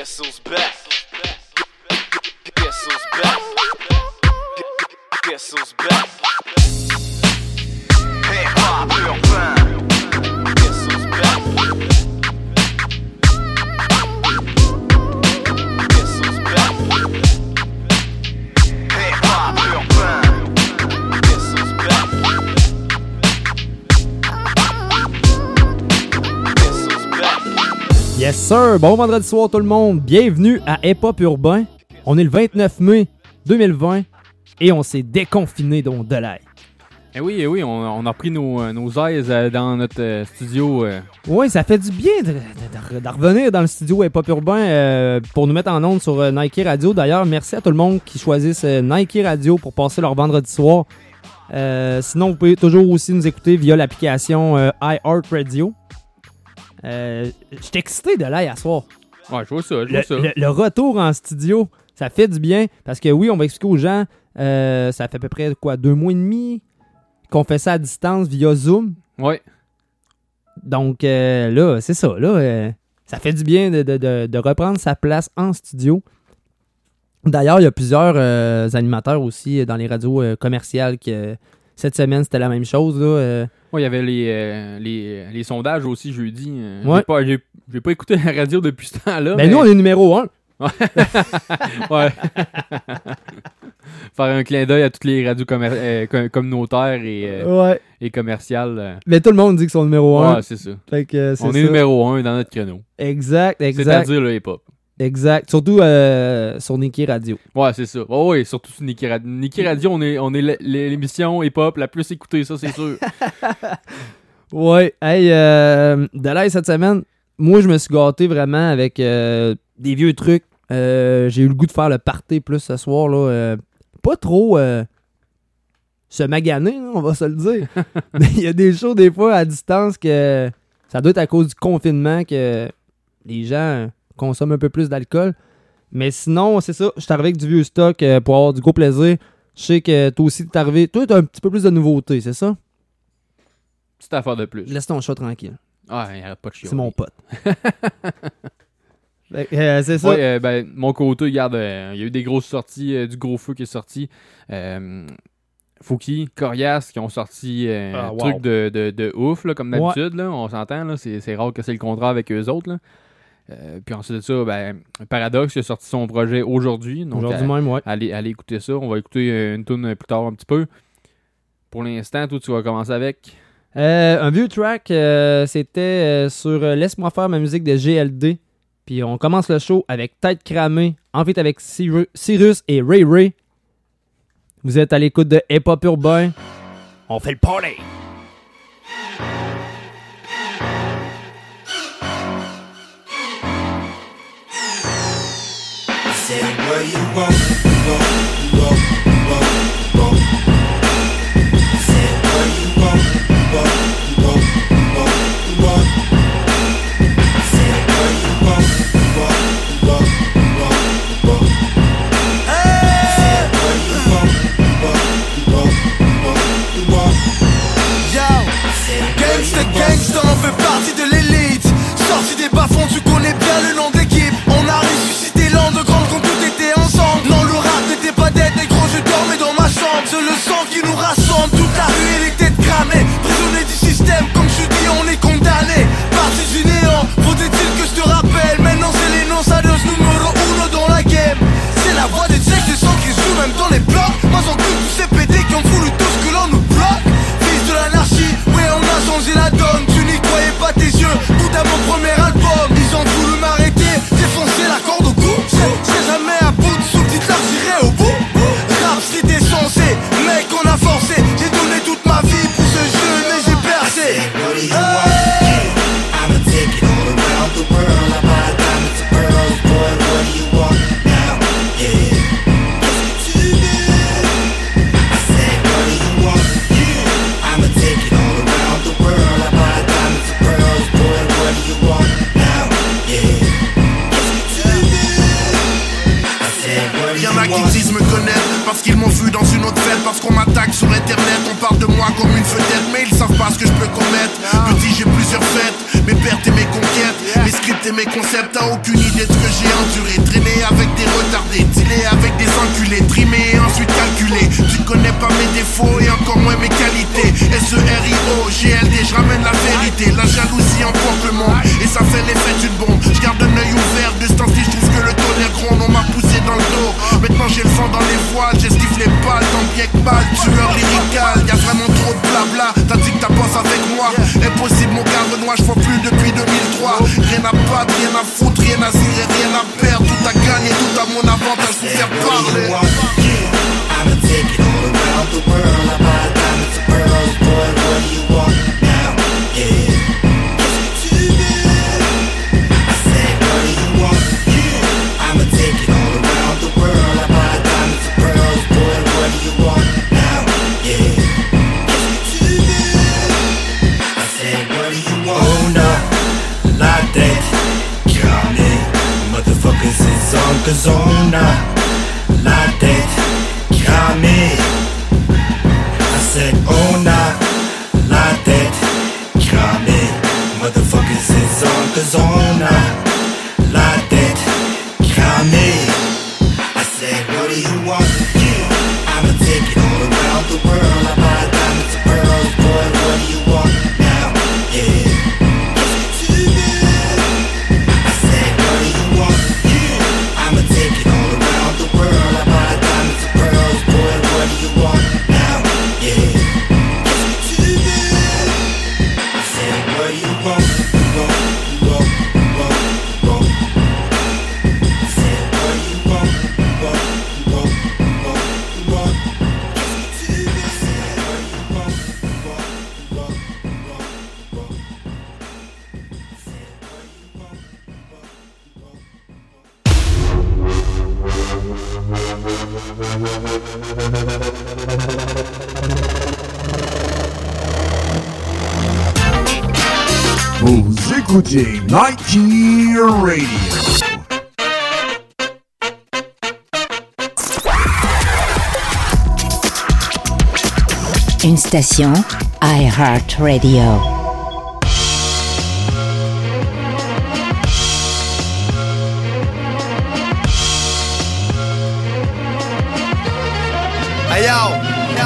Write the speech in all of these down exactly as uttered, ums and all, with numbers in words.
Guess who's back? Guess who's back? Guess who's back? Hip-hop urbain. Guess who's back? Guess who's back? Hip-hop urbain. Guess who's back? Guess who's back? Yes sir, bon vendredi soir tout le monde, bienvenue à Hip-Hop Urbain. On est le vingt-neuf mai deux mille vingt et on s'est déconfiné donc de l'ail. Eh oui, eh oui, on, on a pris nos, nos aises euh, dans notre euh, studio. Euh. Oui, ça fait du bien de, de, de, de revenir dans le studio Hip-Hop Urbain euh, pour nous mettre en onde sur euh, Nike Radio. D'ailleurs, merci à tout le monde qui choisissent euh, Nike Radio pour passer leur vendredi soir. Euh, sinon, vous pouvez toujours aussi nous écouter via l'application euh, iHeartRadio. Euh, je suis excité de l'ail à soir. Ouais, je vois ça, je Le, vois ça. le, le retour en studio, ça fait du bien parce que oui, on va expliquer aux gens, euh, ça fait à peu près quoi, deux mois et demi qu'on fait ça à distance via Zoom. Ouais. Donc euh, là, c'est ça, là, euh, ça fait du bien de, de, de, de reprendre sa place en studio. D'ailleurs, il y a plusieurs euh, animateurs aussi dans les radios euh, commerciales qui, euh, cette semaine, c'était la même chose, là. Euh, Ouais, il y avait les, euh, les, les sondages aussi jeudi. Euh, Ouais. J'ai pas, j'ai, j'ai pas écouté la radio depuis ce temps-là. ben mais... nous, on est numéro un. Ouais. Faire un clin d'œil à toutes les radios commer- euh, com- communautaires et, euh, Ouais. et commerciales. euh. Mais tout le monde dit qu'ils sont numéro un. Ouais, c'est ça. Fait que, euh, c'est On ça. est numéro un dans notre créneau. Exact, exact. C'est-à-dire le hip-hop. Exact. Surtout euh, sur Niki Radio. Ouais, c'est ça. Oh, oui, surtout sur Niki Radio. Niki Radio, on est, on est l- l'émission hip-hop la plus écoutée, ça, c'est sûr. Ouais. Hey, euh, de l'ail cette semaine, moi, je me suis gâté vraiment avec euh, des vieux trucs. Euh, j'ai eu le goût de faire le party plus ce soir, là. Euh, pas trop euh, se maganer, là, on va se le dire. Mais il y a des shows, des fois, à distance, que ça doit être à cause du confinement que les gens consomment un peu plus d'alcool. Mais sinon, c'est ça. Je suis arrivé avec du vieux stock euh, pour avoir du gros plaisir. Je sais que toi aussi, t'es arrivé. Toi, t'as un petit peu plus de nouveautés, c'est ça? Petite affaire de plus. Laisse ton chat tranquille. Ah, il arrête pas de chier. C'est mon pote. Fait que, euh, c'est ça. Ouais, euh, ben, mon côté, regarde, euh, il y a eu des grosses sorties, euh, du gros feu qui est sorti. Euh, Fouki, Corias qui ont sorti euh, Ah, un wow. truc de, de, de ouf, là, comme Ouais. d'habitude. Là, on s'entend, là, c'est, c'est rare que c'est le contraire avec eux autres. Là. Euh, puis ensuite de ça, ben, Paradox qui a sorti son projet aujourd'hui. Donc, Aujourd'hui à- même, ouais. allez, allez écouter ça. On va écouter euh, une tune plus tard un petit peu. Pour l'instant, toi, tu vas commencer avec. Euh, un vieux track, euh, c'était euh, sur euh, Laisse-moi faire ma musique de G L D. Puis on commence le show avec Tête cramée, en fait avec Cyrus, Cyrus et Ray Ray. Vous êtes à l'écoute de Hip-Hop Urbain. On fait le party! Say where you want, you want, you want, you want, you want. Say where you want, you want, you want, you want, you want. Say where you want, you want, you want, you want, you want. Say where you want, you want, you want, you want, you want. Yo, gangsta gangsta, on fait partie de l'élite. Sorti des bas-fonds, tu connais bien le nom de l'équipe. On a ressuscité l'an de grande quand tout était ensemble. Non, le rap n'était pas dead, négro, je dormais dans ma chambre. C'est le sang qui nous rassemble, toute la rue et les têtes cramées. Prisonniers du système, comme je dis, on est condamnés. Parti du néant, faudrait-il que je te rappelle. Maintenant c'est les lançados numéro uno dans la game. C'est la voix des textes, des sangs qui jouent même dans les blocs. Moi j'en coupe tous ces pédés qui ont voulu tout ce que l'on nous bloque. Fils de l'anarchie, ouais on a changé la donne. Tu n'y croyais pas tes yeux, bout à mon premier album. Ils ont voulu m'arrêter, défoncer la corde au cou. Je serai jamais à bout de sous guitare, j'irai au bout. Rap street est censé, mec on a forcé. J'ai donné toute ma vie pour ce jeu mais j'ai percé. What do you want? I'ma take it all around the world. I buy diamonds and pearls, boy. What do you want now? Yeah. Qu'est-ce que tu veux? I said, what do you want? I'ma take it all around the world. I buy diamonds and pearls, boy. What do you want now? Yeah. Qu'est-ce que tu veux? I said, what do you Y'en a qui want? disent me connaître parce qu'ils m'ont vu dans une autre fête. Parce qu'on m'attaque sur internet, on parle de moi comme une vedette. Mais ils savent pas ce que je peux commettre. Petit, j'ai plusieurs fêtes, mes pertes et mes conquêtes, mes scripts et mes concepts. T'as aucune idée de ce que j'ai enduré. Traîner avec des retardés, dealer avec des enculés, trimer et ensuite calculer. Tu connais pas mes défauts et encore moins mes qualités. S E R I O, G L D, je ramène la vérité. La jalousie emporte le monde et ça fait l'effet d'une bombe. Je garde un œil ouvert, de ce temps-ci je trouve que le tonnerre gronde. On m'a poussé dans le dos, maintenant j'ai le vent dans les voiles. J'esquive les balles, tant bien que mal, tueur lyrical. Y'a vraiment trop de blabla, t'as dit que t'as bossé avec moi. Impossible mon gars Renoir, je vois plus depuis deux mille trois. Rien à battre, rien à foutre, rien à cirer, rien à perdre. Tout à gagner, tout à mon avantage pour faire parler. I'ma take it all around the world. I buy diamonds and pearls, boy, what do you want now? Yeah. I said, what do you want? I'ma take it all around the world. I buy diamonds and pearls, boy, what do you want now? Yeah. I said, what do you want? Oh no, like that. Got me. Motherfuckers is on Kazona. Like that. Got me. I said, oh nah, like that. Got me. Motherfuckers is on Kazona. Like that. Got me. I said, what do you want? I'ma take it all around the world. I buy diamonds and pearls, boy, what do you want now? Yeah. I said, what do you want? I'ma take it all around the world. I buy diamonds and pearls, boy, what do you want now? Yeah. I said, what do you want? You want, you want, you want, you want. I said, what do you want? You want, you want, you want, you want. I said, what do you want? You want, you want, you want, you want. I said, what do you want? You want, you want, you want. Vous écoutez Nike Radio. Une station iHeartRadio. Hey yo, yo.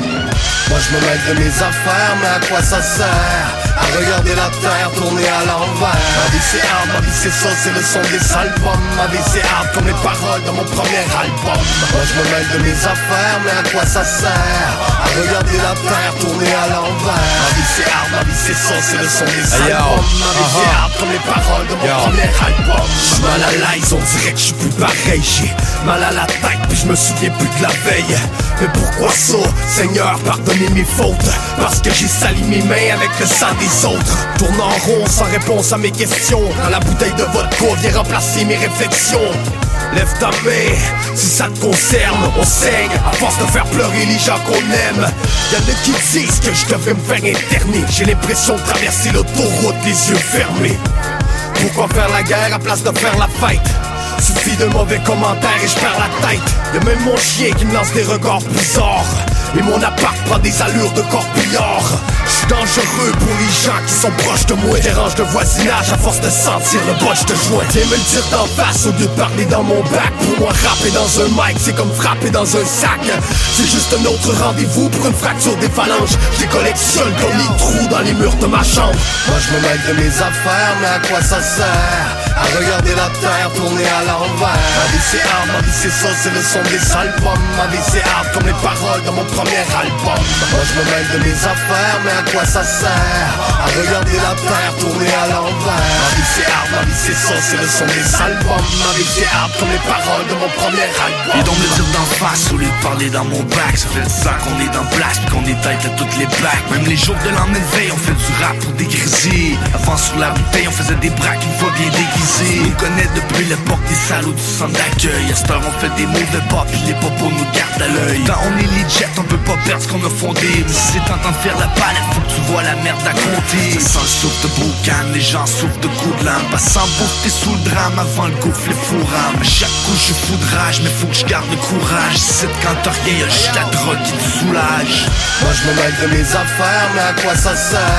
Moi je me mêle de mes affaires, mais à quoi ça sert? À regarder la terre tourner à l'envers. Ma vie c'est hard, ma vie c'est ça, c'est le son des albums. Ma vie c'est hard comme les paroles de mon premier album. Moi je me mêle de mes affaires, mais à quoi ça sert? À regarder la terre tourner à l'envers. Ma vie c'est hard, ma vie c'est ça, c'est le son des Hey, yo. albums. Ma vie c'est hard comme les paroles de mon Yo. premier album. J'suis mal à l'aise, on dirait que j'suis plus pareil. J'ai mal à la tête, puis je me souviens plus de la veille. Mais pourquoi ça? Seigneur, pardonnez mes fautes. Parce que j'ai sali mes mains avec le sang des autres. Tourne en rond sans réponse à mes questions. Quand la bouteille de vodka vient remplacer mes réflexions. Lève ta main, si ça te concerne. On saigne à force de faire pleurer les gens qu'on aime. Y'en a qui disent que je devrais me faire interner. J'ai l'impression de traverser l'autoroute les yeux fermés. Pourquoi faire la guerre à place de faire la fête? Suffit de mauvais commentaires et je perds la tête. Y'a même mon chien qui me lance des regards bizarres. Et mon appart prend des allures de corbillard. J'suis dangereux pour les gens qui sont proches de moi. Dérange le voisinage à force de sentir le botch de joint. Viens me le dire d'en face au lieu de parler dans mon bac. Pour moi rapper dans un mic c'est comme frapper dans un sac. C'est juste un autre rendez-vous pour une fracture des phalanges. Je les collectionne comme les trous dans les murs de ma chambre. Moi je me mêle de mes affaires, mais à quoi ça sert? À regarder la terre tourner à l'envers. Ma vie c'est hard, ma vie c'est ça, c'est le son des albums. Ma vie c'est hard comme les paroles de mon premier album. Moi je me mêle de mes affaires, mais à quoi ça sert? À regarder la terre tourner à l'envers. Ma vie c'est hard, ma vie c'est ça, c'est le son des albums. Ma vie c'est hard comme les paroles de mon premier album. Et donc me dire d'en face au lieu de parler dans mon bac. Ça fait dix ans qu'on est dans place, puis qu'on est tête à toutes les bacs. Même les jours de lendemain de veille, on fait du rap pour dégriser. Avant sur la bouteille, on faisait des braques une fois bien déguisés. On nous connaît depuis l'époque des salauds du centre d'accueil. À cette heure on fait des mots de pop, puis les popos nous gardent à l'œil. Quand on est legit, on peut pas perdre ce qu'on a fondé. Mais si c'est tentant de faire la palette, faut que tu vois la merde à compter. Ça sent le souffle de boucan, les gens souffrent de coups de lame. Passant bouffe, t'es sous le drame, avant le gouffre, les fourrames. À chaque coup je fous de rage, mais faut que je garde le courage. Si c'est quand t'as rien, y'a juste la drogue qui te soulage. Moi je me mêle de mes affaires, mais à quoi ça sert?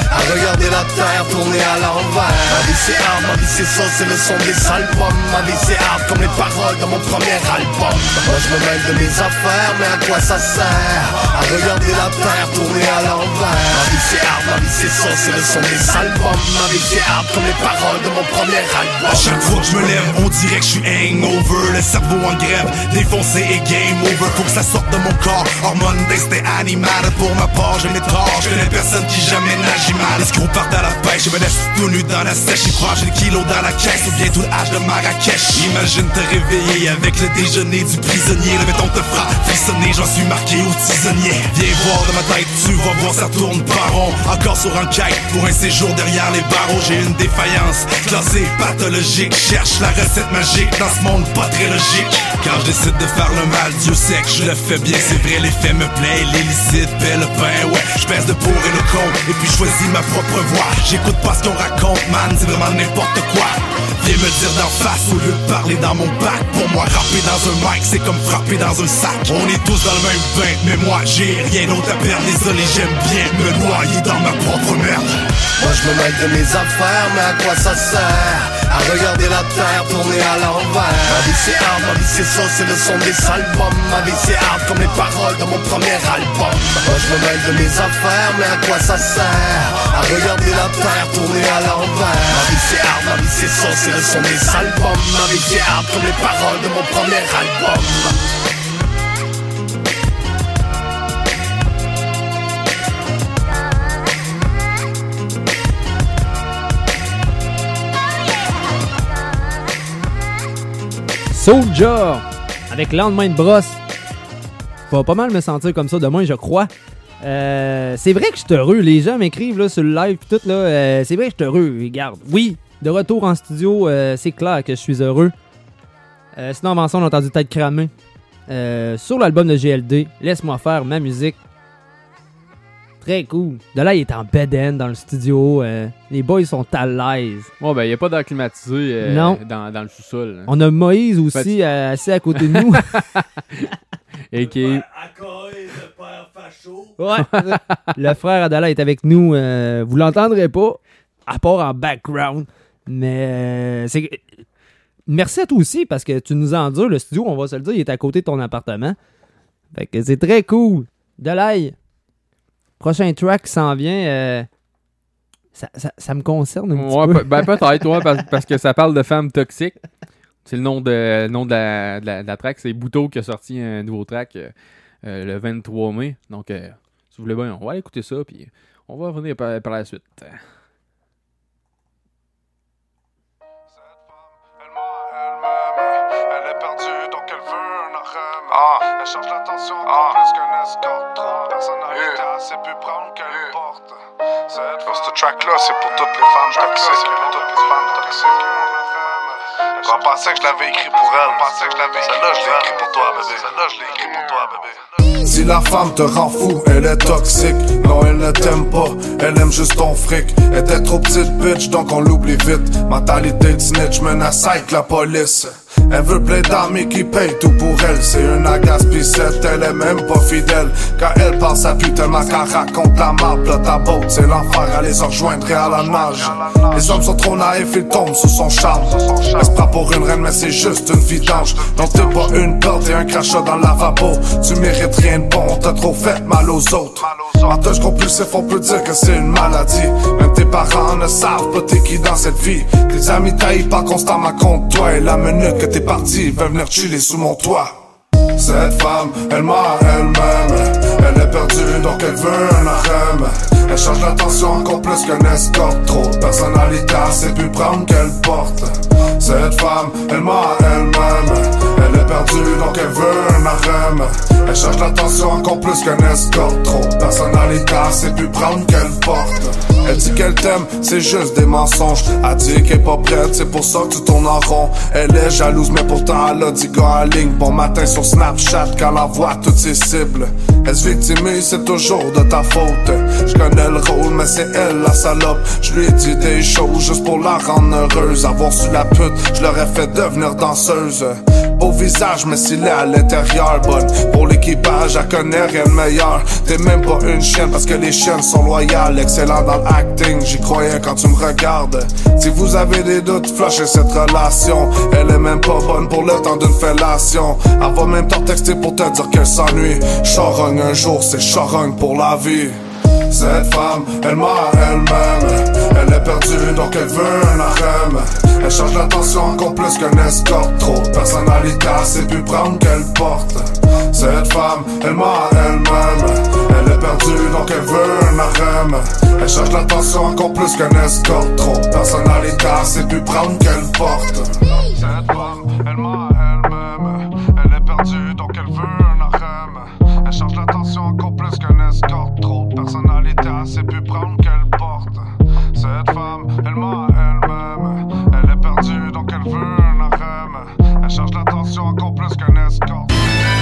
à regarder la terre tourner à l'envers. Ma vie c'est hard, ma vie c'est ça, c'est le son des albums. Ma vie c'est hard comme les paroles de mon premier album. Moi je me mêle de mes affaires, mais à quoi ça sert? À regarder la terre tourner à l'envers. Ma vie c'est hard, ma vie c'est ça, c'est le son des albums. Ma vie c'est hard comme les paroles de mon premier album. À chaque fois que je me lève, on dirait que je suis hangover. Le cerveau en grève, défoncé et game over. Faut que ça sorte de mon corps, hormones d'instinct animal. Pour ma part, j'ai mes torts, je connais personne qui jamais nage mal. Les screws partent à la pêche, je me laisse tout nu dans la sèche. Ils croient j'ai des kilos dans la caisse, ou bien tout le H de Marrakech. Imagine te réveiller avec le déjeuner du prisonnier. Le béton te fera frissonner, j'en suis marqué au tisonnier. Viens voir de ma tête, tu vas voir ça tourne pas rond. Encore sur enquête, pour un séjour derrière les barreaux. J'ai une défaillance, classée pathologique. Cherche la recette magique dans ce monde pas très logique. Quand je décide de faire le mal, Dieu sait que je le fais bien. C'est vrai, les faits me plaît, l'illicite paie le pain. Ouais, je pèse le pour et le contre, et puis je choisis ma propre voix. J'écoute pas ce qu'on raconte, man, c'est vraiment n'importe quoi. Viens me dire d'en face au lieu de parler dans mon bac. Pour moi, rapper dans un mic, c'est comme frapper dans un sac. On est tous dans le même bain, mais moi j'ai rien d'autre à perdre. Désolé, j'aime bien me noyer dans ma propre merde. Moi je me mêle de mes affaires, mais à quoi ça sert? À regarder la terre tourner à l'envers. Ma vie c'est hard, ma vie c'est ça, c'est le son des albums. Ma vie c'est hard comme les paroles de mon premier album. Moi je me mêle de mes affaires, mais à quoi ça sert? À regarder la terre tourner à l'envers. Ma vie c'est hard, ma vie c'est ça, c'est le son des albums. Ma vie c'est hard comme les paroles de mon premier album. Soulja avec Lendemain de brosse. Va pas mal me sentir comme ça demain, je crois. Euh, c'est vrai que je suis heureux. Les gens m'écrivent là, sur le live et tout. Là, euh, c'est vrai que je suis heureux. Regarde. Oui, de retour en studio, euh, c'est clair que je suis heureux. Euh, sinon, avant ça, on a entendu Tête cramée. Euh, sur l'album de G L D, Laisse-moi faire ma musique. Très cool. De là, il est en bed-end dans le studio. Euh, les boys sont à l'aise. Bon, ben, il n'y a pas d'air climatisé euh, Non. Dans, dans le sous-sol. Hein. On a Moïse aussi euh, assis à côté de nous. Et qui est... Ouais. Le frère Adala est avec nous. Euh, vous l'entendrez pas, à part en background. Mais euh, c'est... Merci à toi aussi, parce que tu nous endures. Le studio, on va se le dire, il est à côté de ton appartement. Fait que c'est très cool. Delaï. Prochain track qui s'en vient, euh, ça, ça, ça me concerne un petit ouais, peu. Ben peut-être, ouais, parce, parce que ça parle de femmes toxiques. C'est le nom de, le nom de, la, de, la, de la track. C'est Bouteau qui a sorti un nouveau track euh, euh, le vingt-trois mai. Donc, euh, si vous voulez bien, on va aller écouter ça, puis on va revenir par, par la suite. Elle est perdue, donc elle veut un harem. Ah. Elle cherche l'attention ah. plus qu'un escorte. Trop de personnalité, yeah. Elle sait plus prendre qu'elle yeah. porte. Cette oh, ce track-là, c'est pour toutes les femmes toxiques. C'est pour toutes les femmes toxiques. Je pensais que je l'avais écrit pour elle. Celle-là, je l'ai écrit pour toi, bébé. Celle-là, je l'ai écrit pour toi, bébé. Si la femme te rend fou, elle est toxique. Non, elle ne t'aime pas, elle aime juste ton fric. Elle était trop petite bitch, donc on l'oublie vite. Mentalité de snitch, menace avec la police. Elle veut plein d'amis qui payent tout pour elle. C'est une agace pissette, elle est même pas fidèle. Quand elle parle sa pute tellement qu'elle raconte la marde. Là ta boat, c'est l'enfer, elle les rejoindre et à la nage. Les hommes sont trop naïfs, ils tombent sous son charme. Elle se prend pour une reine, mais c'est juste une vidange. Non, t'es pas une porte et un crachat dans le lavabo. Tu mérites rien de bon, t'as trop fait mal aux autres. Menteuse compulsif, on peut dire que c'est une maladie. Même tes parents ne savent pas t'es qui dans cette vie. Tes amis taillent pas constamment contre toi. Et la minute que t'es parti, veut venir chiller sous mon toit. Cette femme, elle ment elle-même. Elle est perdue, donc elle veut un harem. Elle cherche l'attention encore plus qu'un escorte. Trop de personnalité, elle sait plus prendre qu'elle porte. Cette femme, elle ment elle-même. Elle est perdue, donc elle veut un harem. Elle cherche l'attention encore plus qu'un escorte. Trop de personnalité, elle sait plus prendre qu'elle porte. Elle dit qu'elle t'aime, c'est juste des mensonges. Elle dit qu'elle est pas prête, c'est pour ça que tu tournes en rond. Elle est jalouse, mais pourtant elle a dit gars en ligne. Bon matin sur Snapchat quand elle envoie toutes ses cibles. Elle se victimise, c'est toujours de ta faute. Je connais le rôle, mais c'est elle la salope. Je lui ai dit des choses juste pour la rendre heureuse. Avoir su la pute, je l'aurais fait devenir danseuse. Pauvre visage, mais s'il est à l'intérieur, bonne. Pour l'équipage, elle connaît rien de meilleur. T'es même pas une chienne parce que les chiennes sont loyales. Excellent dans l'acting, j'y croyais quand tu me regardes. Si vous avez des doutes, flashez cette relation. Elle est même pas bonne pour le temps d'une fellation. Elle va même t'en texter pour te dire qu'elle s'ennuie. Charogne un jour, c'est charogne pour la vie. Cette femme, elle m'a à elle-même. Elle est perdue donc elle veut un harem. Elle cherche l'attention encore plus qu'un escorte. Trop de personnalité, c'est plus prendre qu'elle porte. Cette femme, elle m'a à elle-même. Elle est perdue donc elle veut un harem. Elle cherche l'attention encore plus qu'un escorte. Trop de personnalité, c'est plus prendre qu'elle porte. Cette femme, elle m'a à elle-même. Elle est perdue donc elle veut un harem. Elle cherche l'attention encore plus qu'un escorte. Trop de personnalité, c'est plus prendre qu'elle porte. Cette femme, elle m'a à elle-même. Elle est perdue donc elle veut un harem. Elle cherche l'attention encore plus qu'un escorte.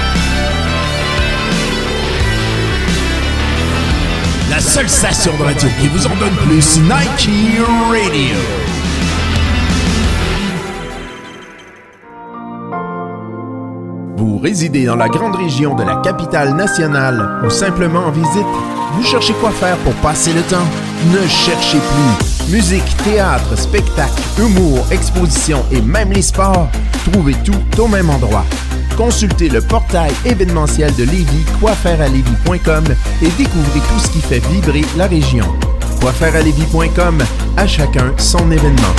La seule station de radio qui vous en donne plus, Nike Radio. Vous résidez dans la grande région de la capitale nationale ou simplement en visite? Vous cherchez quoi faire pour passer le temps? Ne cherchez plus. Musique, théâtre, spectacle, humour, exposition et même les sports. Trouvez tout au même endroit. Consultez le portail événementiel de Lévis, quoi faire à lévis point com et découvrez tout ce qui fait vibrer la région. quoi faire à lévis point com, à chacun son événement.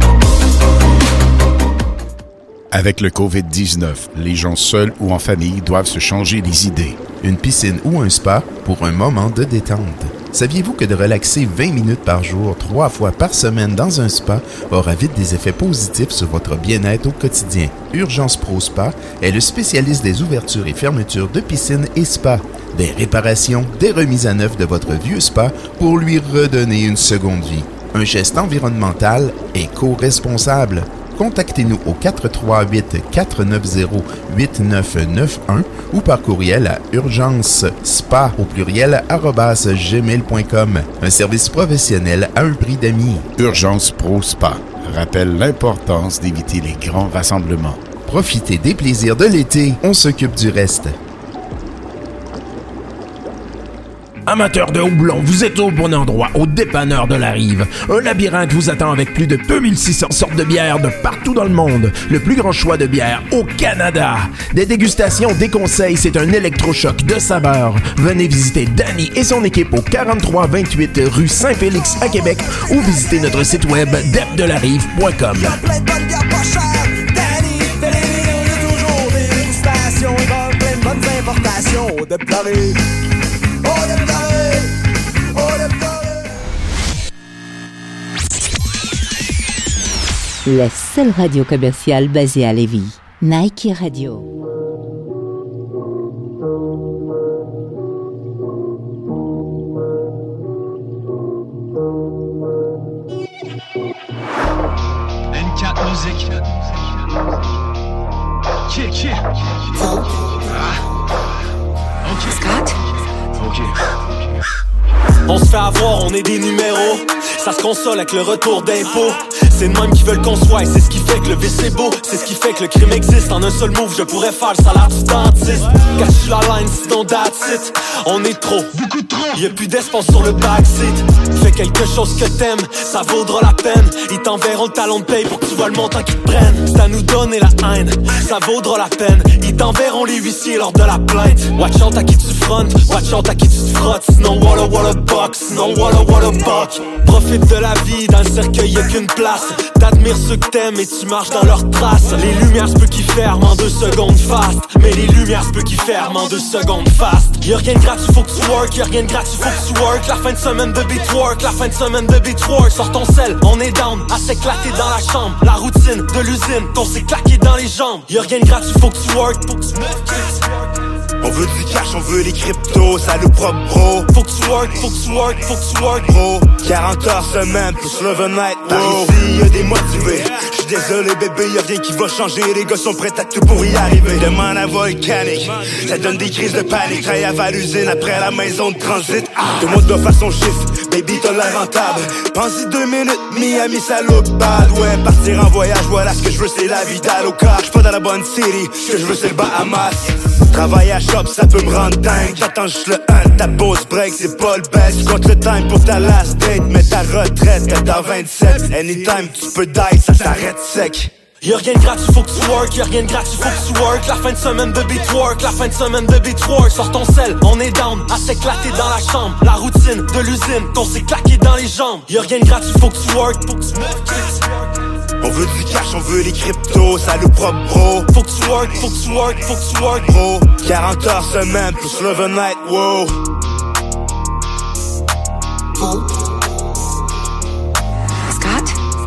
Avec le covid dix-neuf, les gens seuls ou en famille doivent se changer les idées. Une piscine ou un spa pour un moment de détente. Saviez-vous que de relaxer vingt minutes par jour, trois fois par semaine dans un spa aura vite des effets positifs sur votre bien-être au quotidien? Urgence Pro Spa est le spécialiste des ouvertures et fermetures de piscines et spas, des réparations, des remises à neuf de votre vieux spa pour lui redonner une seconde vie. Un geste environnemental éco-responsable. Contactez-nous au quatre trois huit, quatre neuf zéro, huit neuf neuf un ou par courriel à urgencespa au pluriel arobase gmail point com. Un service professionnel à un prix d'amis. Urgence Pro Spa rappelle l'importance d'éviter les grands rassemblements. Profitez des plaisirs de l'été, on s'occupe du reste. Amateurs de houblon, vous êtes au bon endroit, au dépanneur de la Rive. Un labyrinthe vous attend avec plus de deux mille six cents sortes de bières de partout dans le monde. Le plus grand choix de bières au Canada. Des dégustations, des conseils, c'est un électrochoc de saveurs. Venez visiter Danny et son équipe au quarante-trois vingt-huit rue Saint-Félix à Québec ou visitez notre site web dep de la rive point com. Plein de bonnes bières pas chères. Danny, fait les vidéos, il y a toujours des dégustations. Il va plein de bonnes importations. De pleurer. Oh, de pleurer. Oh, de pleurer. La seule radio commerciale basée à Lévis. Nike Radio. N quatre Musique. Qui, qui? Ah. Ok. Scott? Ok. On se fait avoir, on est des numéros. Ça se console avec le retour d'impôts. C'est de même qu'ils veulent qu'on soit et c'est ce qui fait que le vice est beau. C'est ce qui fait que le crime existe. En un seul move, je pourrais faire le salaire du dentiste. Cache la line, sinon that's it. On est trop, beaucoup trop. Y'a plus d'espace sur le backseat. Fais quelque chose que t'aimes, ça vaudra la peine. Ils t'enverront le talon de paye pour que tu vois le montant qu'ils te prennent. C'est à nous donner la haine, ça vaudra la peine. Ils t'enverront les huissiers lors de la plainte. Watch out à qui tu frontes, watch out à qui tu te frottes. Sinon walla walla box, sinon walla walla buck. Profite de la vie, dans le cercueil y'a qu'une place. T'admires ceux que t'aimes et tu marches dans leurs traces. Les lumières se peut qu'ils ferment en deux secondes fast. Mais les lumières se peut qu'ils ferment en deux secondes fast. Y'a rien de gratuit, faut que tu work. Y'a rien de gratuit, faut que tu work. La fin de semaine de beatwork, la fin de semaine de beatwork. Sors ton sel, on est down, à s'éclater dans la chambre. La routine de l'usine, qu'on s'est claqué dans les jambes. Y'a rien de gratuit, faut que tu work, faut que tu On veut du cash, on veut les cryptos, ça nous propre bro. Faut que tu work, faut que tu work, faut que tu work bro. quarante heures semaine, plus love night bro. Par ici y'a des motivés. J'suis désolé bébé, y'a rien qui va changer. Les gars sont prêts à tout pour y arriver. Demande à Volcanic, ça donne des crises de panique. Travaille à l'usine après la maison de transit. ah. Tout le monde doit faire son chiffre. baby t'as l'air rentable. Pense-y deux minutes, Miami ça look bad. Ouais, partir en voyage, voilà ce que je veux c'est la vie d'Aloca. J'suis pas dans la bonne city, ce que je veux c'est le Bahamas. Travailler à shop ça peut me rendre dingue. J'attends juste le un, ta pause break c'est pas le best. Tu comptes le time pour ta last date, mais ta retraite est dans vingt-sept. Anytime tu peux die, ça s'arrête sec. Y'a rien de gratuit, faut que tu work, y'a rien de gratuit, faut que tu work. La fin de semaine de beat work, la fin de semaine de beat work. Sors ton sel, on est down, à s'éclater dans la chambre. La routine de l'usine, qu'on s'est claqué dans les jambes. Y'a rien de gratuit, faut que tu work, faut que tu work. On veut du cash, on veut les cryptos, ça nous propre bro. Faut que tu work, faut que tu work, faut que tu work bro. quarante heures semaine, plus love night, wow. Scott?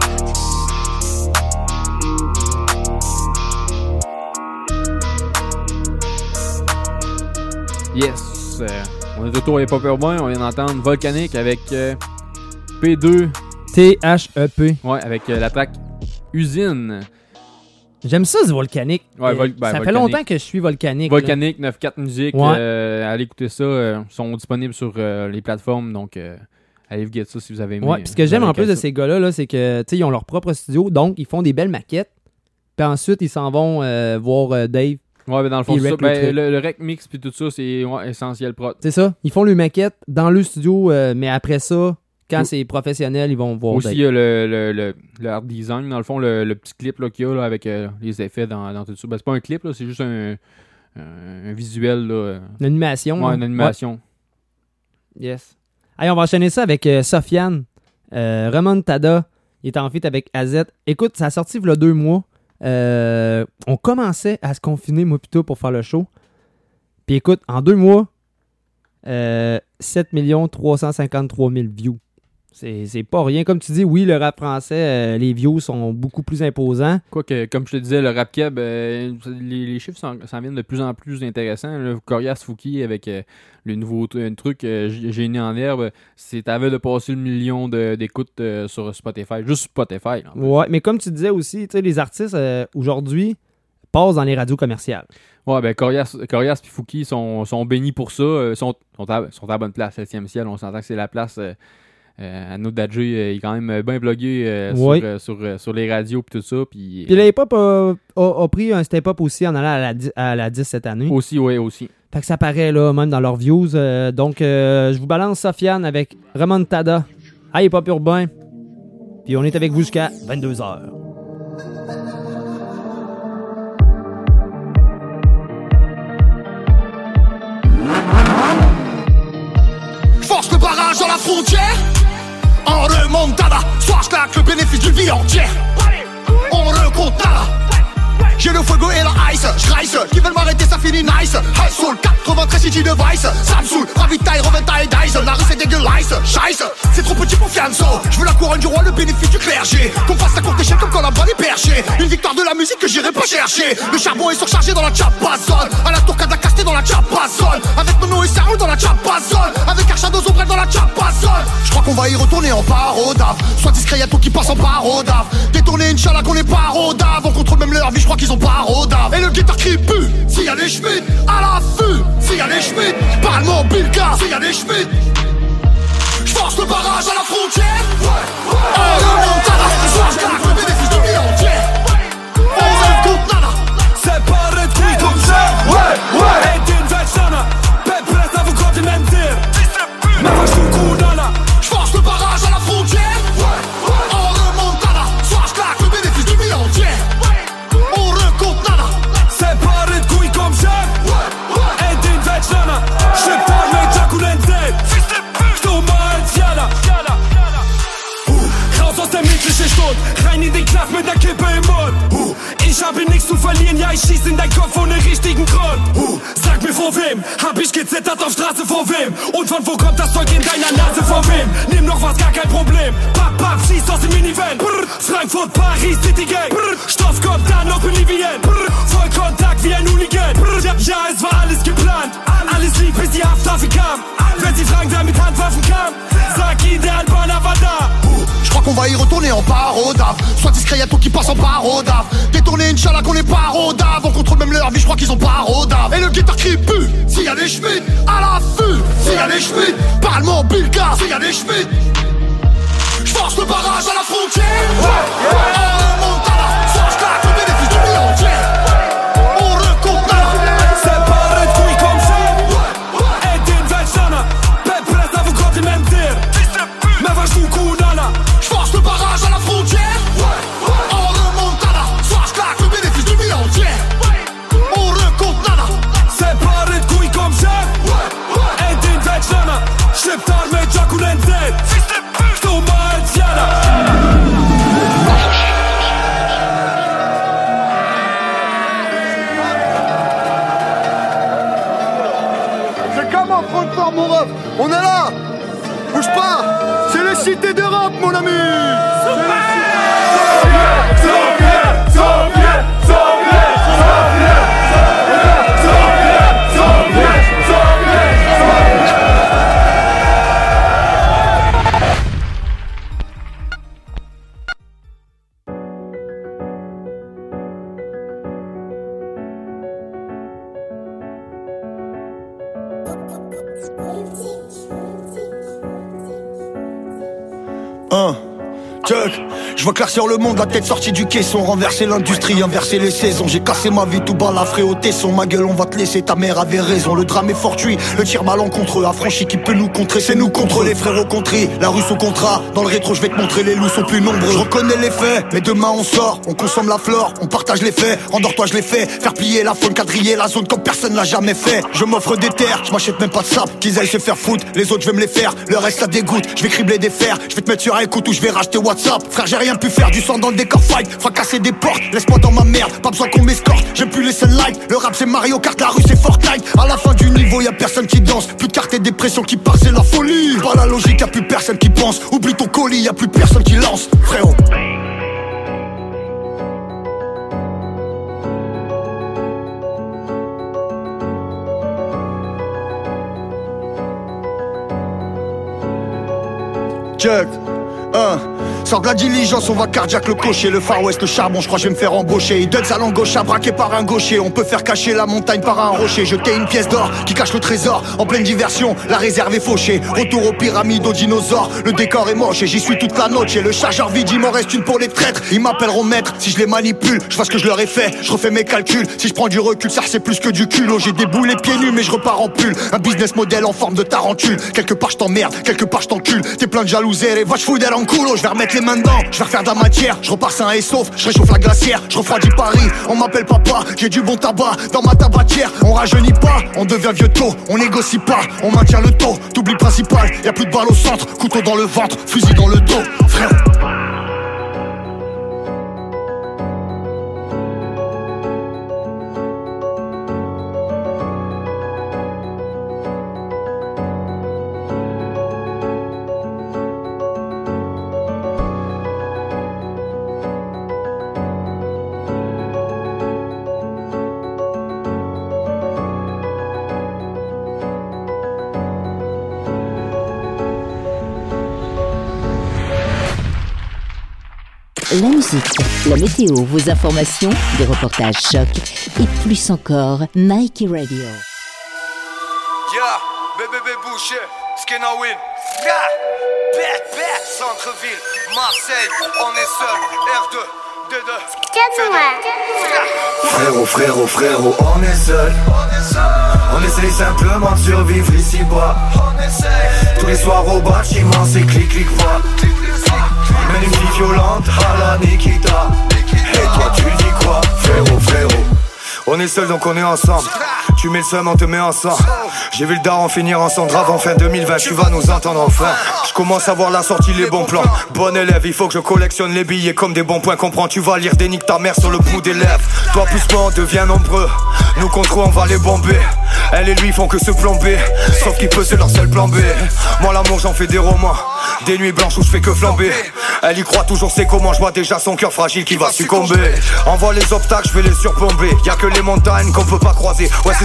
Yes, euh, on est de retour à Hip Hop Urbain, on vient d'entendre Volcanic avec euh, P deux T H E P. Ouais, avec euh, la track Usine. J'aime ça, ce Volcanic. Ouais, vol- euh, ben, ça Volcanic. fait longtemps que je suis Volcanic. Volcanic, neuf-quatre Musique, Ouais. euh, allez écouter ça, euh, ils sont disponibles sur euh, les plateformes, donc euh, allez vous get ça si vous avez aimé. Ouais, puis ce que euh, j'aime vous en avez plus de ça. ces gars-là, là, c'est que tu sais, ils ont leur propre studio, donc ils font des belles maquettes. Puis ensuite, ils s'en vont euh, voir euh, Dave. Ouais, ben dans le fond, Ils c'est ça. rec le Ben, truc. le, le rec mix puis tout ça, c'est ouais, essentiel prod. C'est ça. Ils font le maquette dans le studio, euh, mais après ça, quand Ou- c'est professionnel, ils vont voir Aussi, Dave. il y a le, le, le, le art design, dans le fond, le, le petit clip là, qu'il y a là, avec euh, les effets dans, dans tout ça. Ben, c'est pas un clip, là, c'est juste un, un, un visuel. Là. Une animation. Ouais, hein. une animation. Ouais. Yes. Allez, on va enchaîner ça avec euh, Sofiane. Euh, Ramon Tada. Il est en feat avec A Z. Écoute, ça a sorti il y a deux mois. Euh, on commençait à se confiner, moi plutôt, pour faire le show. Puis écoute, en deux mois, euh, sept millions trois cent cinquante-trois mille views. C'est, c'est pas rien. Comme tu dis, oui, le rap français, euh, les views sont beaucoup plus imposants. Quoique, comme je te disais, le rap keb, euh, les, les chiffres s'en, s'en viennent de plus en plus intéressants. Là. Corias Fouki avec euh, le nouveau t- un truc euh, Génie en herbe, c'est à veille de passer le million de, d'écoutes euh, sur Spotify. Juste Spotify. Là, Ouais, mais comme tu disais aussi, tu sais, les artistes euh, aujourd'hui passent dans les radios commerciales. Ouais, ben Corias, Corias et Fouki sont, sont bénis pour ça. euh, sont, sont, à, sont à la bonne place, septième ciel. On s'entend que c'est la place. Euh, euh, Ano Dadji, euh, il est quand même bien blogué euh, Ouais. sur, euh, sur, euh, sur les radios et tout ça. Puis Puis le hip-hop a, a- a pris un step-up aussi en allant à la, di- à la dix cette année. aussi, ouais, aussi. Fait que ça paraît là, même dans leurs views. euh, donc, euh, je vous balance Sofiane avec Ramon Tada à Hip Hop Urbain. Puis on est avec vous jusqu'à vingt-deux heures. Force le barrage à la frontière. En remontada, soir je claque le bénéfice d'une vie entière. On recompte nada. J'ai le fuego et la ice, j'rice. Qui veulent m'arrêter, ça finit nice. High soul, quatre-vingt-treize city device. Ça me saoule, ravitaille, reventaille, dice. La rue c'est dégueulasse, scheisse. C'est trop petit pour Fianso. Je veux la couronne du roi, le bénéfice du clergé. Qu'on fasse la courte échelle comme quand la balle est perchée. Une victoire de la musique que j'irai pas chercher. Le charbon est surchargé dans la chapazone. À la tourcade, la casté dans la chapazone. Avec Mono et Sarou dans la chapazone. Avec Archado Zombrel dans la chapazone. Je crois qu'on va y retourner en parodave. Sois discret, y'a tout qui passe en parodave. Détourner Inch'Allah qu'on est parodave. On contrôle même leur vie, je crois qu'ils ont parodave. Et le guitare crie pue, s'il y a des Schmitt. À l'affût, s'il y a des Schmitt. Parle-moi Bilka, s'il y a des Schmitt. J'force le barrage à la frontière. On remonte à la soir, je claque le bénéfice de vie entière. On recompte nada. C'est pas le truc comme ça. Ouais, ouais. Et d'une vachana. Pepres à vous compter même dire. Ma vache tout coup dans la. J'force le barrage à la frontière. On remonte à la soir, je claque le bénéfice de vie entière. On recompte nada. C'est pas le couille comme ça. Et d'une vachana. J'sais pas le Jaculenze. J'tourne mal, Fiala. Raus aus der micklige Stunde, rein in den Knast mit der Kippe im Mund. Uh, ich habe nichts zu verlieren, ja ich schieß in dein Kopf ohne richtigen Grund. Uh, sag mir vor wem, hab ich gezittert auf Straße vor wem? Und von wo kommt das Zeug in deiner Nase vor wem? Nimm noch was, gar kein Problem. Papp, papp, schießt aus dem Minivan. Brr, Frankfurt, Paris, City Gang. Brr, Stoff kommt dann aus Bolivien. Brr, Vollkontakt wie ein Hooligan. Brr, ja, ja, es war alles geplant. Alles lief, bis die Haftwaffe kam. Wenn sie fragen, wer mit Handwaffen kam, sag ihnen, der Albaner war da. Je crois qu'on va y retourner en parodave. Sois discret, y'a tout qui passe en parodave. Détourner Inch'Allah qu'on est parodave. On contrôle même leur vie, je crois qu'ils ont parodave. Et le guitare crie pue, s'il y a des Schmitt. À l'affût, s'il y a des des schmitts. Parle-moi en bilka, s'il y a des schmitts. J'force le barrage à la frontière. Ouais, ouais. Oh, Montana, soit j'claque le bénéfice du pays entier. On recompte nada. C'est pas de couilles comme ça. Et d'une vecchana. Pep prête à vous compter même dire. Mais va j't'ou coup nana. J'force le barrage à la frontière. Oh, Montana, soit j'claque le bénéfice du pays entier. On recompte nada. C'est pas de couilles comme ça. Et d'une vecchana. J'l'ai t'armé Jack ou Lenzel. J't'au mal Diana. C'est comme en Francfort, mon ref. On est là. Bouge pas. C'est les cités d'Europe, mon ami. C'est les cités. Soviet, Soviet, Soviet, Soviet, Soviet, Soviet, Un, check. Je veux claircir le monde, la tête sortie du caisson. Renverser l'industrie, inverser les saisons. J'ai cassé ma vie tout balafré au tesson. Ma gueule on va te laisser, ta mère avait raison. Le drame est fortuit, le tir malencontreux. Affranchi qui peut nous contrer, c'est nous contre les frérots contris. La rue sous contrat, dans le rétro je vais te montrer. Les loups sont plus nombreux, je reconnais les faits. Mais demain on sort, on consomme la flore. On partage les faits, endors-toi je les fais. Faire plier la faune, quadriller la zone comme personne l'a jamais fait. Je m'offre des terres, je m'achète même pas de sable. Qu'ils aillent se faire foutre, les autres je vais me les faire. Le reste ça dégoûte, je vais cribler des fers. Je vais te mettre sur écoute ou je vais racheter WhatsApp. Frère j'ai rien pu faire, du sang dans le décor fight. Fracasser des portes, laisse-moi dans ma merde. Pas besoin qu'on m'escorte, j'aime plus les sunlight. Le rap c'est Mario Kart, la rue c'est Fortnite. À la fin du niveau y'a personne qui danse. Plus de cartes et dépression qui part, c'est la folie. Pas la logique, y'a plus personne qui pense. Oublie ton colis, y'a plus personne qui lance. Frérot. Check, un. Sors de la diligence, on va cardiaque le cocher. Le Far West, le charbon, je crois que je vais me faire embaucher. Il donne sa langue gauche, braqué par un gaucher. On peut faire cacher la montagne par un rocher. Jeter une pièce d'or qui cache le trésor. En pleine diversion, la réserve est fauchée. Retour aux pyramides, aux dinosaures. Le décor est moche et j'y suis toute la noche. Et le chargeur vide, il m'en reste une pour les traîtres. Ils m'appelleront maître si je les manipule. Je vois ce que je leur ai fait, je refais mes calculs. Si je prends du recul, ça c'est plus que du culot. J'ai des boules les pieds nus, mais je repars en pull. Un business model en forme de tarentule. Quelque part je t'emmerde, quelque part je t'encule. T'es plein de jalousie et va je fouiller en coulo. Je vais remettre les mains dedans, je vais refaire de la matière. Je repars sain et sauf, je réchauffe la glacière. Je refroidis Paris, on m'appelle papa. J'ai du bon tabac dans ma tabatière. On rajeunit pas, on devient vieux tôt. On négocie pas, on maintient le taux. T'oublies le principal, y'a plus de balles au centre. Couteau dans le ventre, fusil dans le dos. Frère. La musique, la météo, vos informations, des reportages chocs et plus encore, Nike Radio. Yeah, bébé boucher, Skinawin. Yeah, bête, bête, centre-ville, Marseille, on est seul, R deux, D deux. Frérot, frérot, frérot, on est seul. On essaye simplement de survivre ici-bas. Tous les soirs au bâtiment, c'est clic, clic, va. Mène une vie violente à la Nikita. Et toi tu dis quoi, frérot, frérot? On est seul donc on est ensemble. Tu mets le seum, on te met ensemble. J'ai vu le daron finir en cendre avant fin deux mille vingt. Tu vas nous entendre enfin. Je commence à voir la sortie, les bons plans. Bon élève, il faut que je collectionne les billets comme des bons points. Comprends, tu vas lire des niques ta mère sur le bout des lèvres. Toi plus moi on devient nombreux. Nous contre eux on va les bomber. Elle et lui font que se plomber. Sauf qu'il peut c'est leur seul plan B. Moi l'amour j'en fais des romans. Des nuits blanches où je fais que flamber. Elle y croit toujours, c'est comment je vois déjà son cœur fragile qui va succomber. Envoie les obstacles, je vais les surplomber. Y'a que les montagnes qu'on peut pas croiser. Ouais c'est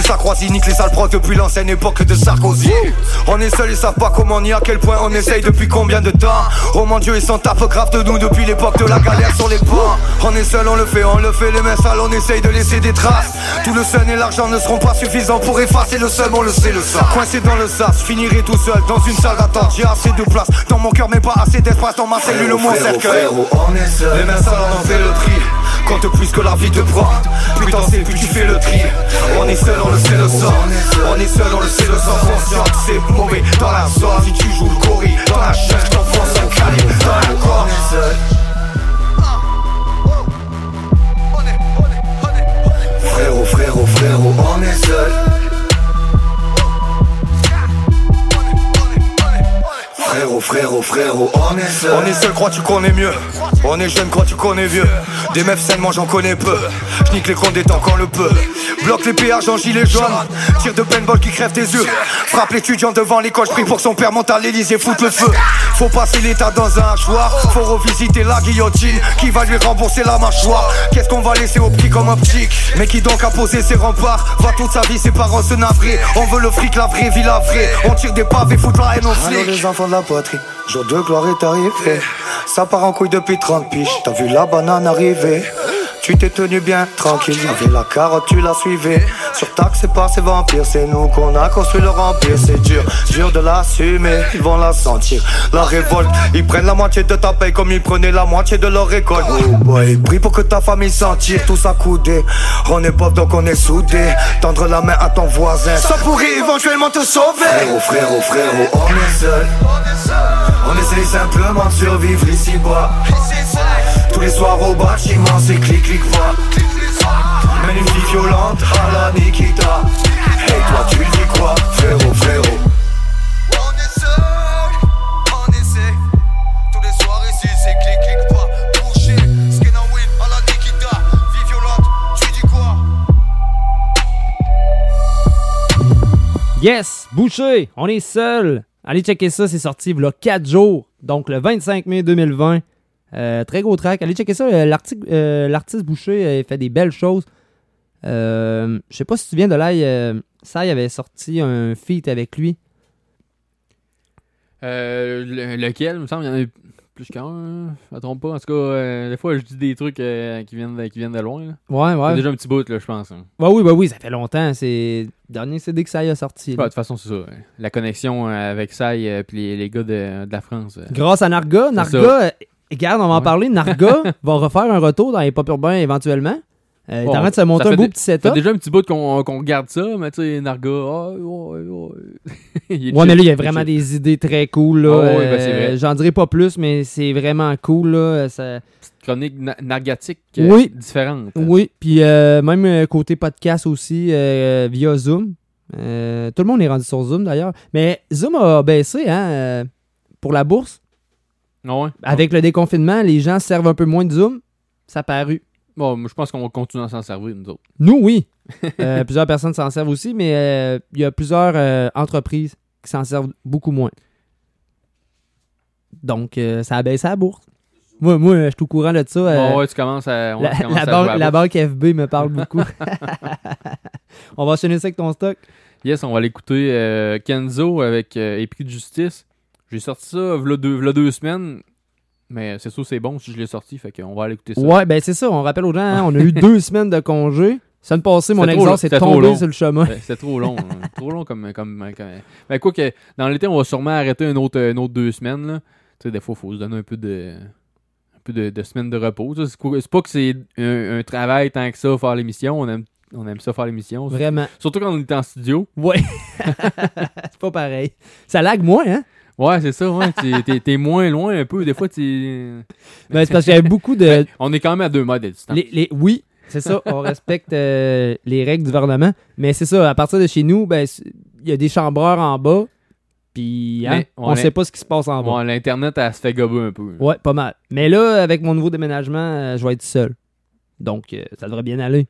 que ça croise, nique les sales prods depuis l'ancienne époque de Sarkozy. On est seul, ils savent pas comment ni à quel point on essaye depuis combien de temps. Oh mon Dieu, ils s'en tapent grave de nous depuis l'époque de la galère sur les bancs. On est seul, on le fait, on le fait, les mains sales, on essaye de laisser des traces. Tout le sun et l'argent ne seront pas suffisants pour effacer le seum, on le sait, le sang. Coincé dans le sas, je finirai tout seul dans une salle d'attente. J'ai assez de place dans mon cœur, mais pas assez d'espace dans ma cellule, mon cercueil. Frérot, on est seul. Les mains sales, on en fait le tri. Compte plus que la vie te prend. Putain, c'est plus tu fais le tri. On est seul, on le sait, le sang. On est seul, on le sait, le sang. Conscient que c'est mauvais dans la sauce. Si tu joues le gorille dans la chaîne, je t'enfonce un calibre dans la corps. On est seul. Frérot, frérot, frérot, on est seul. Frérot, frérot, frérot, on est seul. On est seul, crois-tu qu'on est mieux? On est jeune, crois-tu qu'on est vieux? Des meufs saines, moi j'en connais peu. J'nique les comptes des temps quand le peut. Bloque les péages en gilet jaune. Tire de paintball qui crève tes yeux. Frappe l'étudiant devant l'école, j'prie pour que son père monte à l'Elysée, foute le feu. Faut passer l'état dans un hachoir. Faut revisiter la guillotine qui va lui rembourser la mâchoire. Qu'est-ce qu'on va laisser au petit comme optique? Mais qui donc a posé ses remparts? Va toute sa vie, ses parents se navrer. On veut le fric, la vraie vie, la vraie. On tire des pavés, fout la haine aux flics. Allô les enfants de la poterie, jour de gloire est arrivé. Ça part en couille depuis trente piges. T'as vu la banane arriver? Tu t'es tenu bien tranquille. Avec la carotte tu la suivais. Sur taxe c'est pas ces vampires. C'est nous qu'on a construit leur empire. C'est dur, dur de l'assumer. Ils vont la sentir, la révolte. Ils prennent la moitié de ta paye comme ils prenaient la moitié de leur récolte. Oh boy, prie pour que ta famille s'en tire. Tous accoudés, on est pauvres donc on est soudés. Tendre la main à ton voisin, ça pourrait éventuellement te sauver. Frérot, frérot, frérot, on est seul. On essaye simplement de survivre ici-bas. Tous les soirs au bâtiment c'est clic clic va. Mène une vie violente à la Nikita. Hey toi tu dis quoi? Frérot, frérot. On est seul, on essaie. Tous les soirs ici c'est clic clic pas. Boucher, skin and win à la Nikita. Vie violente, tu dis quoi? Yes, Boucher, on est seul. Allez checker ça, c'est sorti il y a quatre jours. Donc le vingt-cinq mai deux mille vingt. Euh, très gros track. Allez checker ça. Euh, l'artiste, euh, l'artiste Boucher euh, fait des belles choses. Euh, je sais pas si tu viens de là. Euh, Sai avait sorti un feat avec lui. Euh, le- lequel, il me semble, il y en a plus qu'un. Je me trompe pas. En tout cas, euh, des fois, je dis des trucs euh, qui, viennent de, qui viennent de loin. Là. Ouais, ouais. C'est déjà un petit bout, là, je pense. Hein. Ouais, oui, bah oui, ça fait longtemps. C'est le dernier C D que Sai a sorti. Ouais, là. de toute façon, c'est ça. hein. La connexion euh, avec Sai et les, les gars de, de la France. euh. Grâce à Narga. C'est Narga, ça. euh, regarde, on va en Ouais. parler. Narga va refaire un retour dans les pop urbains éventuellement. Euh, il est en Bon, train de se monter ça un fait beau dé- petit Ça fait setup. déjà un petit bout qu'on qu'on garde ça, mais tu sais, Narga, ah, ouais, ouais. Il est Ouais, mais là, il y a chill, vraiment chill. des idées très cool. Là. Ah ouais, ben, c'est Euh, vrai. J'en dirai pas plus, mais c'est vraiment cool. Là. Ça... Petite chronique na- nargatique euh, Oui. différente. Oui, puis euh, même euh, côté podcast aussi, euh, via Zoom. Euh, tout le monde est rendu sur Zoom d'ailleurs. Mais Zoom a baissé hein, euh, pour la bourse. Ah ouais? Avec le déconfinement, les gens servent un peu moins de Zoom. Ça a paru. Bon, moi, je pense qu'on va continuer à s'en servir, nous autres. Nous, oui. Euh, plusieurs personnes s'en servent aussi, mais euh, il y a plusieurs euh, entreprises qui s'en servent beaucoup moins. Donc, euh, ça a baissé à la bourse. Moi, moi, je suis au courant de ça. euh, Bon, ouais, tu commences à. ouais, la, tu commences la à banque, jouer à la bourse. banque F B me parle beaucoup. On va enchaîner ça avec ton stock. Yes, on va l'écouter euh, Kenzo avec euh, Épris de justice. J'ai sorti ça v'là deux, v'là deux semaines. Mais c'est sûr, c'est bon si je l'ai sorti. Fait qu'on va aller écouter ça. Ouais, ben c'est ça. On rappelle aux gens, hein, on a eu deux semaines de congé. Semaine passée, mon C'était trop exhaust long, s'est c'était trop tombé long. sur le chemin. Ouais, C'était trop long. hein. Trop long comme. comme, comme... Ben, quoi que dans l'été, on va sûrement arrêter une autre, une autre deux semaines. Là. Tu sais, des fois, il faut se donner un peu de. Un peu de, de semaines de repos. ça. C'est quoi- c'est pas que c'est un, un travail tant que ça, faire l'émission. On aime, on aime ça faire l'émission. Vraiment. Surtout quand on est en studio. Ouais. C'est pas pareil. Ça lag moins, hein? Ouais, c'est ça, ouais. T'es, t'es, t'es moins loin un peu. Des fois, tu. Ben, c'est parce qu'il y avait beaucoup de. Ben, on est quand même à deux mètres de distance. Les, les- oui, c'est ça. On respecte euh, les règles du gouvernement. Mais c'est ça, à partir de chez nous, ben, c'est- il y a des chambreurs en bas. Puis, hein, Mais on, on sait est- pas ce qui se passe en bas. Bon, l'Internet, elle se fait gober un peu. Ouais, pas mal. Mais là, avec mon nouveau déménagement, euh, je vais être seul. Donc, euh, ça devrait bien aller.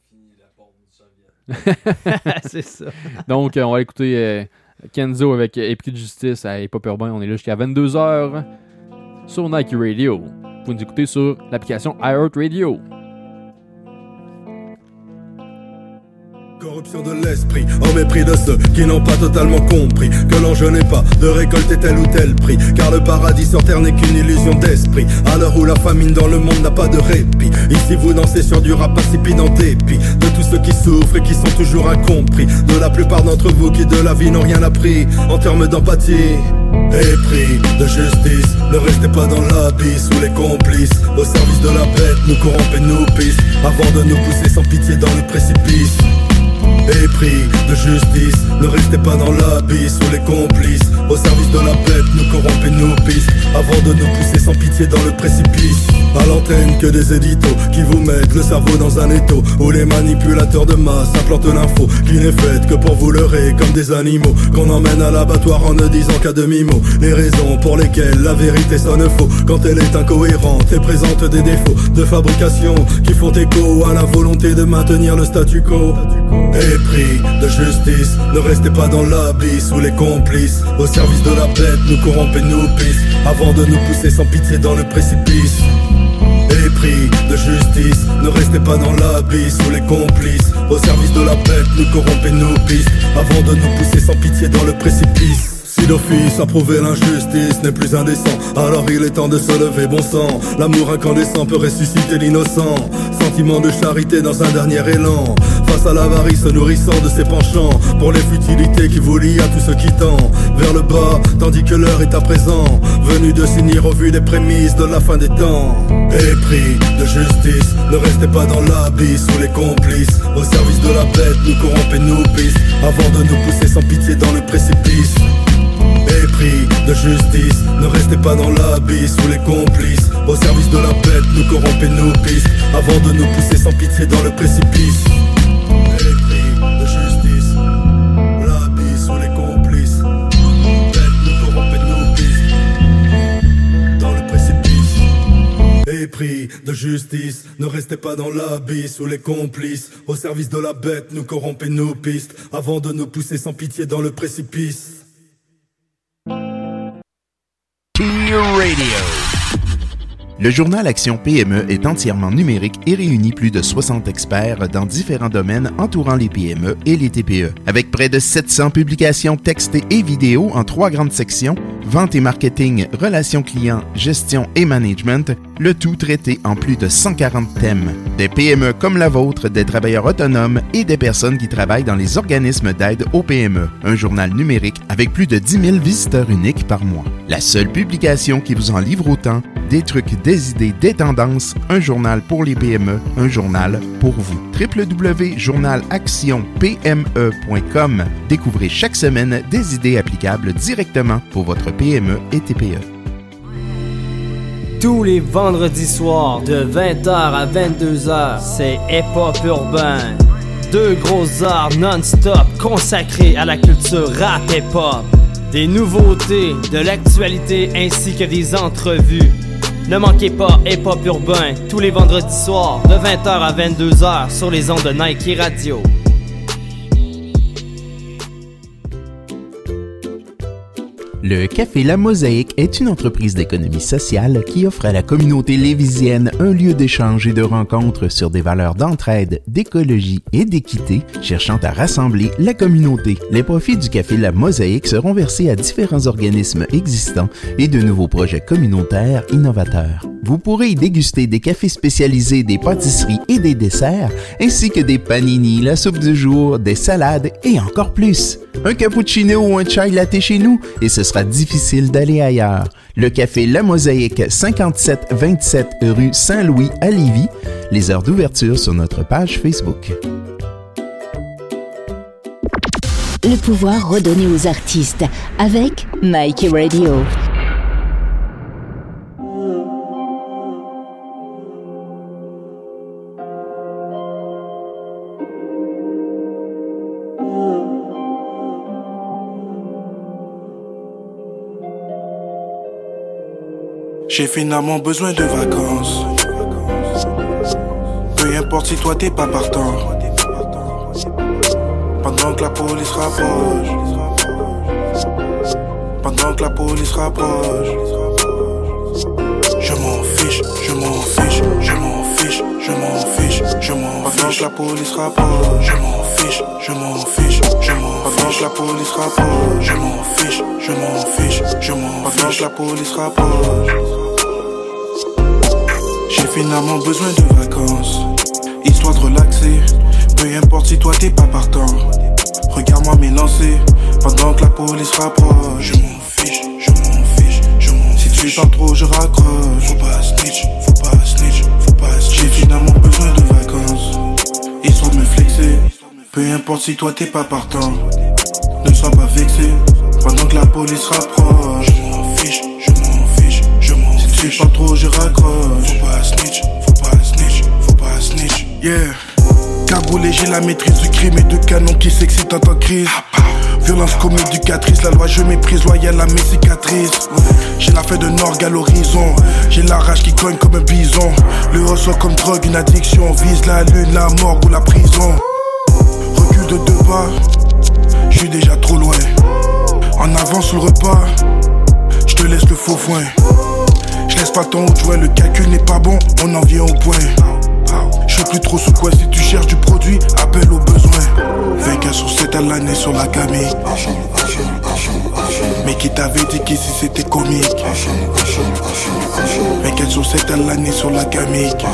C'est ça. Donc, euh, on va écouter euh, Kenzo avec euh, Épris de justice à Hip Hop Urbain. On est là jusqu'à vingt-deux heures sur Nike Radio. Vous pouvez nous écouter sur l'application iHeartRadio. corruption de l'esprit, en mépris de ceux qui n'ont pas totalement compris que l'enjeu n'est pas de récolter tel ou tel prix, car le paradis sur terre n'est qu'une illusion d'esprit. À l'heure où la famine dans le monde n'a pas de répit, ici vous dansez sur du rap insipide en dépit de tous ceux qui souffrent et qui sont toujours incompris, de la plupart d'entre vous qui de la vie n'ont rien appris en termes d'empathie. Épris de justice, ne restez pas dans l'abysse ou les complices au service de la bête, nous corrompent et nous pissent avant de nous pousser sans pitié dans le précipice. Épris de justice, ne restez pas dans l'abysse ou les complices au service de la bête, nous corrompent et nous pissent avant de nous pousser sans pitié dans le précipice. À l'antenne que des éditos qui vous mettent le cerveau dans un étau, où les manipulateurs de masse implantent l'info qui n'est faite que pour vous leurrer comme des animaux, qu'on emmène à l'abattoir en ne disant qu'à demi-mot les raisons pour lesquelles la vérité sonne faux quand elle est incohérente et présente des défauts de fabrication qui font écho à la volonté de maintenir le statu quo. Épris de justice, ne restez pas dans l'abysse ou les complices au service de la bête, nous corrompent et nous pissent avant de nous pousser sans pitié dans le précipice. Épris de justice, ne restez pas dans l'abysse ou les complices au service de la bête, nous corrompent et nous pissent avant de nous pousser sans pitié dans le précipice. Si l'office a prouvé l'injustice n'est plus indécent, alors il est temps de se lever, bon sang. L'amour incandescent peut ressusciter l'innocent, sentiment de charité dans un dernier élan, face à l'avarice nourrissant de ses penchants, pour les futilités qui vous lient à tout ce qui tend vers le bas, tandis que l'heure est à présent venue de s'unir au vu des prémices de la fin des temps. Épris de justice, ne restez pas dans l'abysse ou les complices au service de la bête, nous corrompent et nous pissent avant de nous pousser sans pitié dans le précipice. Épris de justice, ne restez pas dans l'abysse ou les complices au service de la bête, nous corrompent et nous pissent avant de nous pousser sans pitié dans le précipice. Épris de justice, l'abysse ou les complices, bête, nous corrompent et nous pissent dans le précipice. Épris de justice, ne restez pas dans l'abysse ou les complices au service de la bête, nous corrompent et nous pissent avant de nous pousser sans pitié dans le précipice. Radio. Le journal Action P M E est entièrement numérique et réunit plus de soixante experts dans différents domaines entourant les P M E et les T P E. Avec près de sept cents publications textées et vidéos en trois grandes sections, vente et marketing, relations clients, gestion et management, le tout traité en plus de cent quarante thèmes. Des P M E comme la vôtre, des travailleurs autonomes et des personnes qui travaillent dans les organismes d'aide aux P M E. Un journal numérique avec plus de dix mille visiteurs uniques par mois. La seule publication qui vous en livre autant, des trucs, des idées, des tendances, un journal pour les P M E, un journal pour vous. w w w point journal action p m e point com. Découvrez chaque semaine des idées applicables directement pour votre P M E et T P E. Tous les vendredis soirs de vingt heures à vingt-deux heures, c'est Hip-Hop Urbain. Deux grosses heures non-stop consacrées à la culture rap hip-hop. Des nouveautés, de l'actualité ainsi que des entrevues. Ne manquez pas Hip-Hop Urbain tous les vendredis soirs de vingt heures à vingt-deux heures sur les ondes de Nike Radio. Le Café La Mosaïque est une entreprise d'économie sociale qui offre à la communauté lévisienne un lieu d'échange et de rencontre sur des valeurs d'entraide, d'écologie et d'équité, cherchant à rassembler la communauté. Les profits du Café La Mosaïque seront versés à différents organismes existants et de nouveaux projets communautaires innovateurs. Vous pourrez y déguster des cafés spécialisés, des pâtisseries et des desserts, ainsi que des paninis, la soupe du jour, des salades et encore plus. Un cappuccino ou un chai latte chez nous et ce sera difficile d'aller ailleurs. Le Café La Mosaïque, cinquante-sept vingt-sept rue Saint-Louis à Lévis. Les heures d'ouverture sur notre page Facebook. Le pouvoir redonné aux artistes avec Nike Radio. J'ai finalement besoin de vacances. Peu importe si toi t'es pas partant. Pendant que la police rapproche. Pendant que la police rapproche. Je m'en fiche, je m'en fiche, je m'en fiche, je m'en fiche, je m'en fiche. que la police rapproche, je m'en fiche, je m'en fiche, je m'en fiche. Pendant que la police rapproche, je m'en fiche, je m'en fiche, je m'en fiche. Pendant que la police rapproche, j'ai finalement besoin de vacances, histoire de relaxer. Peu importe si toi t'es pas partant, regarde-moi m'élancer. Pendant que la police rapproche, je m'en fiche, je m'en fiche, je m'en fiche. Si tu parles trop je raccroche. Faut pas snitch, faut pas snitch, faut pas snitch. J'ai finalement besoin de vacances, histoire de me flexer. Peu importe si toi t'es pas partant, ne sois pas vexé. Pendant que la police rapproche, je m'en fiche, je m'en fiche, je m'en fiche. Si tu parles trop je raccroche. Faut pas snitch, faut pas snitch, faut pas snitch. Yeah. Cagoulé, j'ai la maîtrise du crime et de canon qui s'excite en temps de crise. Violence comme éducatrice, la loi je méprise, loyal à mes cicatrices. J'ai la feuille de Norgue à l'horizon, j'ai la rage qui cogne comme un bison. Le ressort comme drogue, une addiction, vise la lune, la morgue ou la prison. Recule de deux pas, je suis déjà trop loin. En avant sous le repas, je te laisse le faux foin. Je laisse pas ton haut jouet, le calcul n'est pas bon, on en vient au point. Je sais plus trop sous quoi, si tu cherches du produit, appelle au besoin. vingt-quatre sur sept à l'année sur la gamique. Mais qui t'avait dit qu'ici c'était comique. vingt-quatre sur sept à l'année sur la gamique.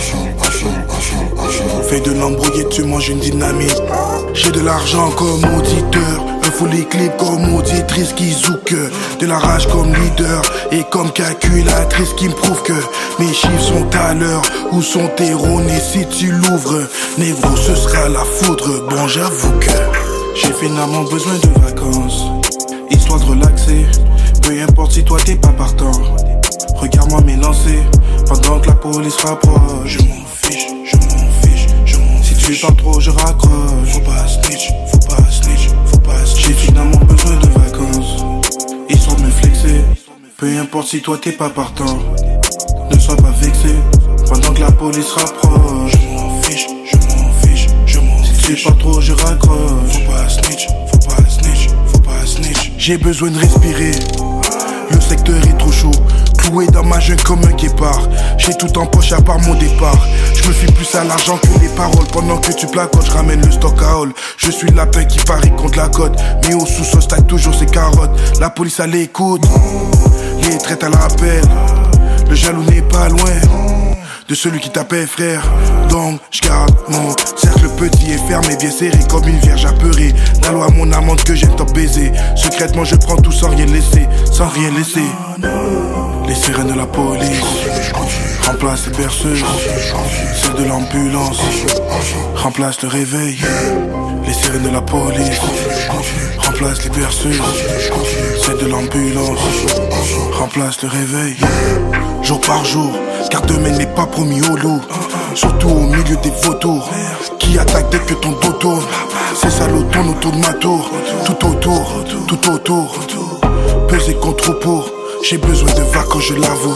Fais de l'embrouille et tu manges une dynamique. J'ai de l'argent comme auditeur, un full clip comme auditrice qui zouk. De la rage comme leader et comme calculatrice qui me prouve que mes chiffres sont à l'heure. Où sont tes ronés si tu l'ouvres? Négro, ce sera la foudre. Bon, j'avoue que j'ai finalement besoin de vacances, histoire de relaxer. Peu importe si toi t'es pas partant, regarde-moi m'élancer. Pendant que la police rapproche, je m'en fiche, je m'en fiche, je m'en fiche. Si tu parles trop je raccroche. Faut pas snitch, faut pas snitch, faut pas snitch. J'ai finalement besoin de vacances, histoire de me flexer. Peu importe si toi t'es pas partant, ne sois pas vexé. Pendant que la police rapproche, je m'en fiche, je m'en fiche, je m'en fiche. Si tu parles trop je raccroche. Faut pas snitch, faut pas snitch, faut pas snitch. J'ai besoin de respirer, le secteur est trop chaud. Cloué dans ma jungle comme un guépard. J'ai tout en poche à part mon départ. Je me fie plus à l'argent que les paroles. Pendant que tu placotes, je ramène le stock à hall. Je suis le lapin qui parie contre la côte, mais au sous-sol stack toujours ses carottes. La police à l'écoute, les traites à l'appel. Le jaloux n'est pas loin de celui qui t'appelle frère. Donc je garde mon cercle petit et fermé, bien serré comme une vierge apeurée. La loi mon amante que j'aime t'en baiser. Secrètement je prends tout sans rien laisser, sans rien laisser. Les sirènes de la police remplacent les berceuses, celles de l'ambulance remplacent le réveil. Les sirènes de la police remplacent les berceuses, celles de l'ambulance remplacent le réveil. Jour par jour, car demain n'est pas promis au loup. Surtout au milieu des vautours qui attaquent dès que ton dos tourne. Ces salauds tournent autour de ma tour, tout autour, tout autour. Peser contre pour, j'ai besoin de vacances, je l'avoue.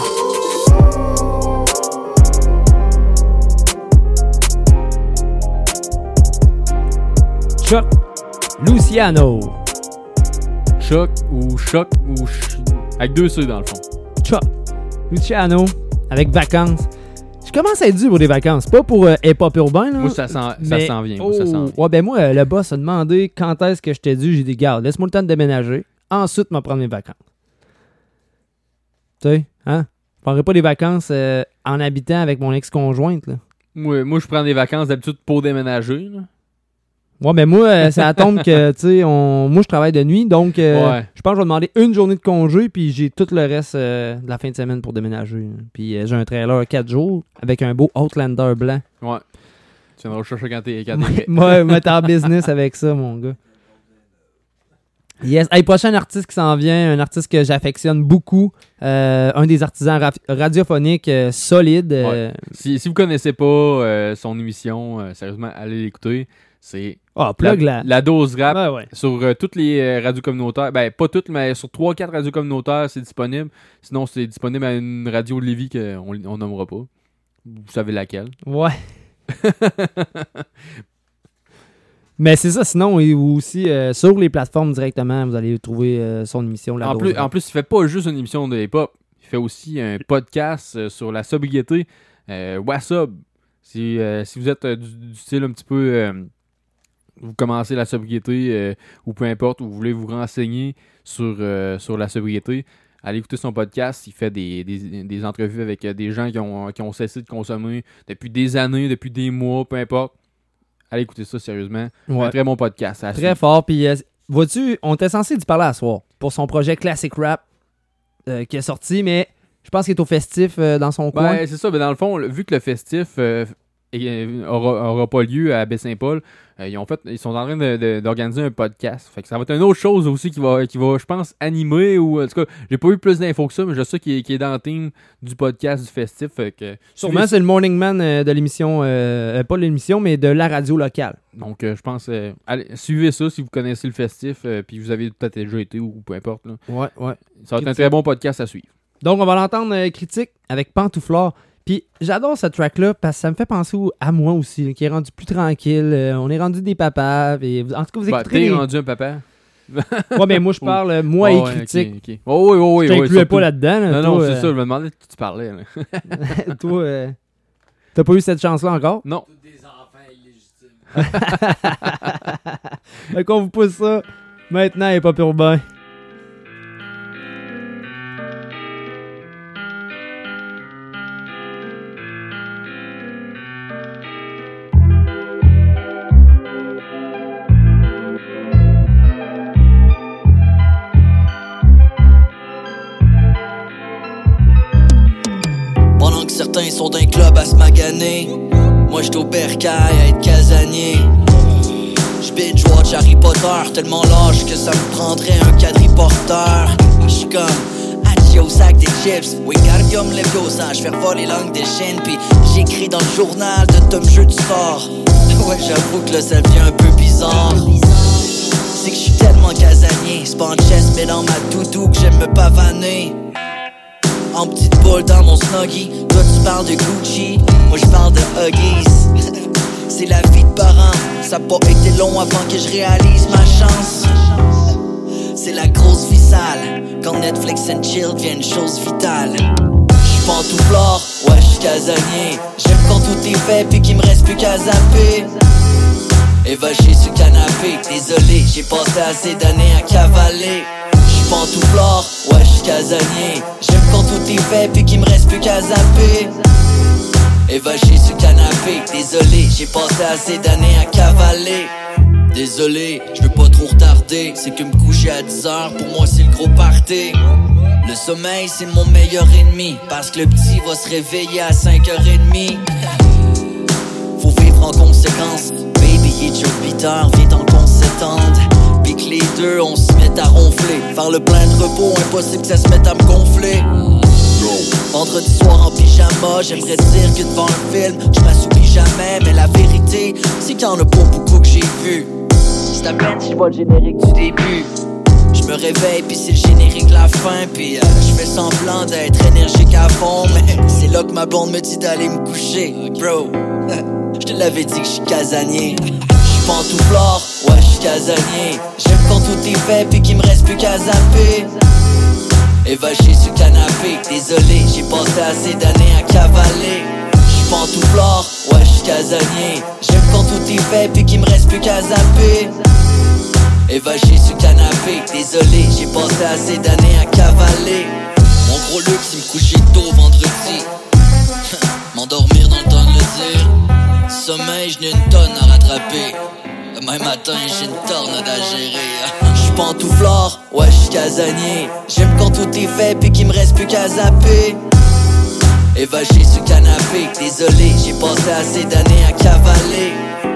Choc Luciano. Choc ou choc ou ch... avec deux C dans le fond. Choc Luciano avec vacances. Je commence à être dû pour des vacances, pas pour euh, hip-hop urbain. Là, moi, ça s'en, mais... ça s'en vient. Moi, oh, ça s'en vient. Ouais, ben moi, euh, le boss a demandé quand est-ce que je t'ai dû. J'ai dit, garde, laisse-moi le temps de déménager. Ensuite, m'en prendre mes vacances. Tu sais, hein? Je prendrais pas des vacances euh, en habitant avec mon ex-conjointe, là. Moi, moi je prends des vacances d'habitude pour déménager, là. Ouais, ben moi, euh, ça tombe que, tu sais, on... moi, je travaille de nuit, donc euh, ouais. je pense que je vais demander une journée de congé, puis j'ai tout le reste euh, de la fin de semaine pour déménager. Puis euh, j'ai un trailer quatre jours avec un beau Outlander blanc. Ouais. Tu viendras chercher quand t'es quand t'es Moi, moi, t'es en business avec ça, mon gars. Yes. Hey, prochain artiste qui s'en vient, un artiste que j'affectionne beaucoup, euh, un des artisans ra- radiophoniques euh, solides. Euh... Ouais. Si, si vous connaissez pas euh, son émission, euh, sérieusement, allez l'écouter. C'est oh, plug la, la... la dose rap ouais, ouais. sur euh, toutes les euh, radios communautaires. Ben, pas toutes, mais sur trois quatre radios communautaires, c'est disponible. Sinon, c'est disponible à une radio de Lévis qu'on on nommera pas. Vous savez laquelle. Ouais. Mais c'est ça, sinon, et aussi euh, sur les plateformes directement, vous allez trouver euh, son émission. La en, plus, en plus, il fait pas juste une émission de hip-hop. Il fait aussi un podcast euh, sur la sobriété. Euh, What's Up? Si, euh, si vous êtes euh, du, du style un petit peu... Euh, vous commencez la sobriété euh, ou peu importe, ou vous voulez vous renseigner sur, euh, sur la sobriété, allez écouter son podcast. Il fait des, des, des entrevues avec euh, des gens qui ont, qui ont cessé de consommer depuis des années, depuis des mois, peu importe. Allez écouter ça sérieusement. Ouais. Un très bon podcast. Très suivre. Fort. Puis, euh, vois-tu, on était censé d'y parler à soir pour son projet Classic Rap euh, qui est sorti, mais je pense qu'il est au festif euh, dans son ben, coin. C'est ça. Ben, dans le fond, vu que le festif euh, aura, aura pas lieu à Baie-Saint-Paul, euh, ils, ont fait, ils sont en train de, de, d'organiser un podcast. Fait que ça va être une autre chose aussi qui va, qui va je pense, animer. Ou en tout cas, j'ai pas eu plus d'infos que ça, mais je sais qu'il est, qu'il est dans le team du podcast du festif. Fait que, sûrement, c'est le morning man euh, de l'émission, euh, pas de l'émission, mais de la radio locale. Donc, euh, je pense, euh, allez, suivez ça si vous connaissez le festif, euh, puis vous avez peut-être déjà été ou, ou peu importe. Là. Ouais, ouais. Ça va être un très bon podcast à suivre. Donc, on va l'entendre euh, critique avec Pantouflard. Puis, j'adore ce track-là parce que ça me fait penser au, à moi aussi, là, qui est rendu plus tranquille. Euh, on est rendu des papas. Et, en tout cas, vous bah, écouterez... T'es les... rendu un papa? Ouais, mais moi, je parle, euh, moi oh, et ouais, critique. Okay, okay. Oh, oui, oui, oui. Je t'incluais oui, pas là-dedans. Là, non, toi, non, c'est euh... ça. Je me demandais de qui tu parlais. toi, euh... t'as pas eu cette chance-là encore? Non. Des enfants illégitimes. Fait qu'on vous pousse ça maintenant et pas urbain. Certains sont d'un club à se maganer. Moi j'suis au bercail à être casanier. J'binge watch Harry Potter tellement lâche que ça me prendrait un quadriporteur. J'suis comme Hachi au sac des chips. Wingardium Leviosa, j'fais voler langue des chiennes. Puis j'écris dans le journal de Tom Jeu du Sport. Ouais j'avoue que là ça devient un peu bizarre. C'est que j'suis tellement casanier. C'est pas en chest mais dans ma doudou que j'aime me pavaner. En petite boule dans mon snuggie. Toi tu parles de Gucci, moi je parle de Huggies. C'est la vie de parents. Ça a pas été long avant que je réalise ma chance. C'est la grosse vie sale. Quand Netflix and chill devient une chose vitale. J'suis pantouflard, ouais j'suis casanier. J'aime quand tout est fait puis qu'il me reste plus qu'à zapper. Et va chier sur le canapé. Désolé, j'ai passé assez d'années à cavaler. Pantouflard, ouais j'suis casanier. J'aime quand tout est fait puis qu'il me reste plus qu'à zapper. Et va chier sur le canapé. Désolé, j'ai passé assez d'années à cavaler. Désolé, j'veux pas trop retarder. C'est que me coucher à dix heures, pour moi c'est le gros party. Le sommeil c'est mon meilleur ennemi. Parce que le petit va se réveiller à cinq heures trente. Faut vivre en conséquence. Baby, il est déjà huit heures, viens en qu'on s'étende. Pis que les deux, on se met à ronfler. Faire le plein de repos, impossible que ça se mette à me gonfler. Vendredi soir en pyjama, j'aimerais dire que devant un film, je m'assoupis jamais. Mais la vérité, c'est qu'il y en a pas beaucoup que j'ai vu. C'est à peine si je vois le générique du début. Je me réveille pis c'est le générique de la fin. Pis euh, je fais semblant d'être énergique à fond. Mais c'est là que ma blonde me dit d'aller me coucher. Bro, je te l'avais dit que je suis casanier. Pantouflard, ouais j'suis casanier. J'aime quand tout est fait puis qu'il me reste plus qu'à zapper. Et va chier sur le canapé. Désolé, j'ai passé assez d'années à cavaler. J'suis pantouflard, ouais j'suis casanier. J'aime quand tout est fait puis qu'il me reste plus qu'à zapper. Et va chier sur le canapé. Désolé, j'ai passé assez d'années à cavaler. Mon gros luxe c'est me coucher tôt vendredi. M'endormir dans le temps de le dire. Sommeil, j'n'ai une tonne à rattraper. Demain matin, j'ai une tornade à gérer. J'suis pantouflard, ouais j'suis casanier. J'aime quand tout est fait puis qu'il me reste plus qu'à zapper. Et va chier sur le canapé. Désolé, j'ai passé assez d'années à cavaler.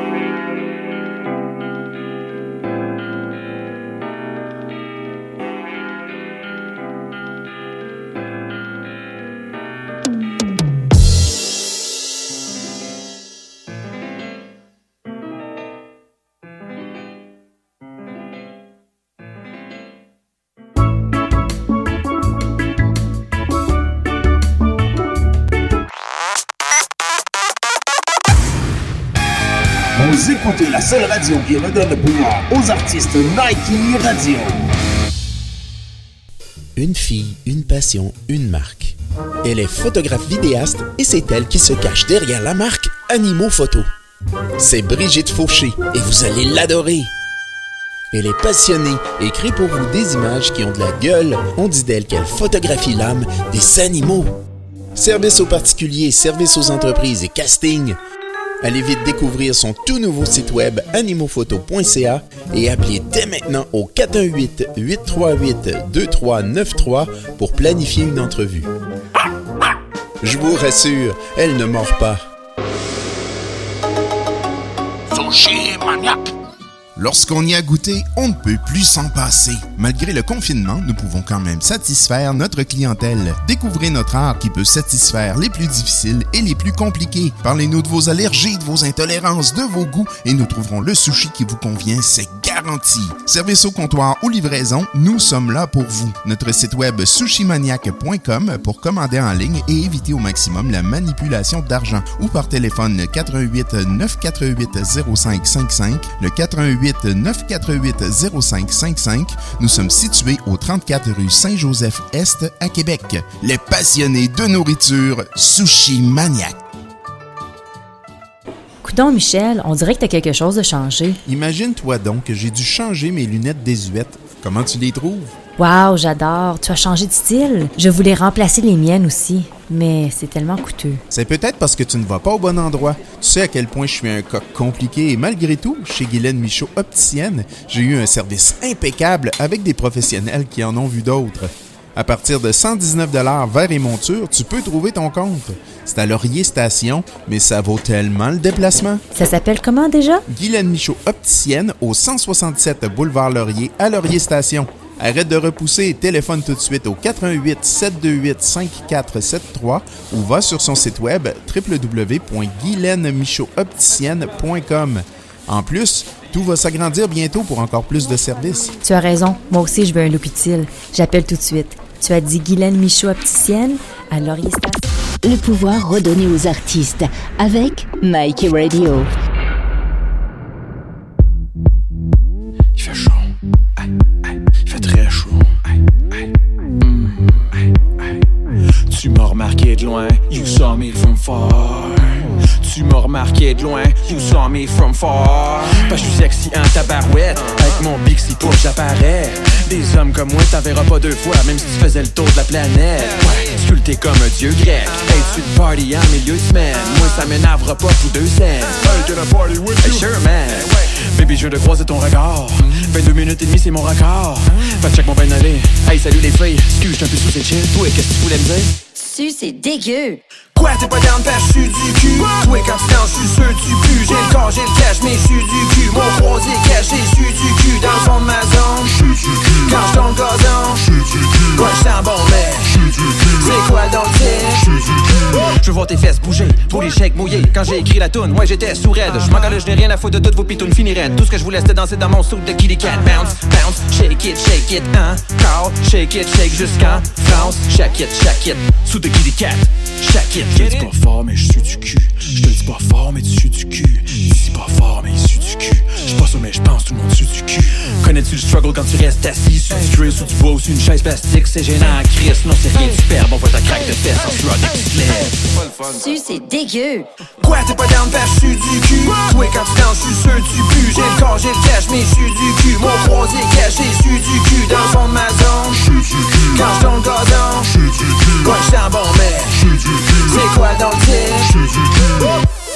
Vous écoutez la seule radio qui redonne le pouvoir aux artistes Nike Radio. Une fille, une passion, une marque. Elle est photographe vidéaste et c'est elle qui se cache derrière la marque Animaux Photo. C'est Brigitte Fauché et vous allez l'adorer. Elle est passionnée et crée pour vous des images qui ont de la gueule. On dit d'elle qu'elle photographie l'âme des animaux. Service aux particuliers, service aux entreprises et casting. Allez vite découvrir son tout nouveau site web animaux-photo point c a et appelez dès maintenant au quatre un huit, huit trois huit, deux trois neuf trois pour planifier une entrevue. Je vous rassure, elle ne mord pas. Sushi Maniac. Lorsqu'on y a goûté, on ne peut plus s'en passer. Malgré le confinement, nous pouvons quand même satisfaire notre clientèle. Découvrez notre art qui peut satisfaire les plus difficiles et les plus compliqués. Parlez-nous de vos allergies, de vos intolérances, de vos goûts et nous trouverons le sushi qui vous convient, c'est garanti. Service au comptoir ou livraison, nous sommes là pour vous. Notre site web sushi maniac point com pour commander en ligne et éviter au maximum la manipulation d'argent ou par téléphone quatre un huit, neuf quatre huit, zéro cinq cinq cinq, le quatre un huit, neuf quatre huit, zéro cinq cinq cinq. Nous sommes situés au trente-quatre rue Saint-Joseph-Est à Québec. Les passionnés de nourriture, Sushi Maniac. Coudon Michel, on dirait que t'as quelque chose de changé. Imagine-toi donc que j'ai dû changer mes lunettes désuètes. Comment tu les trouves? Wow, j'adore. Tu as changé de style. Je voulais remplacer les miennes aussi, mais c'est tellement coûteux. C'est peut-être parce que tu ne vas pas au bon endroit. Tu sais à quel point je suis un coq compliqué et malgré tout, chez Guylaine Michaud Opticienne, j'ai eu un service impeccable avec des professionnels qui en ont vu d'autres. À partir de cent dix-neuf dollars verres et montures, tu peux trouver ton compte. C'est à Laurier Station, mais ça vaut tellement le déplacement. Ça s'appelle comment déjà? Guylaine Michaud Opticienne au cent soixante-sept boulevard Laurier à Laurier Station. Arrête de repousser et téléphone tout de suite au quatre un huit, sept deux huit, cinq quatre sept trois ou va sur son site web w w w point guylaine michaud opticienne point com. En plus, tout va s'agrandir bientôt pour encore plus de services. Tu as raison, moi aussi je veux un look utile. J'appelle tout de suite. Tu as dit Guylaine Michaud Opticienne à Laurier Station. Le pouvoir redonné aux artistes avec Nike Radio. Il fait chaud. Aïe, aïe. Il fait très chaud. Aïe, aïe. Mm. Aïe, aïe. Tu m'as remarqué de loin. You saw me from far. Tu m'as remarqué de loin. You saw me from far. Parce que je suis sexy en tabarouette. Avec mon Bixi pour j'apparais. Des hommes comme moi t'en verras pas deux fois. Même si tu faisais le tour de la planète. Ouais, sculpté comme un dieu grec. Hey, tu te party en milieu de semaine. Moi ça m'énervera pas pour deux scènes. Hey, can I party with you? Hey, sure man. Baby, je viens de croiser ton regard. vingt-deux minutes et demie, c'est mon record. Fait check mon ben aller. Hey, salut les filles. Excuse, j'suis un peu sous ces chill. Toi, qu'est-ce que tu voulais me dire? Tu, c'est dégueu. Quoi, t'es pas down parce que j'suis du cul? Toi, quand tu danses, j'suis sûr tu pues. J'ai le corps, j'ai le cash, mais j'suis du cul. Mon croisé caché, j'suis du cul. Dans le fond de ma zone, j'suis du cul. Quand j'suis dans le gazon, j'suis du cul. Ouais, j'sens bon, mais j'suis du cul. C'est quoi donc c'est? J'suis du cul. J'veux voir tes fesses bouger, pour les chèques mouillés. Quand j'ai écrit la toune, ouais, j'étais sourd-raide. J'm'en calais, j'n'ai rien à foutre de toutes vos pitounes finiraient. Tout ce que je voulais, c'était danser dans mon soupe de kitty cat. Bounce, bounce, shake it, shake it, hein. Call, shake it, shake jusqu'en France. Shake it, shake it, sous de kitty cat. Shake it, je te dis pas fort, mais je suis du cul. Je te dis pas fort, mais tu suis du cul. Je dis pas fort, mais il suit du cul. Je pas ça, mais je pense tout le monde suit du cul. Connais-tu le struggle quand tu restes assis sur du drill, ou du bois ou sur une chaise plastique? C'est gênant, Chris, non, c'est rien de superbe. On voit ta craque de fesses en sueur des petites lèvres. Tu, c'est dégueu. Quoi, t'es pas down parce que j'suis du cul? Toi, quand tu danses, j'suis sûr tu pues. J'ai le corps, j'ai le cash, mais j'suis du cul. Mon croisé caché, j'suis du cul. Dans le fond de ma zone, j'suis du cul. Quand j'suis dans le gazon, j'suis du cul. Ouais, j'sens bon, mais j'suis du cul. C'est quoi dans le tir? J'suis du cul.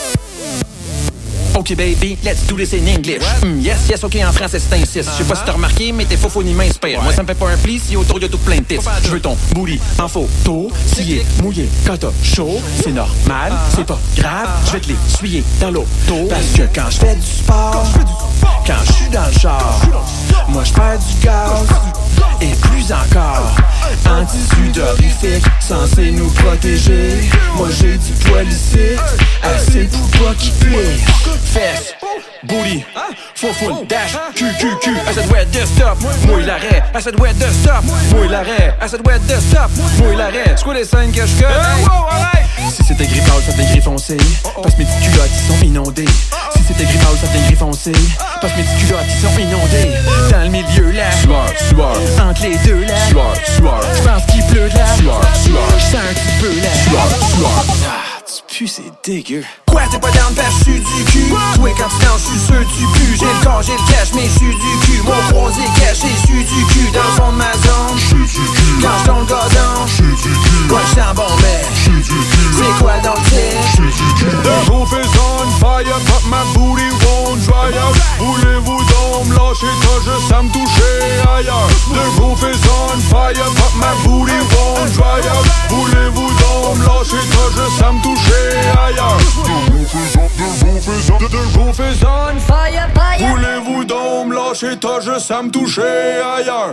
Ok baby, let's do this in English. Mm, yes, yes, ok, en français c'est insiste. Je sais pas si t'as remarqué, mais tes faux faux ni m'inspire. Moi ça me fait pas un pli si autour y'a tout plein de tips. Je veux ton booty en photo, scié, mouillé, quand t'as chaud. C'est normal, c'est pas grave, je vais te l'essuyer dans l'auto. Parce que quand je fais du sport, quand je suis dans le char, moi je perds du gaz et plus encore. Un tissu d'horrifique censé nous protéger. Moi j'ai du poil ici, assez pour pas qu'il puisse. Fesses, booty, faux full dash, Q Q Q. I said where the stop, mouille l'arrêt. I said where the stop, mouille l'arrêt. I said where the stop, mouille l'arrêt. C'est quoi les scènes que je connais? Si c'était gris pâle, ça fait gris foncé. Parce que mes petites culottes ils sont inondées. Si c'était gris pâle, ça fait gris foncé. Parce que mes petites culottes ils sont inondées. Dans le milieu là, sueur, sueur. Entre les deux là, sueur, sueur. J'pense qu'il pleut là, sueur, sueur. J'sens un petit peu là, sueur, sueur. Ah, tu pues. cul, c'est dégueu. Quoi, t'es pas down parce que j'suis du cul? Toi, quand tu danses, j'suis sûr tu pues. J'ai le corps, j'ai le cash, mais j'suis du cul. Mon croisé caché, j'suis du cul. Dans le fond de ma zone, j'suis du cul. Quand j'tourne le gazon, j'suis du cul. Ouais, j'suis un bon mec, j'suis du cul. C'est quoi dans le titre? J'suis du cul. The roof is on fire, but my booty won't dry up. Voulez-vous donc me lâcher, t'as juste à me toucher ailleurs. The roof is on fire, but my booty won't dry up. Voulez-vous donc me lâcher, t'as juste à me toucher ailleurs. The roof is on, the roof is on, the roof is on fire, fire. Voulez-vous donc me lâcher, t'as juste à me toucher ailleurs.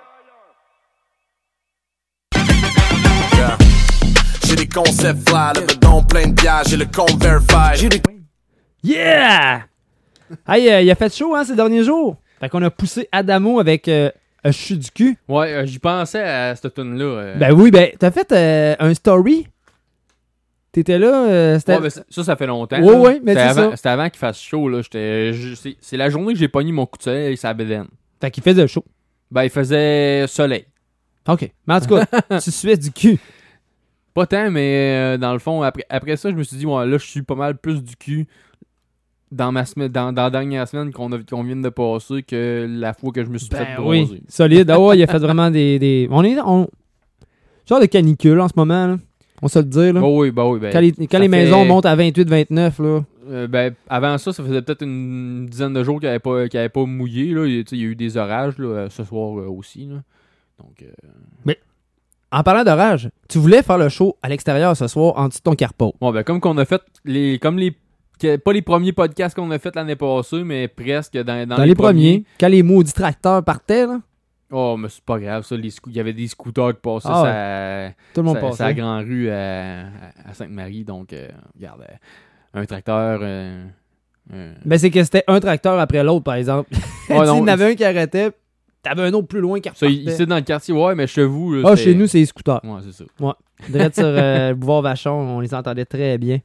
Yeah. J'ai des concepts fly, le bedon plein de pièges, j'ai le compte verified. J'ai des... Yeah! Hey, euh, il a fait chaud, hein, ces derniers jours. Fait qu'on a poussé Adamo avec euh, un chute du cul. Ouais, euh, j'y pensais à cette tune-là. Euh... Ben oui, ben, t'as fait euh, un story. T'étais là. Euh, c'était... Ouais, ben, ça, ça fait longtemps. Ouais, ouais, mais c'était c'est avant, ça. C'était avant qu'il fasse chaud, là. J'étais, je, c'est, c'est la journée que j'ai pogné mon coup de soleil, ça bédaine. Fait qu'il faisait chaud. Ben, il faisait soleil. OK. Mais en tout cas, tu suais du cul. Pas tant, mais euh, dans le fond, après, après ça, je me suis dit, ouais, là, je suis pas mal plus du cul dans ma semaine, dans, dans la dernière semaine qu'on, a, qu'on vient de passer que la fois que je me suis ben fait broser. Oui, solide. Ah ouais, il a fait vraiment des... des... On est... On... Genre de canicule en ce moment, là. On se le dire, là. Oh oui, ben oui. Ben, quand les, quand les maisons fait... montent à vingt-huit vingt-neuf, là. Euh, ben, avant ça, ça faisait peut-être une dizaine de jours qu'il n'avait pas, qu'il avait pas mouillé, là. Il, il y a eu des orages, là, ce soir euh, aussi, là. Donc... Euh... Mais... En parlant d'orage, tu voulais faire le show à l'extérieur ce soir en dessous de ton carpo. Bon, ben, comme qu'on a fait les... Comme les... Pas les premiers podcasts qu'on a fait l'année passée, mais presque dans, dans, dans les, les premiers. premiers. Quand les maudits tracteurs partaient, là. Oh, mais c'est pas grave, ça. Les sco- il y avait des scooters qui passaient ah, ouais. ça, Tout le monde ça, passait. Ça, à Grand Rue à, à Sainte-Marie. Donc, euh, regarde, euh, un tracteur... Euh, euh... Ben, c'est que c'était un tracteur après l'autre, par exemple. Oh, il y en avait un qui arrêtait, t'avais un autre plus loin qui repartait. Ça, ici, dans le quartier, ouais, mais chez vous... Là, ah, c'est... chez nous, c'est les scooters. Ouais, c'est ça. Ouais. Direct sur euh, le boulevard Vachon, on les entendait très bien.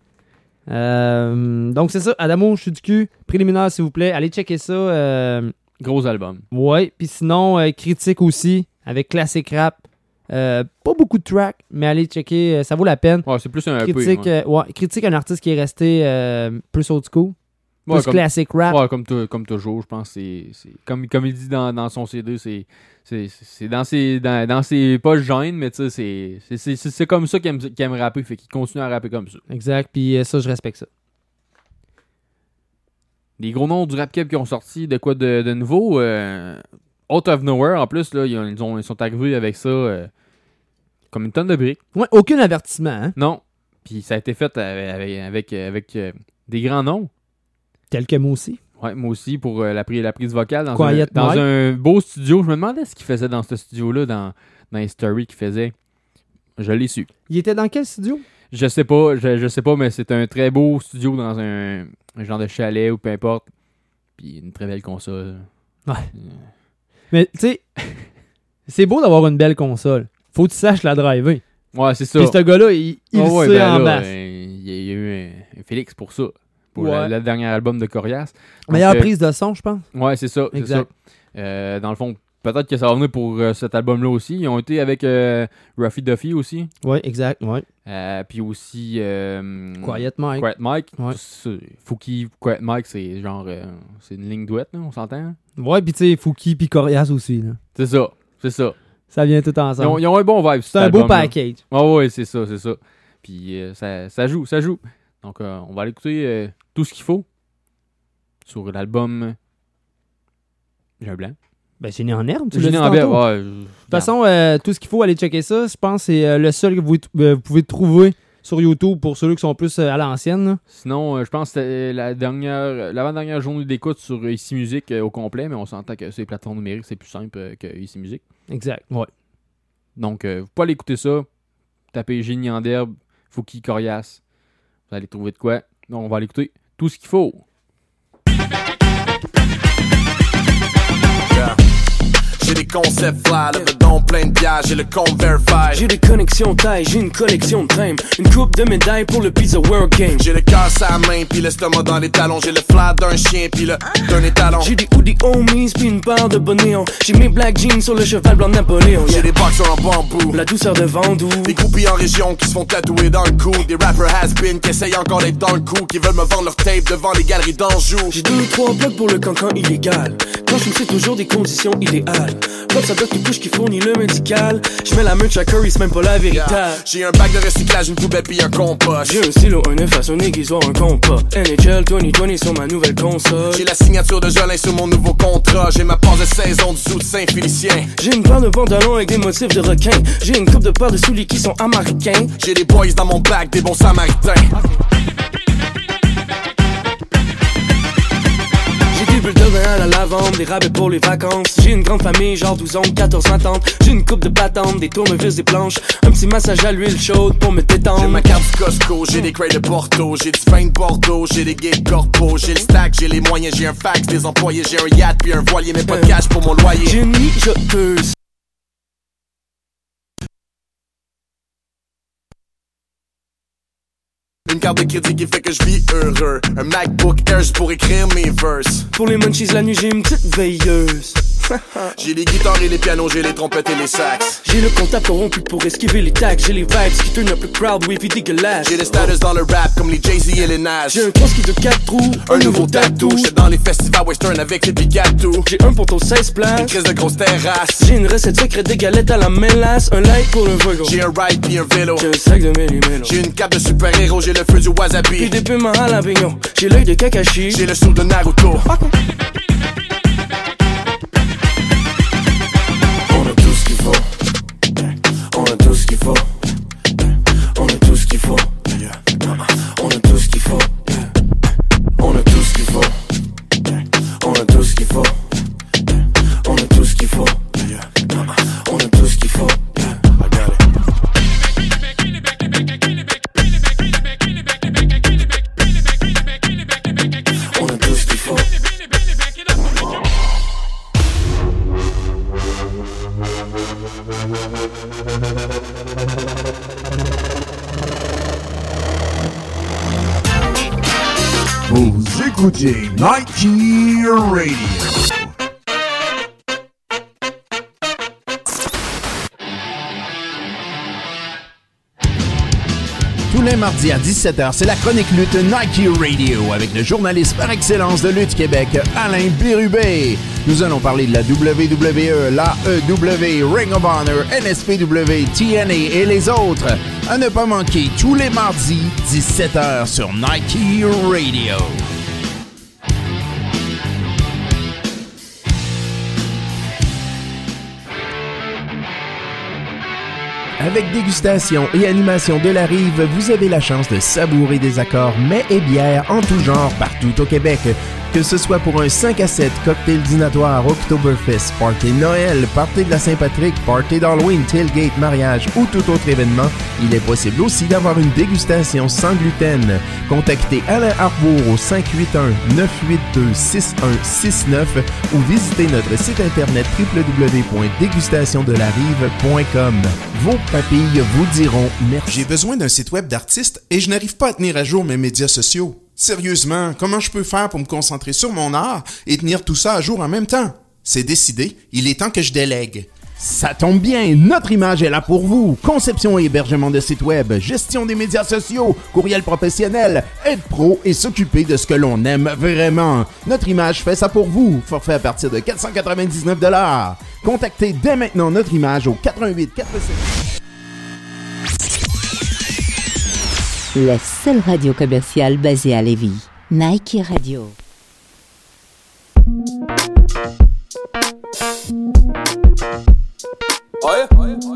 Euh, donc, c'est ça. Adamo, je suis du cul. Préliminaire, s'il vous plaît. Allez checker ça. Euh... Gros album. Ouais. Puis sinon, euh, critique aussi, avec Classic Rap. Euh, pas beaucoup de tracks, mais allez checker. Euh, ça vaut la peine. Ouais, c'est plus un critique, E P. Ouais. Euh, ouais, critique un artiste qui est resté euh, plus old school. Plus ouais, comme, classic rap. Ouais, comme, t- comme toujours, je pense. C'est, c'est, comme, comme il dit dans, dans son C D, c'est, c'est, c'est dans ses... Dans, dans ses pas gêne, mais tu sais, c'est, c'est, c'est, c'est, c'est comme ça qu'il aime, qu'il aime rapper. Fait qu'il continue à rapper comme ça. Exact. Puis euh, ça, je respecte ça. Des gros noms du rap cap qui ont sorti de quoi de, de nouveau. Euh, Out of Nowhere, en plus, là, ils, ont, ils, ont, ils sont arrivés avec ça euh, comme une tonne de briques. Ouais, aucun avertissement, hein? Non. Puis ça a été fait avec, avec, avec, avec euh, des grands noms. Tel que moi aussi. Ouais, moi aussi, pour euh, la, prise, la prise vocale dans, Quiet un, dans un beau studio. Je me demandais ce qu'il faisait dans ce studio-là, dans, dans les stories qu'il faisait. Je l'ai su. Il était dans quel studio? Je sais pas, je, je sais pas, mais c'est un très beau studio dans un, un genre de chalet ou peu importe. Puis une très belle console. Ouais. Euh... Mais tu sais, c'est beau d'avoir une belle console. Faut que tu saches la driver. Ouais, c'est ça. Puis ce gars-là, il, il oh, ouais, sait ben en là, basse. Euh, il y a eu un, un Félix pour ça. Pour ouais. le, le dernier album de Corias. Meilleure euh, prise de son, je pense. Ouais, c'est ça. Exact. C'est ça. Euh, dans le fond, peut-être que ça va venir pour euh, cet album-là aussi. Ils ont été avec euh, Ruffy Duffy aussi. Ouais, exact. Ouais. Euh, puis aussi... Euh, Quiet Mike. Quiet Mike. Ouais. Fouki, Quiet Mike, c'est genre... Euh, c'est une ligne douette, là, on s'entend? Ouais, puis tu sais, Fouki puis Corias aussi. Là. C'est ça. C'est ça. Ça vient tout ensemble. Ils ont, ils ont un bon vibe. C'est un beau package. Ah ouais, c'est ça, c'est ça. Puis euh, ça, ça joue, ça joue. Donc euh, on va aller écouter euh, tout ce qu'il faut sur l'album J'ai un blanc. Ben, Génie en herbe, tu Génie l'as dit en herbe, ouais. De toute façon, euh, tout ce qu'il faut, aller checker ça. Je pense que c'est euh, le seul que vous, euh, vous pouvez trouver sur YouTube pour ceux qui sont plus euh, à l'ancienne. Là. Sinon, euh, je pense que c'était la dernière, l'avant-dernière journée d'écoute sur Ici Musique euh, au complet, mais on s'entend que ces plateformes numériques, c'est plus simple euh, que Ici Musique. Exact, ouais. Donc, euh, vous pouvez aller écouter ça. Tapez Génie en herbe, Fouki Corias. Vous allez trouver de quoi. Donc, on va aller écouter tout ce qu'il faut. J'ai des concepts fly, le bedon plein de pièges, j'ai le compte verified. J'ai des connexions taille, j'ai une collection de thèmes. Une coupe de médailles pour le Pizza World Game. J'ai le cœur sur la main, pis l'estomac dans les talons. J'ai le flair d'un chien, pis le d'un étalon. J'ai des hoodies homies, pis une paire de bonnets. J'ai mes black jeans sur le cheval blanc de Napoléon. J'ai des boxers en bambou. La douceur de Vendoux. Des groupies en région qui se font tatouer dans le cou. Des rappers has-been qui essayent encore d'être dans le coup, qui veulent me vendre leur tape devant les galeries d'Anjou. J'ai deux ou trois blocs pour le cancan illégal. Quand je me fais toujours des conditions idéales. Comme ça doit que couche qui fournit le médical. Je mets la merch à Curry, c'est même pas la véritable. Yeah. J'ai un bac de recyclage, une poubelle pis un compost. J'ai un stylo, un œuf façonné qui soit un compas. N H L vingt vingt sur ma nouvelle console. J'ai la signature de Jolin sur mon nouveau contrat. J'ai ma passe de saison du zoo de Saint-Félicien. J'ai une paire de pantalons avec des motifs de requin. J'ai une coupe de paires de souliers qui sont américains. J'ai des boys dans mon bac, des bons samaritains. J'ai des bulles de vin à la lavande, des rabais pour les vacances. J'ai une grande famille, genre douze oncles, quatorze tantes. J'ai une coupe de patente, des tournevis, des planches. Un petit massage à l'huile chaude pour me détendre. J'ai ma carte du Costco, j'ai des crates de Porto. J'ai du pain de Bordeaux, j'ai des gigs corpo. J'ai le stack, j'ai les moyens, j'ai un fax, des employés. J'ai un yacht puis un voilier, mais pas de cash pour mon loyer. J'ai une mijoteuse. Une carte de crédit qui fait que je vis heureux. Un MacBook Air pour écrire mes verses. Pour les munchies la nuit j'ai une petite veilleuse. J'ai les guitares et les pianos, j'ai les trompettes et les sax. J'ai le comptable corrompu pour esquiver les taxes. J'ai les vibes qui turn up le crowd, wavy dégueulasse. J'ai les status dans le rap comme les Jay-Z et les Nas. J'ai un cross qui de quatre trous, un, un nouveau tattoo. J'étais dans les festivals western avec les Picato. J'ai un ponton seize places, une crise de grosse terrasse. J'ai une recette secrète des galettes à la mélasse. Un light pour le Virgo. J'ai un ride pis un vélo. J'ai un sac de méli-mélo. J'ai une cape de super-héros, j'ai le feu du wasabi. J'ai des piments à la vignon. J'ai l'œil de Kakashi. J'ai le sou de Naruto. On a tout ce qu'il faut. On a tout ce qu'il faut. On a tout ce qu'il faut. On a tout ce qu'il faut. On a tout ce qu'il faut. On a tout ce qu'il faut. On a tout ce qu'il faut. On a tout ce qu'il faut. Vous écoutez Nike Radio. Tous les mardis à dix-sept heures, c'est la chronique lutte Nike Radio avec le journaliste par excellence de Lutte Québec, Alain Bérubé. Nous allons parler de la W W E, l'A E W, Ring of Honor, N S P W, T N A et les autres. À ne pas manquer tous les mardis, dix-sept heures sur Nike Radio. Avec dégustation et animation de la rive, vous avez la chance de savourer des accords mets et bières en tout genre partout au Québec. Que ce soit pour un cinq à sept, cocktail dînatoire, Oktoberfest, party Noël, party de la Saint-Patrick, party d'Halloween, tailgate, mariage ou tout autre événement, il est possible aussi d'avoir une dégustation sans gluten. Contactez Alain Harbour au cinq huit un, neuf huit deux, six un six neuf ou visitez notre site internet w w w point dégustation de la rive point com. Vos papilles vous diront merci. J'ai besoin d'un site web d'artiste et je n'arrive pas à tenir à jour mes médias sociaux. Sérieusement, comment je peux faire pour me concentrer sur mon art et tenir tout ça à jour en même temps? C'est décidé, il est temps que je délègue. Ça tombe bien, notre image est là pour vous. Conception et hébergement de sites web, gestion des médias sociaux, courriel professionnel, aide pro et s'occuper de ce que l'on aime vraiment. Notre image fait ça pour vous. Forfait à partir de quatre cent quatre-vingt-dix-neuf dollars. Contactez dès maintenant notre image au quatre un huit quatre sept. La seule radio commerciale basée à Lévis. Nike Radio. Oh yeah. Oh yeah. Oh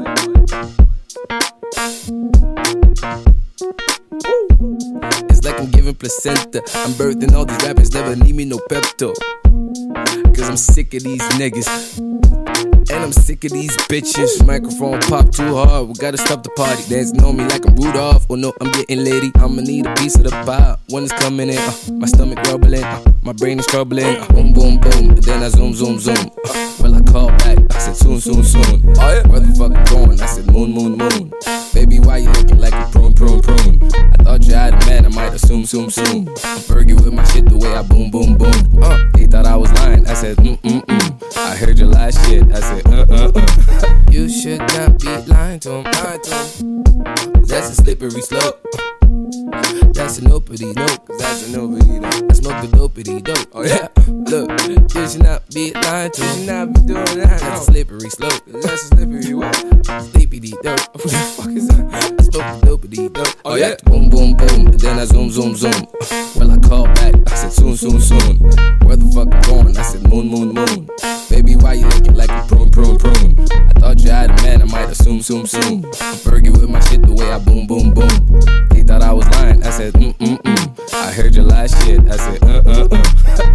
yeah. It's like I'm giving placenta. I'm birthing all these rappers, never need me no Pepto. Cause I'm sick of these niggas. And I'm sick of these bitches. Microphone pop too hard, we gotta stop the party. Dancing on me like I'm Rudolph. Oh no, I'm getting litty. I'ma need a piece of the pie when it's coming in. Uh, my stomach rumbling, uh, my brain is troubling. Uh, boom, boom, boom. And then I zoom, zoom, zoom. Uh, well, I call back. I said soon, soon, soon. Oh yeah, where the fuck you going? I said moon, moon, moon. Baby, why you looking like a prune, prune, prune? I thought you had a man, I might assume, soon, soon. I'm Fergie with my shit the way I boom, boom, boom. Uh, they thought I was lying. I said mm, mm, mm. I heard your last shit. I said uh, uh, uh. You should not be be lying to him, lying to him. That's a slippery slope. That's an uppity dope. That's an uppity dope. That's no good uppity dope. Oh yeah. Look, you should not be lying to. You should not be doing that. That's a slippery slope. That's a slippery what? Sleepy dope. What the fuck is that? That's no good uppity dope. Oh yeah. Boom boom boom. And then I zoom zoom zoom. Well I call back. I said soon soon soon. Where the fuck you going? I said moon moon moon. Baby, why you looking like a prune prune prune? I thought you had a man. I might assume soon soon. I'm Fergie with my shit the way I boom boom boom. They thought I was lying. I said mm mm mm. I heard your last shit. I said uh uh uh.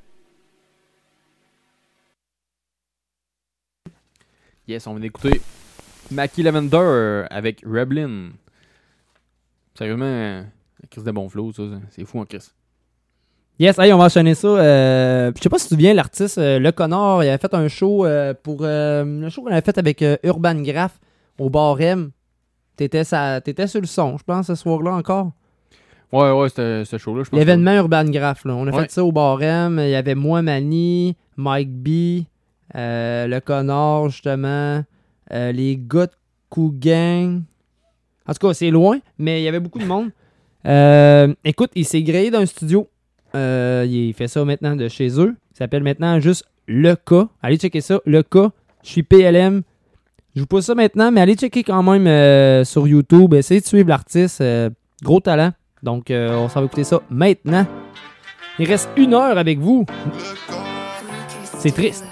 Yes, on vient d'écouter Mackie Lavender avec Reblin. Sérieusement, euh, Chris de bon flow, ça, c'est fou en Chris. Yes, hey, on va enchaîner ça. Euh, je sais pas si tu te souviens, l'artiste euh, Le Connard, il avait fait un show euh, pour euh, le show qu'on avait fait avec euh, Urban Graph au Bar M. T'étais, ça, t'étais sur le son, je pense, ce soir-là encore. Ouais, ouais, c'était ce show-là, je pense. L'événement Urban Graph, là. On a ouais. fait ça au Bar M. Il y avait moi, Manny, Mike B, euh, Le Connard, justement, euh, les gars de Cougang. En tout cas, c'est loin, mais il y avait beaucoup de monde. Euh, écoute, il s'est grillé dans un studio. Euh, il fait ça maintenant de chez eux. Il s'appelle maintenant juste Le K. Allez checker ça, Le K. Je suis P L M. Je vous pose ça maintenant, mais allez checker quand même euh, sur YouTube. Essayez de suivre l'artiste. Euh, gros talent. Donc, euh, on s'en va écouter ça maintenant. Il reste une heure avec vous. C'est triste.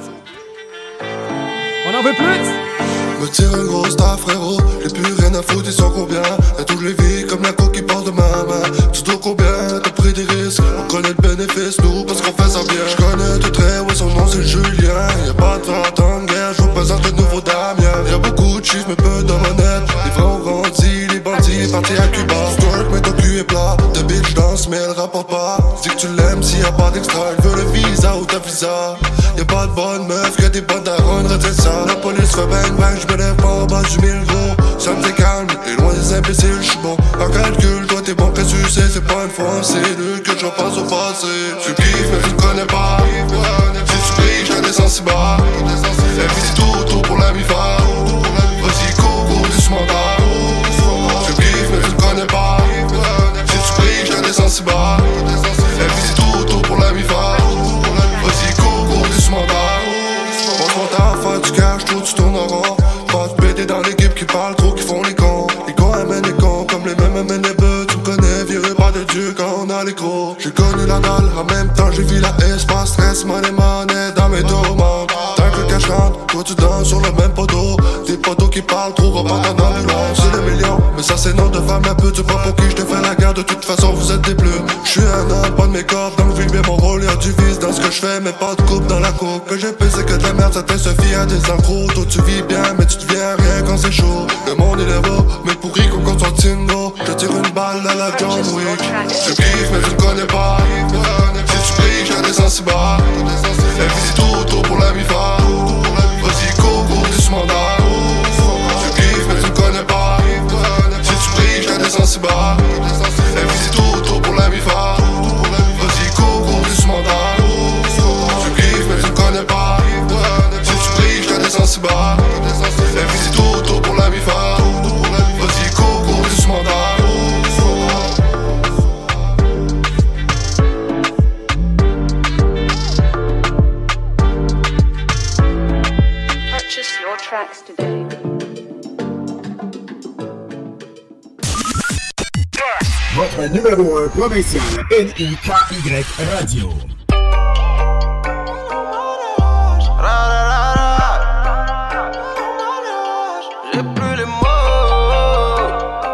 On en veut plus! Me tire un gros star frérot, j'ai plus rien à foutre, ils sont combien? Et tous les vies comme la coque qui part de ma main. Tu dois combien? T'as pris des risques, on connaît le bénéfice, nous, parce qu'on fait ça bien. Je connais tout très, ouais, son nom c'est Julien. Y'a pas de vingt ans de guerre, je vous présente le nouveau Damien. Y'a beaucoup de chiffres, mais peu de monnaie. Les vrais ont grandi, les bandits partis à Cuba. Stalk, mais ton cul est plat. Ta bitch danse, mais elle rapporte pas. Dis que tu l'aimes s'il y a pas d'extra, elle veut le visa ou ta visa. Y'a pas de bonne meuf, que des bonnes darons, retiens ça. La police fait bang bang, j'me lève pas en bas du mille gros. Ça me calme, et loin des imbéciles, j'suis bon. En calcul, toi t'es bon, qu'est-ce que tu sais, c'est pas une fois, c'est nul que je passe au passé. Tu kiffes, mais tu te connais pas. Si tu pries, j'en ai sensible. Et puis c'est tout, tout pour la mi-fa. Vas-y, coco, doucement d'art. Tu kiffes, mais tu te connais pas. Si tu pries, j'en ai sensible. Et puis c'est tout, tout pour la mi-fa. Vas-y, coco, doucement d'art. On se monte à faire du cash, tout tu tournes en rond. Pas de péter dans l'équipe qui parle trop, qui font les cons. Les cons amènent les cons, comme les mêmes amènent les bœufs. Tu me connais, viré pas de Dieu quand on a les gros. J'ai connu la dalle, en même temps j'ai vu la S. Pas stress, money money dans mes tourments. Tant que le cash rentre, toi tu danses sur le même poteau. Des poteaux qui parlent trop, repartent en ambulance. C'est le million, mais ça c'est nom de femme un peu. Tu vois pour qui je te fais la guerre, de toute façon vous êtes des bleus. J'suis un homme, pas de mes cordes, dans le film et mon rôle. Y'a du vice dans ce que je fais, mais pas de coupe dans la coupe. Que j'ai pesé que de la merde, ça t'insuffit à des encros. Toi tu vis bien, mais tu deviens rien quand c'est chaud. Le monde il est beau, mais pourri qu'on compte son Tingo. Je tire une balle à la John Wick. Tu kiffes, mais tu ne connais pas. Si tu pries, j'en ai sensible. Et puis c'est tout, tout pour la mi-fa. Vas-y, coco, doucement d'art. Tu kiffes, mais tu ne connais pas. Si tu pries, j'en ai sensible. Et puis c'est tout, tout pour la mi-fa. Vas-y, coco, doucement d'art. Tu kiffes, mais tu ne connais pas. Si tu pries, j'en ai sensible. Et puis c'est tout, tout pour la mi-fa. Vas-y, coco, doucement d'art. Purchase your tracks today. Votre numéro un provincial N I K Y Radio. J'ai plus les mots.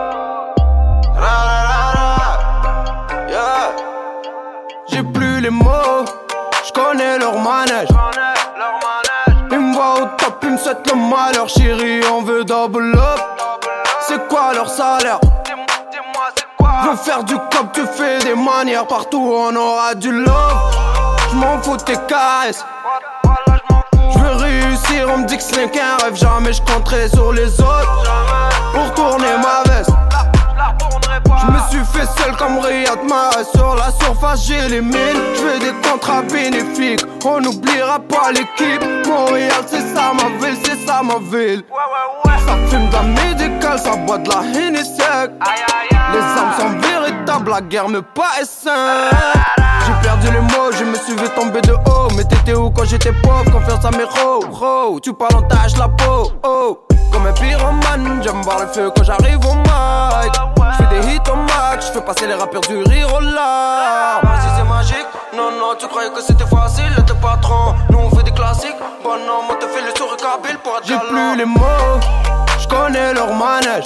Yeah. J'ai plus les mots. J'connais leur manège. Ils me voient au top, ils me souhaitent le malheur. Chérie, on veut double up. C'est quoi leur salaire? Veux faire du cop, tu fais des manières. Partout on aura du love. J'm'en fous de tes caresses. J'veux réussir, on me dit que ce n'est qu'un rêve. Jamais j'compterai sur les autres pour tourner ma veste. Je me suis fait seul comme Riyad Mahrez. Sur la surface j'ai les mines. Je fais des contrats bénéfiques. On n'oubliera pas l'équipe. Montréal c'est ça ma ville, c'est ça ma ville. Ça fume de la médicale, ça boit de la Henny sec. Les armes sont véritables, la guerre me paraît saine. J'ai perdu les mots, je me suis vu tomber de haut. Mais t'étais où quand j'étais pauvre, confiance à mes ro, ro. Tu parles en tâche la peau, oh. Comme un pyromane, j'aime voir le feu quand j'arrive au mic. J'fais des hits au max, j'fais passer les rappeurs du rire au larmes. Si c'est magique, non non, tu croyais que c'était facile, t'es patron. Nous on fait des classiques, bon non, moi te fais le sourire kabyle pour être. J'ai plus les mots, j'connais leur manège.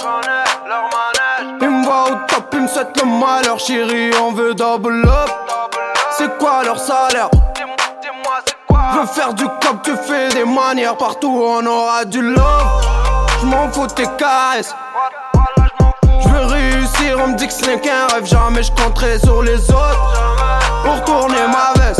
Ils me voient au top, ils me souhaitent le malheur. Chérie, on veut double up. C'est quoi leur salaire? Je veux faire du cop, tu fais des manières. Partout on aura du love. J'm'en fous tes caresses. J'veux réussir, on me dit que ce n'est qu'un rêve. Jamais j'compterai sur les autres pour tourner ma veste.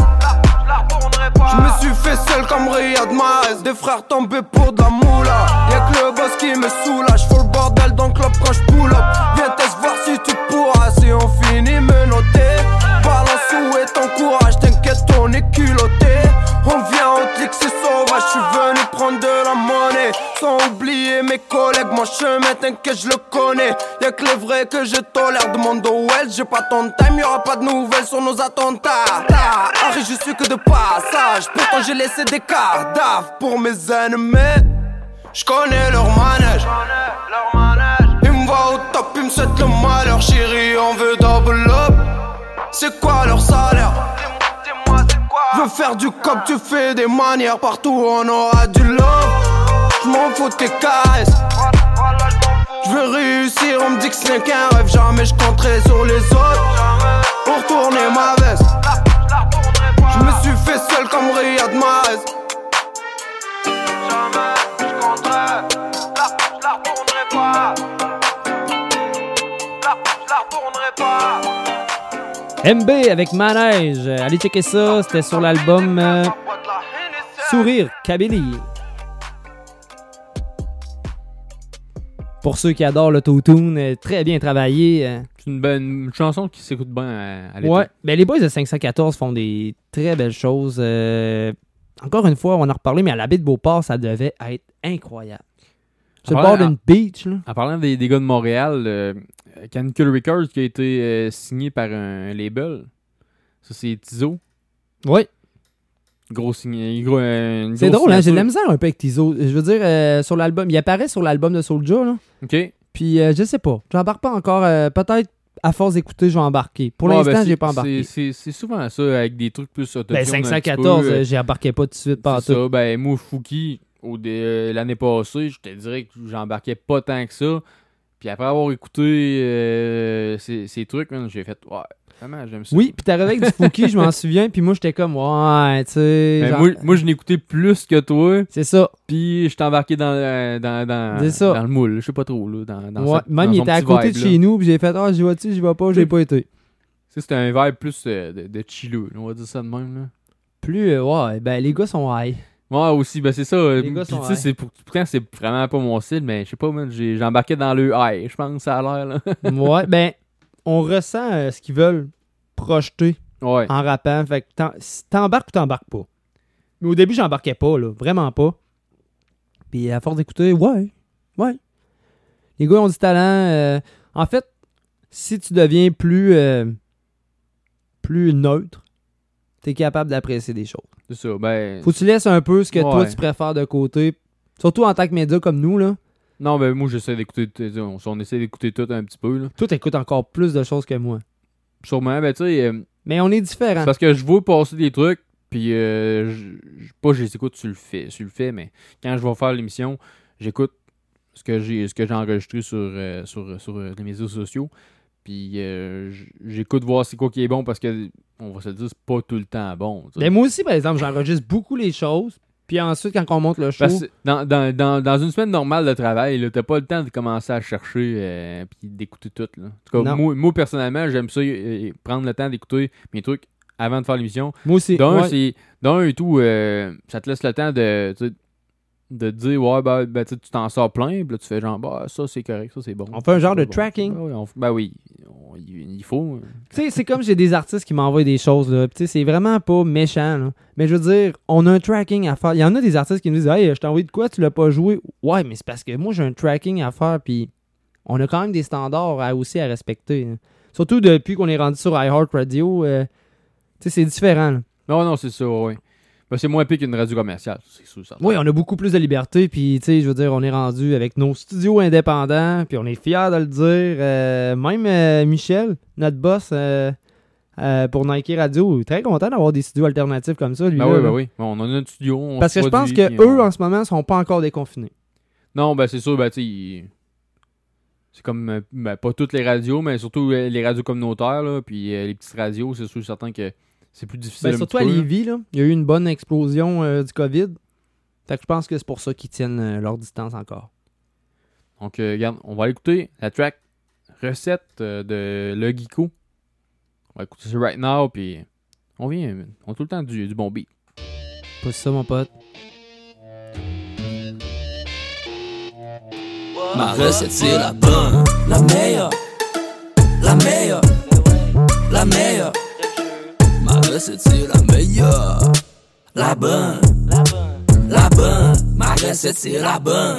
J'me suis fait seul comme Riyad Mahrez. Des frères tombés pour de la moula. Y'a que le boss qui me soulage. J'fous le bordel dans le club quand j'pull up. Viens test voir si tu pourras. Si on finit me noter. Balance où est ton courage. T'inquiète on est culotté. On vient au clic c'est sauvage. J'suis venu prendre de la monnaie. Sans oublier mes collègues. Mon chemin t'inquiète je le connais. Y'a que les vrais que je tolère. Demande au Wells, j'ai pas ton time. Y'aura pas de nouvelles sur nos attentats. Harry je suis que de passage. Pourtant j'ai laissé des cadavres pour mes ennemis. J'connais leur manège. Ils me voient au top, ils me souhaitent le malheur. Chérie on veut double up. C'est quoi leur salaire? Je veux faire du cop, tu fais des manières. Partout on aura du love. J'm'en fous tes caresses. J'veux réussir, on me dit que ce n'est qu'un rêve. Jamais j'compterai sur les autres pour tourner ma veste. J'me suis fait seul comme Riyad Mahrez. Jamais j'compterai. J'la retournerai pas. J'la retournerai pas. M B avec Manège. Allez checker ça, c'était sur l'album euh, Sourire Kabylie. Pour ceux qui adorent l'autotune, euh, très bien travaillé. Euh. C'est une bonne une chanson qui s'écoute bien à, à l'été. Ouais, ben les boys de cinq cent quatorze font des très belles choses. Euh, encore une fois, on en a reparlé, mais à la baie de Beauport, ça devait être incroyable. Sur le bord d'une beach. Là. En parlant des, des gars de Montréal, euh, Canicule Records qui a été euh, signé par un label. Ça, c'est Tizo. Oui. Gros signé. Gros, euh, c'est drôle, hein? J'ai de la misère un peu avec Tizo. Je veux dire, euh, sur l'album, il apparaît sur l'album de Soulja. Là. OK. Puis, euh, je sais pas. J'embarque pas encore. Euh, peut-être, à force d'écouter, je vais embarquer. Pour ouais, l'instant, ben j'ai pas embarqué. C'est, c'est, c'est souvent ça, avec des trucs plus autotunes. Ben, cinq cent quatorze, peu, j'ai embarqué pas tout de suite. Pas c'est tout. ça. Ben, moi, Fouki, au dé, euh, l'année passée, je te dirais que j'embarquais pas tant que ça. Puis après avoir écouté euh, ces, ces trucs, man, j'ai fait, ouais, vraiment, j'aime ça. Oui, puis t'arrivais avec du Fouki, je m'en souviens, puis moi, j'étais comme, ouais, tu sais. Ben, genre... moi, moi, je n'écoutais plus que toi. C'est ça. Puis je t'ai embarqué dans, dans, dans, C'est ça. dans le moule, je sais pas trop, là. Dans, dans ouais, sa, même dans il son était à petit côté vibe, de là. chez nous, puis j'ai fait, ah, oh, j'y vais-tu, j'y vais pas, j'ai pas été. Ça, c'était un vibe plus euh, de, de chilleux, on va dire ça de même, là. Plus, euh, ouais, ben les gars sont high. Ouais, aussi, ben c'est ça. Les gars Puis sont tu sais, c'est pour- pourtant, c'est vraiment pas mon style, mais je sais pas, man, j'ai, j'ai embarqué dans le high, je pense, ça a l'air, là. Ouais, ben, on ressent euh, ce qu'ils veulent projeter ouais. en rappant. Fait que t'en- t'embarques ou t'embarques pas. Mais au début, j'embarquais pas, là. Vraiment pas. Puis à force d'écouter, ouais, ouais. Les gars ont du talent. euh, en fait, si tu deviens plus, euh, plus neutre, t'es capable d'apprécier des choses. C'est ça, ben... Faut que tu laisses un peu ce que toi Ouais. tu préfères de côté. Surtout en tant que média comme nous, là. Non, ben moi, j'essaie d'écouter, t- on, on essaie d'écouter tout un petit peu, là. Toi, t'écoutes encore plus de choses que moi. Sûrement, ben tu sais... euh, Mais on est différents. c'est parce que je vois passer des trucs, puis euh, je, je- pas je les écoute sur le fait, sur le fait, mais quand je vais faire l'émission, j'écoute ce que j'ai ce que j'ai enregistré sur, euh, sur, sur euh, les médias sociaux, puis euh, j- j'écoute voir c'est quoi qui est bon, parce que, on va se le dire, c'est pas tout le temps bon. tu sais. Mais moi aussi, par exemple, j'enregistre beaucoup les choses. Puis ensuite, quand on monte le show... Parce que dans, dans, dans, dans une semaine normale de travail, là, t'as pas le temps de commencer à chercher euh, puis d'écouter tout. Là. En tout cas, Non. moi, moi, personnellement, j'aime ça, euh, prendre le temps d'écouter mes trucs avant de faire l'émission. Moi aussi. D'un, ouais. c'est, d'un et tout, euh, ça te laisse le temps de, tu sais, de te dire, ouais, ben, ben, tu sais, tu t'en sors plein, puis là, tu fais genre, bah, ça, c'est correct, ça, c'est bon. On fait un genre Ça, de bon. tracking. Ben oui, on, ben oui. On- il, il faut. Tu sais, c'est comme j'ai des artistes qui m'envoient des choses, là. Tu sais, c'est vraiment pas méchant, là. Mais je veux dire, on a un tracking à faire. Il y en a des artistes qui me disent « Hey, je t'ai envoyé de quoi, tu l'as pas joué? » Ouais, mais c'est parce que moi, j'ai un tracking à faire, puis on a quand même des standards à, aussi à respecter. Là. Surtout depuis qu'on est rendu sur iHeartRadio, euh, tu sais, c'est différent, là. Non, non, c'est ça, oui. Ben, c'est moins pire qu'une radio commerciale, c'est sûr. Ça oui, on a beaucoup plus de liberté, puis tu sais, je veux dire, on est rendu avec nos studios indépendants, puis on est fiers de le dire. Euh, même euh, Michel, notre boss euh, euh, pour Nike Radio, est très content d'avoir des studios alternatifs comme ça. Lui, ben là, oui, ben là. oui. On en a notre studio. On Parce que je pense produit, qu'eux, on... en ce moment, sont pas encore déconfinés. Non, ben c'est sûr, ben tu sais, c'est comme, ben, pas toutes les radios, mais surtout les radios communautaires, là, puis euh, les petites radios, c'est sûr certain que c'est plus difficile. Ben, surtout à Lévis, là, il y a eu une bonne explosion euh, du COVID. Fait que je pense que c'est pour ça qu'ils tiennent euh, leur distance encore. Donc, euh, regarde, on va aller écouter la track recette euh, de Le Geeko. On va écouter ça right now, puis on vient, on a tout le temps du, du bon beat. Pas ça, mon pote. Ma recette, c'est la bonne, la meilleure, la meilleure, la meilleure. Ma recette c'est la meilleure, la bonne, la bonne, ma recette c'est la bonne.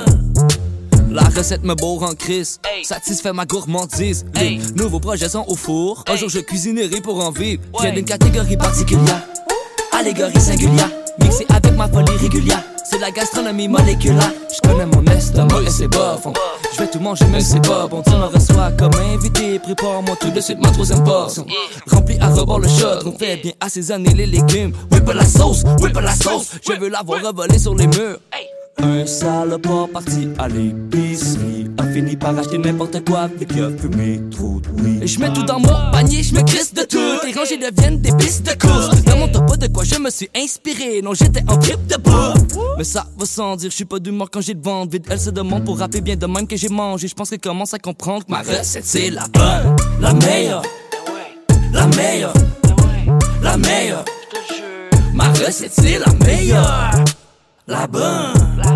La recette me bourre en crise, satisfait ma gourmandise. Les nouveaux projets sont au four, un jour je cuisinerai pour en vivre. Viens d'une catégorie particulière, allégorie singulière, mixée avec ma folie régulière. C'est la gastronomie moléculaire. Je connais mon estomac et c'est pas bon. Je vais tout manger mais c'est pas bon. Tu me reçois comme invité. Prépare-moi tout de suite ma troisième portion. Rempli à rebord le shot. On fait bien assaisonner les légumes. Whip la sauce, whip la sauce. Je veux la voir revoler sur les murs. Un salopard parti à l'épicerie a fini par acheter n'importe quoi vu qu'il a fumé trop de weed. Et je mets tout dans mon panier, je me crisse de tout. Les rangées deviennent des pistes de course. Dans mon top pas de quoi je me suis inspiré. Non, j'étais en trip de bouffe. Mais ça va sans dire, je suis pas d'humeur quand j'ai le ventre vide. Elle se demande pour rapper bien de même que j'ai mangé. Je pense qu'elle commence à comprendre que ma recette c'est la bonne, la meilleure, la meilleure, la meilleure. Ma recette c'est la meilleure. La bonne,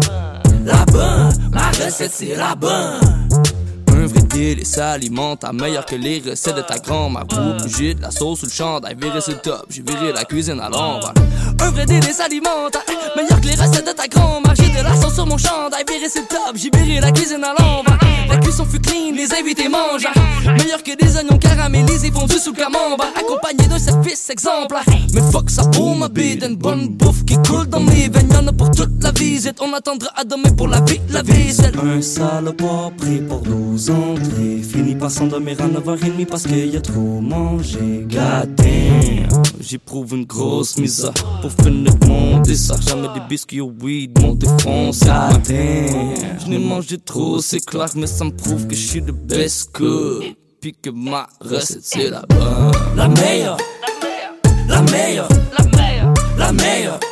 la bonne, ma recette c'est la bonne. Un vrai délice alimentaire, meilleur que les recettes de ta grand-mère. Pour bouger de la sauce sous le chandail, virer sur le top, j'ai viré la cuisine à l'envers. Un vrai délice alimentaire, meilleur que les recettes de ta grand-mère. J'ai de la sauce sur mon chandail, viré sur le top, j'ai viré la cuisine à l'envers. La cuisson fut clean, les invités mangent. Meilleur que des oignons caramélisés fondus sous le camembert, accompagné d'un service exemplaire. Mais fuck ça pour ma bide, une bonne bouffe qui coule dans mes veines. Y'en a pour toute la visite, on attendra à demain pour la vie, la vaisselle. Un salopard pris pour douze entrées, fini par s'endormir à neuf heures trente parce qu'il a trop mangé. God damn, j'éprouve une grosse misère pour finir mon dessert. Jamais des biscuits au weed, mon défonce. God damn, je n'ai mangé trop, c'est clair, mais ça me prouve que je suis le best cook. Puis que ma recette c'est la bonne, la meilleure, la meilleure, la meilleure, la meilleure.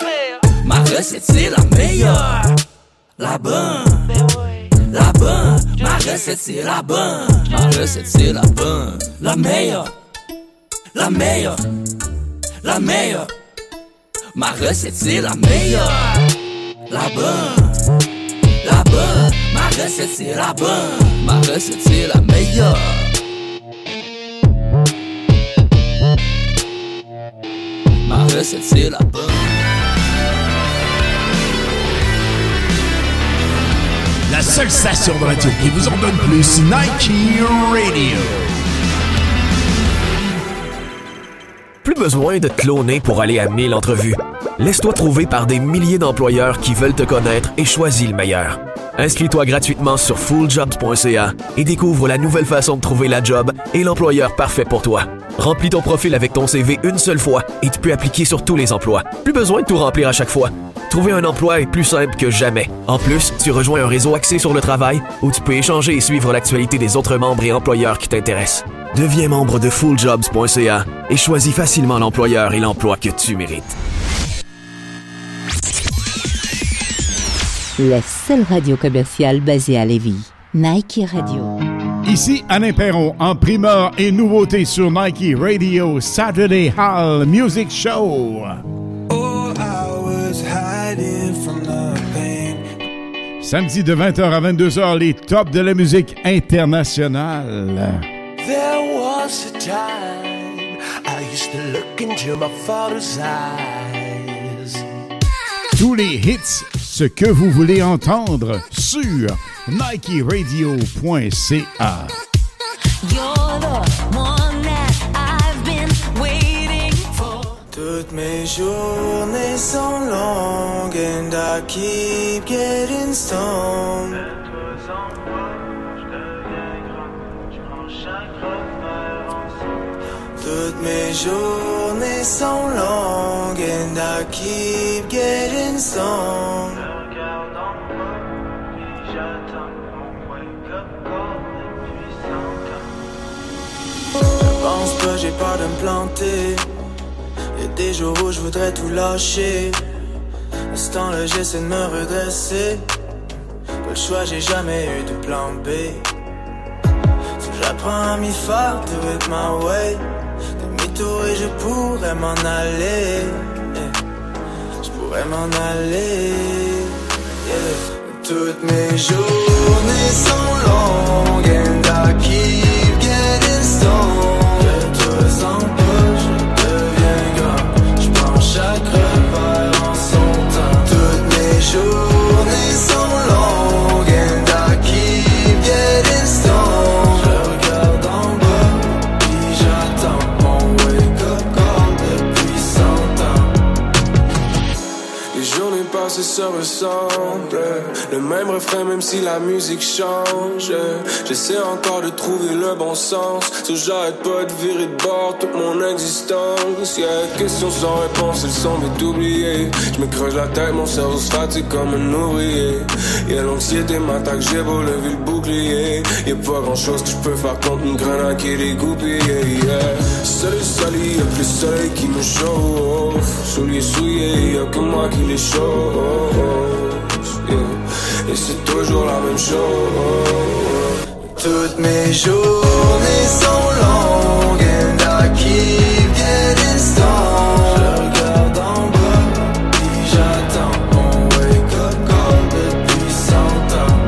Ma recette c'est la meilleure, la bonne, la bonne. Ma recette c'est la bonne, ma recette c'est la bonne, la meilleure, la meilleure, la meilleure. Ma recette c'est la meilleure, la bonne, la bonne. Ma recette c'est la bonne, ma recette c'est la meilleure. Ma recette c'est la bonne. La seule station de radio qui vous en donne plus, Nike Radio. Plus besoin de te cloner pour aller à mille entrevues. Laisse-toi trouver par des milliers d'employeurs qui veulent te connaître et choisis le meilleur. Inscris-toi gratuitement sur full jobs point c a et découvre la nouvelle façon de trouver la job et l'employeur parfait pour toi. Remplis ton profil avec ton C V une seule fois et tu peux appliquer sur tous les emplois. Plus besoin de tout remplir à chaque fois. Trouver un emploi est plus simple que jamais. En plus, tu rejoins un réseau axé sur le travail où tu peux échanger et suivre l'actualité des autres membres et employeurs qui t'intéressent. Deviens membre de full jobs point c a et choisis facilement l'employeur et l'emploi que tu mérites. La seule radio commerciale basée à Lévis. Nike Radio. Ici Alain Perron en primeur et nouveauté sur Nike Radio Saturday Hall Music Show. Oh, I was hiding from the pain. Samedi de vingt heures à vingt-deux heures, les tops de la musique internationale. There was was a time I used to look into my father's eyes. Tous les hits, ce que vous voulez entendre sur Nike Radio point C A. You're the one that I've been waiting for. Toutes mes journées sont longues and I keep getting stoned. Toutes mes journées sont longues and I keep getting stoned. Je pense pas, j'ai peur de me planter. Y'a des jours où je voudrais tout lâcher. À ce temps-là, j'essaie de me redresser. Pas le choix, j'ai jamais eu de plan B. So j'apprends à m'y faire, do it my way. Demi-tour et je pourrais m'en aller. Yeah. Je pourrais m'en aller. Yeah. Toutes mes journées sont longues and I keep getting stoned. Je te sens pas, je deviens grand. Je prends chaque revers en son temps. Toutes mes journées sont longues and I keep getting stoned. Je regarde en bas, puis j'attends mon wake-up call depuis cent ans. Les journées passées se ressemblent. Le même refrain même si la musique change. J'essaie encore de trouver le bon sens. So j'arrête pas de virer de bord toute mon existence. Yeah, questions sans réponse, elles sont vite oubliées. J'me creuse la tête, mon cerveau se fatigue comme un ouvrier. Yeah, l'anxiété m'attaque, j'ai beau lever le bouclier. Y'a pas grand chose que j'peux faire contre une grenade qui est dégoupillée. Yeah. Soleil sali, y'a plus soleil qui me chauffe. Souliers souillés, y'a que moi qui les chauffe. Yeah. Et c'est toujours la même chose. Toutes mes journées sont longues and I keep getting stoned. Je regarde en bas, puis j'attends mon wake-up call depuis cent ans.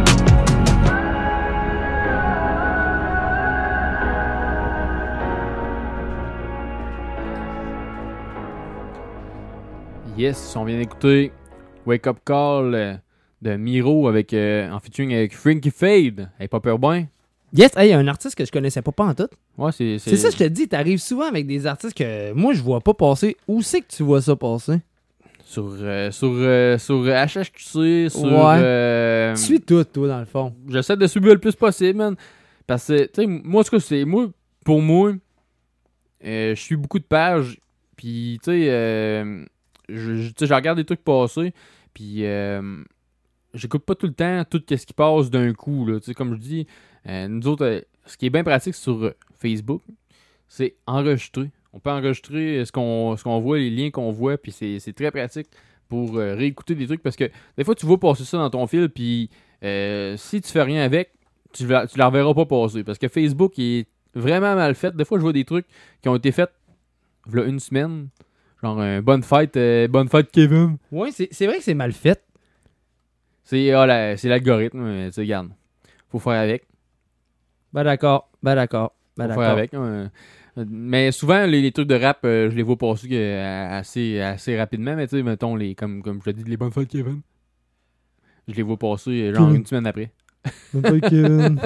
Yes, on vient d'écouter Wake Up Call euh, de Miro avec, euh, en featuring avec Frankie Fade. Hey, pas peur bien? Yes, il hey, y a un artiste que je connaissais pas, pas en tout. Ouais, c'est... C'est ça, je te dis, t'arrives souvent avec des artistes que moi, je vois pas passer. Où c'est que tu vois ça passer? Sur, euh, sur, euh, sur H H Q C, sur... Ouais. Euh, tu suis tout, toi, dans le fond. J'essaie de suivre le plus possible, man. Parce que, tu sais, moi, ce que c'est... Moi, pour moi, euh, je suis beaucoup de pages, puis, tu sais... Euh, Je, je, je regarde des trucs passer, puis euh, j'écoute pas tout le temps tout ce qui passe d'un coup. Là. Comme je dis, euh, nous autres, euh, ce qui est bien pratique sur Facebook, c'est enregistrer. On peut enregistrer ce qu'on, ce qu'on voit, les liens qu'on voit, puis c'est, c'est très pratique pour euh, réécouter des trucs, parce que des fois, tu vois passer ça dans ton fil, puis euh, si tu fais rien avec, tu, tu la reverras pas passer, parce que Facebook il est vraiment mal fait. Des fois, je vois des trucs qui ont été faits il y a une semaine. Genre, euh, bonne fête, euh, bonne fête, Kevin. Oui, c'est, c'est vrai que c'est mal fait. C'est, ah, la, c'est l'algorithme, tu sais, regarde. Faut faire avec. Ben d'accord, ben d'accord, ben Faut d'accord. faire avec. Euh, mais souvent, les, les trucs de rap, euh, je les vois passer euh, assez, assez rapidement, mais tu sais, mettons, les, comme, comme je te dis, les bonnes fêtes, Kevin. Je les vois passer, genre, Kevin. une semaine après. Bonne fête, Kevin.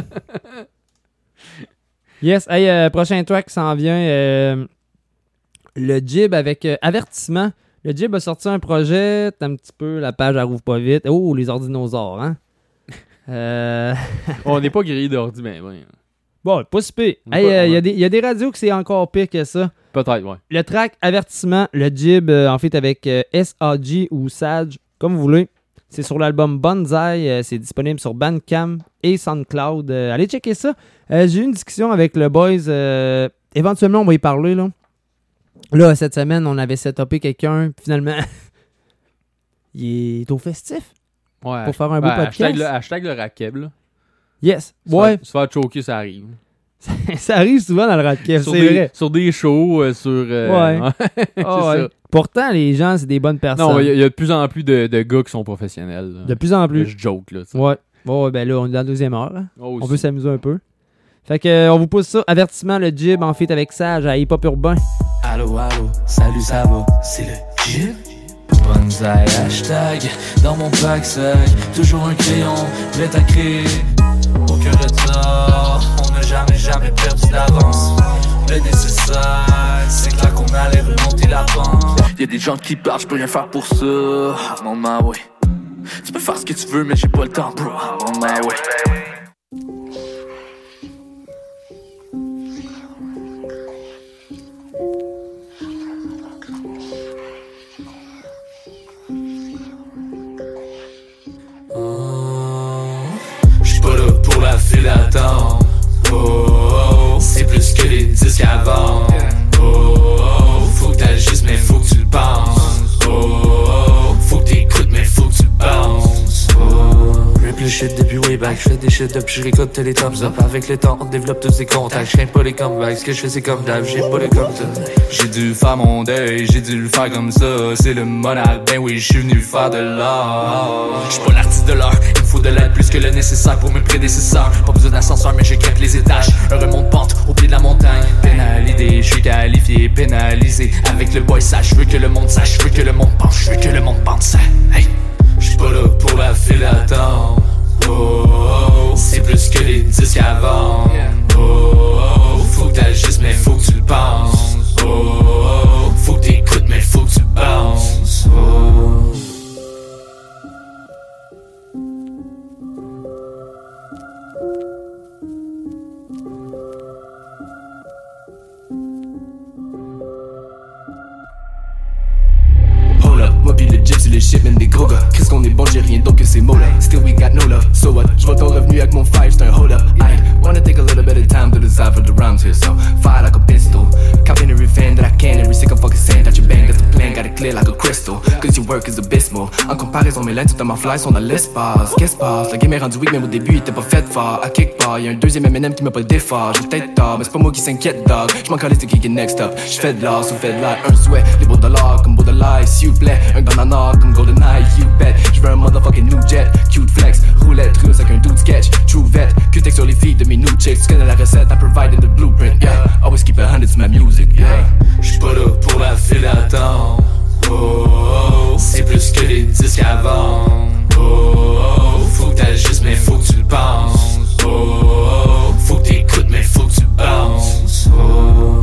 Yes, hey, euh, prochain track s'en vient... Euh... Le Jib avec euh, avertissement. Le Jib a sorti un projet, t'as un petit peu, la page elle rouvre pas vite. Oh, les ordinosaures, hein? euh... On n'est pas grillé d'ordi, mais ouais. Bon, pas si pire. Il Pas- hey, euh, y, ouais. a des- y a des radios que c'est encore pire que ça. Peut-être, ouais. Le track avertissement, le Jib, euh, en fait, avec euh, S A G ou Sage, comme vous voulez. C'est sur l'album Banzai. euh, c'est disponible sur Bandcamp et SoundCloud. Euh, allez checker ça. Euh, j'ai eu une discussion avec le boys. euh, éventuellement, on va y parler, là. Là, cette semaine, on avait setupé quelqu'un, puis finalement, il est au festif. Ouais, Pour faire un beau ouais, podcast. Hashtag le, hashtag le rakeb, là. Yes. Se Ouais. faire- Se faire choquer, ça arrive. Ça arrive souvent dans le rap c'est sur, des, vrai. sur des shows, euh, sur... euh, Ouais. c'est Ah ouais. ça. Pourtant, les gens, c'est des bonnes personnes. Non, il y, a- il y a de plus en plus de, de gars qui sont professionnels. là. De plus en plus. Je joke, là. tu sais. Ouais. Bon, ouais, ben là, on est dans la deuxième heure. hein. Oh, on aussi. peut s'amuser un peu. Fait que euh, on vous pousse ça. Avertissement, le Jib en feat avec Sage à Hip Hop Urbain. Allô, allô, salut, ça va, c'est le Jib. Bonsaï, hashtag, dans mon pack sac, toujours un crayon, prêt à créer. Aucun retard, on n'a jamais, jamais perdu d'avance. Le nécessaire, c'est clair qu'on allait remonter la pente. Y'a des gens qui parlent, j'peux rien faire pour ça. Mon man, ouais. Tu peux faire ce que tu veux, mais j'ai pas le temps, bro. Mon man, ouais. J'suis pas là pour la file d'attente. Oh, oh, oh, c'est plus que les disques avant. Oh, oh, oh, faut que t'agisses mais faut que tu le penses. Oh, oh, oh, faut que t'écoutes mais faut que tu le penses. Oh. Rip le shit depuis way back, j'fais des shit up, j'récolte les thumbs up. Avec le temps on développe tous ces contacts, j'crains pas les comebacks, ce que j'fais c'est comme d'hab, j'ai pas les comme ça. J'ai dû faire mon deuil, j'ai dû le faire comme ça. C'est le monarque, ben oui j'suis venu faire de l'art. J'suis pas l'artiste de l'heure, il me faut de l'aide plus que le nécessaire pour mes prédécesseurs. Pas besoin d'ascenseur mais je grimpe les étages. Un remont de pente au pied de la montagne. Pénalité, j'suis qualifié, pénalisé. Avec le boy sage, j'veux que le monde sache, j'veux que le monde pense, j'veux que le monde pense. Hey, j'suis pas là pour la file d'attente. Oh, oh, oh, c'est plus que les disques avant. Oh, oh, oh, faut que t'agisses mais faut que tu le penses. Oh, oh, oh, faut que t'écoutes mais faut que tu penses. Oh. Hold up, moi pis le gypsy, les shipmen des gros gars. Qu'est-ce qu'on est bon, j'ai rien d'autre que ces mots-là. Still we got no love, so what? J'vois ton revenu avec mon five, c'est un hold up. I wanna take a little bit of time to decide for the rounds here, so fire like a pistol. Copping every fan that I can, every single fucking sand that you bang. That's the plan, got it clear like a crystal. Cause your work is abysmal. En comparaison, mes lines tout à ma fly sont dans l'espace. Qu'est-ce passe? La game est rendue weak, même au début, il était pas fait fort. À quelque part, y'a un deuxième M and M qui m'a pas le défort. J'ai peut-être tort, mais c'est pas moi qui s'inquiète, dog. J'm'en calisse de kick it next up. J'fais de l'art, sous fait de l'air, un souhait. Les beaux dollars comme beau de l'air, s'il vous plaît. Un banana comme GoldenEye, you bet. J'veux un motherfucking new jet, cute flex. Roulette russe avec un dude sketch, true vet. Q-Tech sur les filles de mes new chicks. Tu connais la recette, I provided the blueprint, yeah. Always keep a hundred to my music, yeah. J'suis pas là pour la file d'attente. Oh, oh, oh, c'est plus que les disques avant. Oh, oh, oh, faut que t'agisses mais faut que tu le penses. Oh, oh, oh, faut que t'écoutes mais faut que tu le penses. Oh.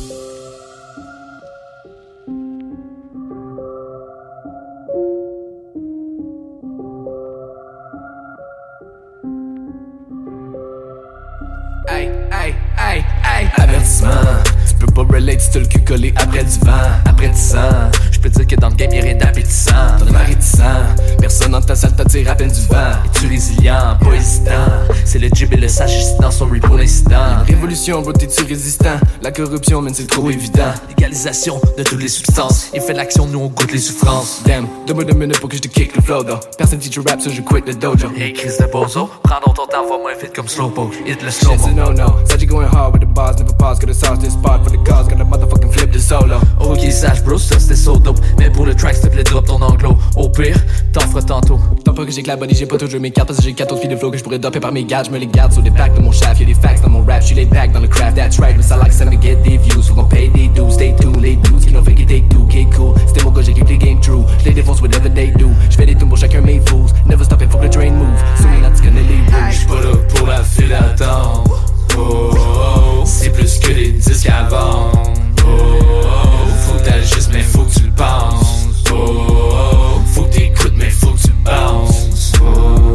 Hey, hey, hey, hey. Avertissement, tu peux pas relate si t'as le cul collé après du vent, après du sang. J'peux dire que dans le game y'a rien d'appétissant. T'en as réticent, personne dans ta salle t'attire à peine du vent. Es-tu résilient, pas hésitant? C'est le Jib et le sage ici dans son repo l'incident. Révolution, bro, t'es-tu résistant? La corruption, man, c'est trop évident. Légalisation de toutes les substances. Il fait de l'action, nous on goûte les souffrances. Damn, donne-moi deux minutes pour que je te kick le flow, though. Personne teach rap, so je quitte le dojo. Hey, Chris de Bozo, prends donc ton temps, vois-moi vite comme Slowpoke. Hit le slow-mo. Shit's a no-no, Saji going hard with the bars, never pause. Gotta sauce this spot for the cause, gotta motherfucking flip the solo. Ok, sage, bro, ça c'était so dope. Mais pour le track, s'il te plaît, drop ton anglo. Au pire, t'en feras tantôt. Tant pas que j'ai que la body, j'ai pas toujours mes cartes. Parce que j'ai quatre autres filles de flow que je pourrais dopper par mes gars. J'me les garde sur des packs de mon shaft. Y'a des facts dans mon rap, j'suis laid back dans le craft. That's right, mais ça like ça me get des views. Faut qu'on paye des dues, stay tuned. Les dudes qui n'ont fait qu'ils take two, okay cool. C'était mon gars, j'ai keep les game true. J'les défonce whatever they do. J'fais des tunes pour chacun mes fools. Never stop it, faut que le train move. So là, tu connais les rules. J'suis pas là pour la file d'attente. Oh, oh, oh, c'est plus que les disques avant. Oh, oh, oh, faut que t'agisses mais faut que tu le penses. Oh, oh, oh, faut que t'écoutes mais faut que tu bounces. Oh.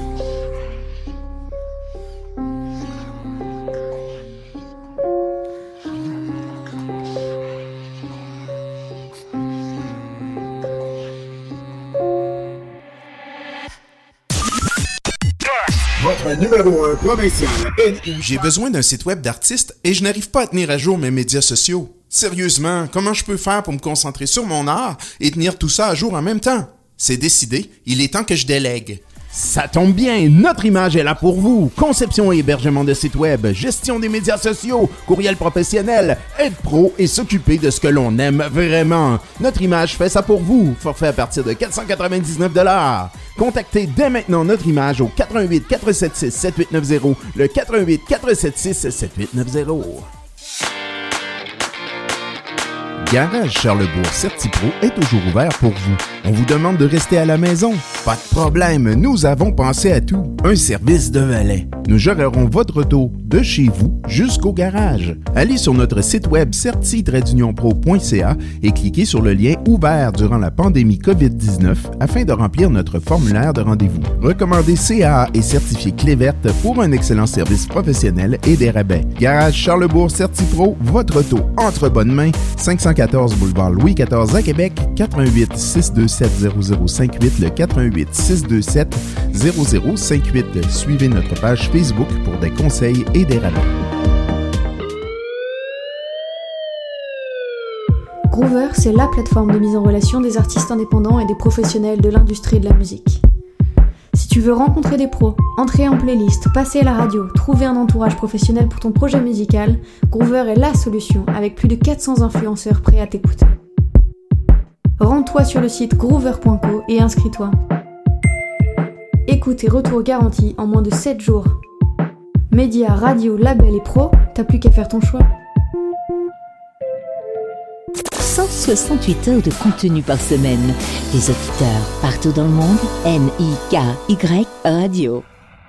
Votre numéro un provincial. J'ai besoin d'un site web d'artiste et je n'arrive pas à tenir à jour mes médias sociaux. Sérieusement, comment je peux faire pour me concentrer sur mon art et tenir tout ça à jour en même temps? C'est décidé, il est temps que je délègue. Ça tombe bien, notre image est là pour vous. Conception et hébergement de sites web, gestion des médias sociaux, courriel professionnel, être pro et s'occuper de ce que l'on aime vraiment. Notre image fait ça pour vous. Forfait à partir de quatre cent quatre-vingt-dix-neuf dollars. Contactez dès maintenant notre image au quatre un huit, quatre sept six, sept huit neuf zéro, le quatre un huit, quatre sept six, sept huit neuf zéro. Garage Charlebourg CertiPro est toujours ouvert pour vous. On vous demande de rester à la maison? Pas de problème, nous avons pensé à tout. Un service de valet. Nous gérerons votre auto de chez vous jusqu'au garage. Allez sur notre site web certi tiret union pro point c a et cliquez sur le lien ouvert durant la pandémie covid dix-neuf afin de remplir notre formulaire de rendez-vous. Recommandé C A A et certifié Clé verte pour un excellent service professionnel et des rabais. Garage Charlebourg CertiPro, votre auto entre bonnes mains. cinq cent quatorze boulevard Louis quatorze à Québec, quatre un huit, six deux sept, zéro zéro cinq huit, le quatre un huit, six deux sept, zéro zéro cinq huit. Suivez notre page Facebook pour des conseils et des rabais. Groover, c'est la plateforme de mise en relation des artistes indépendants et des professionnels de l'industrie de la musique. Si tu veux rencontrer des pros, entrer en playlist, passer à la radio, trouver un entourage professionnel pour ton projet musical, Groover est la solution avec plus de quatre cents influenceurs prêts à t'écouter. Rends-toi sur le site groover point co et inscris-toi. Écoute et retour garantis en moins de sept jours. Médias, radio, label et pro, t'as plus qu'à faire ton choix. cent soixante-huit heures de contenu par semaine. Des auditeurs partout dans le monde. N I K Y Radio.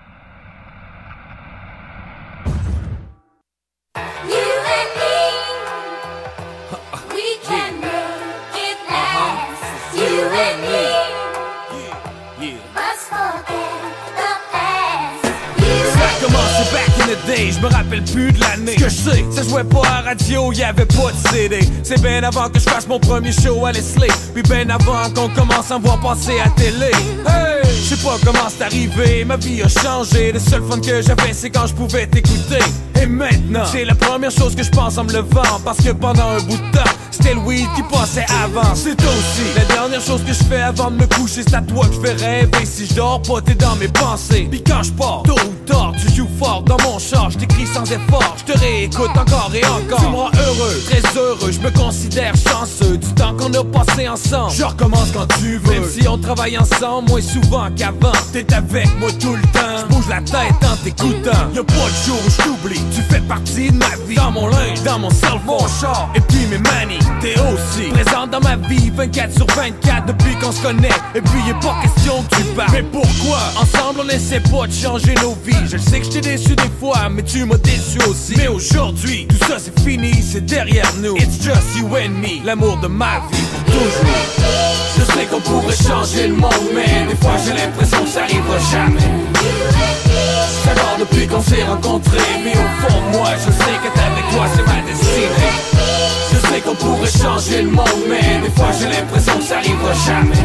Je me rappelle plus de l'année. Ce que je sais, ça jouait pas à radio, y'avait pas de C D. C'est ben avant que je fasse mon premier show à Leslie. Puis ben avant qu'on commence à me voir passer à télé. Hey, je sais pas comment c'est arrivé, ma vie a changé. Le seul fun que j'avais c'est quand je pouvais t'écouter. Et maintenant, c'est la première chose que je pense en me levant. Parce que pendant un bout de temps, c'était le weed qui passait avant. C'est aussi la dernière chose que je fais avant de me coucher. C'est à toi que je fais rêver. Si je dors pas, t'es dans mes pensées. Puis quand je pars, tôt ou tard, tu joues fort dans mon char. Je t'écris sans effort, je te réécoute encore et encore. Tu me rends heureux, très heureux. Je me considère chanceux du temps qu'on a passé ensemble. Je recommence quand tu veux. Même si on travaille ensemble moins souvent qu'avant. T'es avec moi tout le temps. Je bouge la tête en t'écoutant. Y'a pas de jour où je t'oublie. Tu fais partie de ma vie. Dans mon linge, dans mon cerveau, mon char. Et puis mes manies, t'es aussi présente dans ma vie vingt-quatre sur vingt-quatre depuis qu'on se connaît. Et puis y'a pas question que tu parles. Mais pourquoi? Ensemble on essaie pas de changer nos vies. Je sais que je t'ai déçu des fois, mais tu m'as déçu aussi. Mais aujourd'hui, tout ça c'est fini, c'est derrière nous. It's just you and me, l'amour de ma vie pour toujours. Je sais qu'on pourrait changer le monde, mais des fois j'ai l'impression que ça arrivera jamais. J'adore depuis qu'on s'est rencontrés, mais au fond de moi je sais qu'être avec toi c'est ma destinée. Je sais qu'on pourrait changer le monde, mais des fois j'ai l'impression que ça arrivera jamais.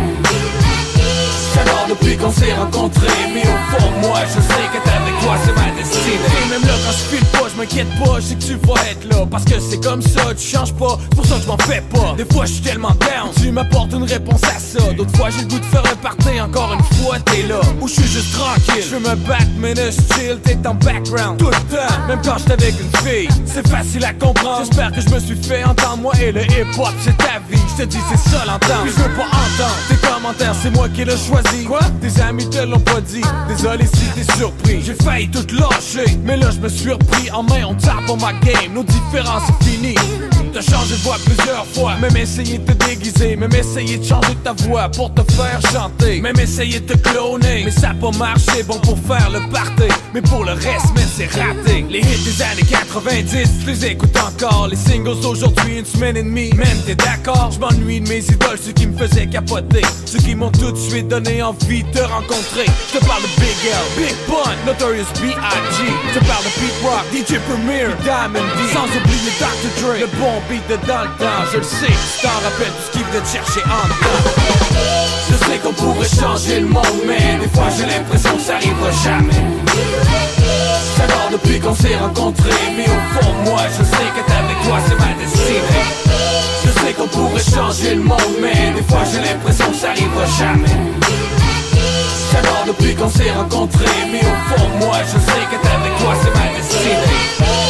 J'adore depuis qu'on s'est rencontrés, mais au fond de moi je sais qu'être avec toi c'est ma destinée. Et même là quand je file pas, je m'inquiète pas, je sais que tu vas être là. Parce que c'est comme ça, tu changes pas, c'est pour ça que je m'en fais pas. Des fois je suis tellement down, tu m'apportes une réponse à ça. D'autres fois j'ai le goût de faire un party, encore une fois t'es là. Ou je suis juste tranquille, je veux me battre mais ne chill, t'es en background tout le temps, même quand j'étais avec une fille. C'est facile à comprendre, j'espère que je me suis fait entendre. Moi et le hip-hop c'est ta vie, je te dis c'est ça l'entendre. Puis je veux pas entendre tes commentaires, c'est moi qui l'ai choisi. Quoi? Tes amis te l'ont pas dit, désolé si t'es surpris. J'ai failli tout lâcher, mais là je me suis repris en main. On tape pour ma game, nos différences c'est fini. T'as changé de voix plusieurs fois, même essayer de te déguiser, même essayer de changer ta voix pour te faire chanter, même essayer de te cloner, mais ça a pas marché. Bon pour faire le party, mais pour le reste man c'est raté. Les hits des années quatre-vingt-dix, je les écoute encore. Les singles d'aujourd'hui, une semaine et demie, même t'es d'accord? Je m'ennuie de mes idoles, ceux qui me faisaient capoter, ceux qui m'ont tout de suite donné envie de te rencontrer. Je te parle de Big L, Big Pun, Notorious B I G. Je te parle de Pete Rock, D J Premier, Diamond D, sans oublier docteur Dre, le bon beat de dans le temps. Je le sais, tu t'en rappelles tout ce qu'il venait te chercher en dedans. Je sais qu'on pourrait changer le monde, mais des fois j'ai l'impression que ça arrivera jamais. J'adore depuis qu'on s'est rencontrés, mais au fond de moi je sais qu'être avec toi c'est ma destinée. Je sais qu'on pourrait changer le monde, mais des fois j'ai l'impression que ça arrivera jamais. j'adore depuis qu'on s'est rencontrés. Mais au fond de moi, je sais qu'être avec toi c'est ma destinée.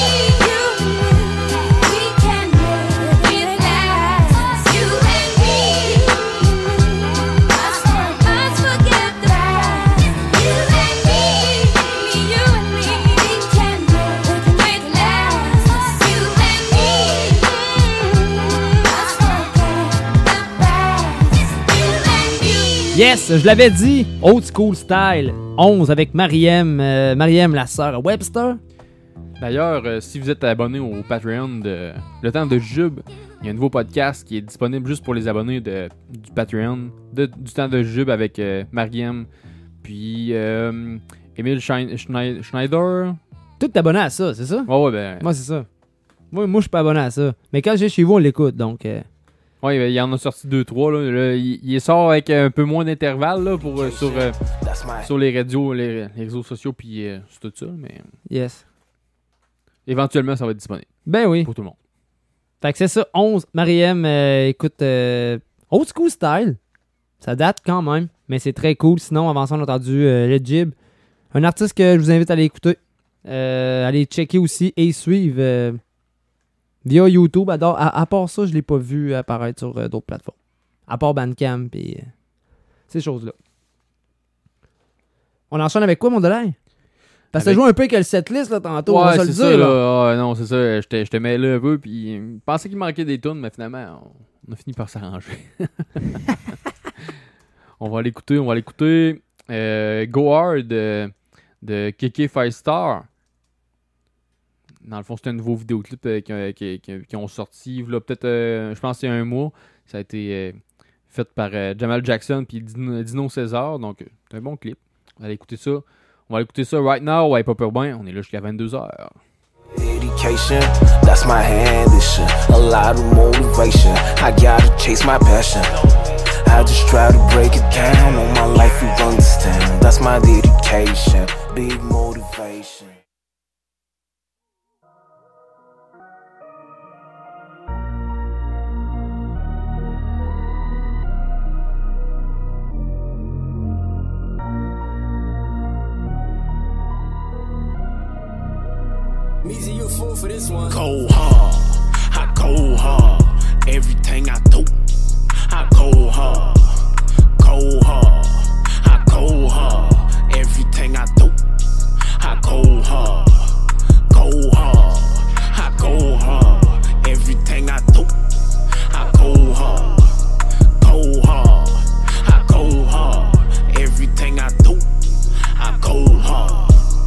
Yes, je l'avais dit, Old School Style, onze avec Mariem, euh, Mariem la sœur Webster. D'ailleurs, euh, si vous êtes abonné au Patreon de Le Temps de Jube, il y a un nouveau podcast qui est disponible juste pour les abonnés de, du Patreon, de, du Temps de Jube avec euh, Mariem, puis euh, Emile Schein- Schneid- Schneider. Tout est abonné à ça, c'est ça? Ouais, ouais, ben... Moi, c'est ça. Moi, moi je suis pas abonné à ça. Mais quand j'ai chez vous, on l'écoute, donc... Euh... Ouais, il y en a sorti deux trois là. Là, il, il sort avec un peu moins d'intervalle là, pour, euh, sur, euh, sur les radios, les, les réseaux sociaux, puis euh, c'est tout ça, mais... Yes. Éventuellement, ça va être disponible. Ben oui. Pour tout le monde. Fait que c'est ça, onze. Mariem, euh, écoute, euh, Old School Style. Ça date quand même, mais c'est très cool. Sinon, avant ça, on a entendu euh, Le Jib. Un artiste que je vous invite à aller écouter. Euh, allez checker aussi et suivre... Euh, via YouTube, à, à, à part ça, je l'ai pas vu apparaître sur euh, d'autres plateformes. À part Bandcamp et euh, ces choses-là. On enchaîne avec quoi, mon Delay? Parce que avec... t'as joué un peu avec le setlist là, tantôt, ouais, on va se le dire. dire. Là. Là. Ah, non, c'est ça. Je te mêlé un peu, puis je pensais qu'il manquait des tunes, mais finalement, on a fini par s'arranger. On va l'écouter, on va l'écouter. Euh, Go Hard de, de K K Five Star. Dans le fond, c'est un nouveau vidéoclip euh, qui, qui, qui, qui ont sorti, là, peut-être, euh, je pense qu'il y a un mois. Ça a été euh, fait par euh, Jamal Jackson puis Dino, Dino César. Donc, euh, c'est un bon clip. On va aller écouter ça. On va aller écouter ça right now. Ouais, pas peur bien. On est là jusqu'à vingt-deux heures. Education, that's my ambition. A lot of motivation. I gotta chase my passion. I just try to break it down. On my life, you understand. That's my dedication. Big motivation. Meezy, you a fool for this one. Go hard, I go hard. Everything I do, I go hard. Go hard, I go hard. Everything I do, I go hard. Go hard, I go hard. Everything I do, I go hard. Go hard, I go hard. Everything I do, I go hard.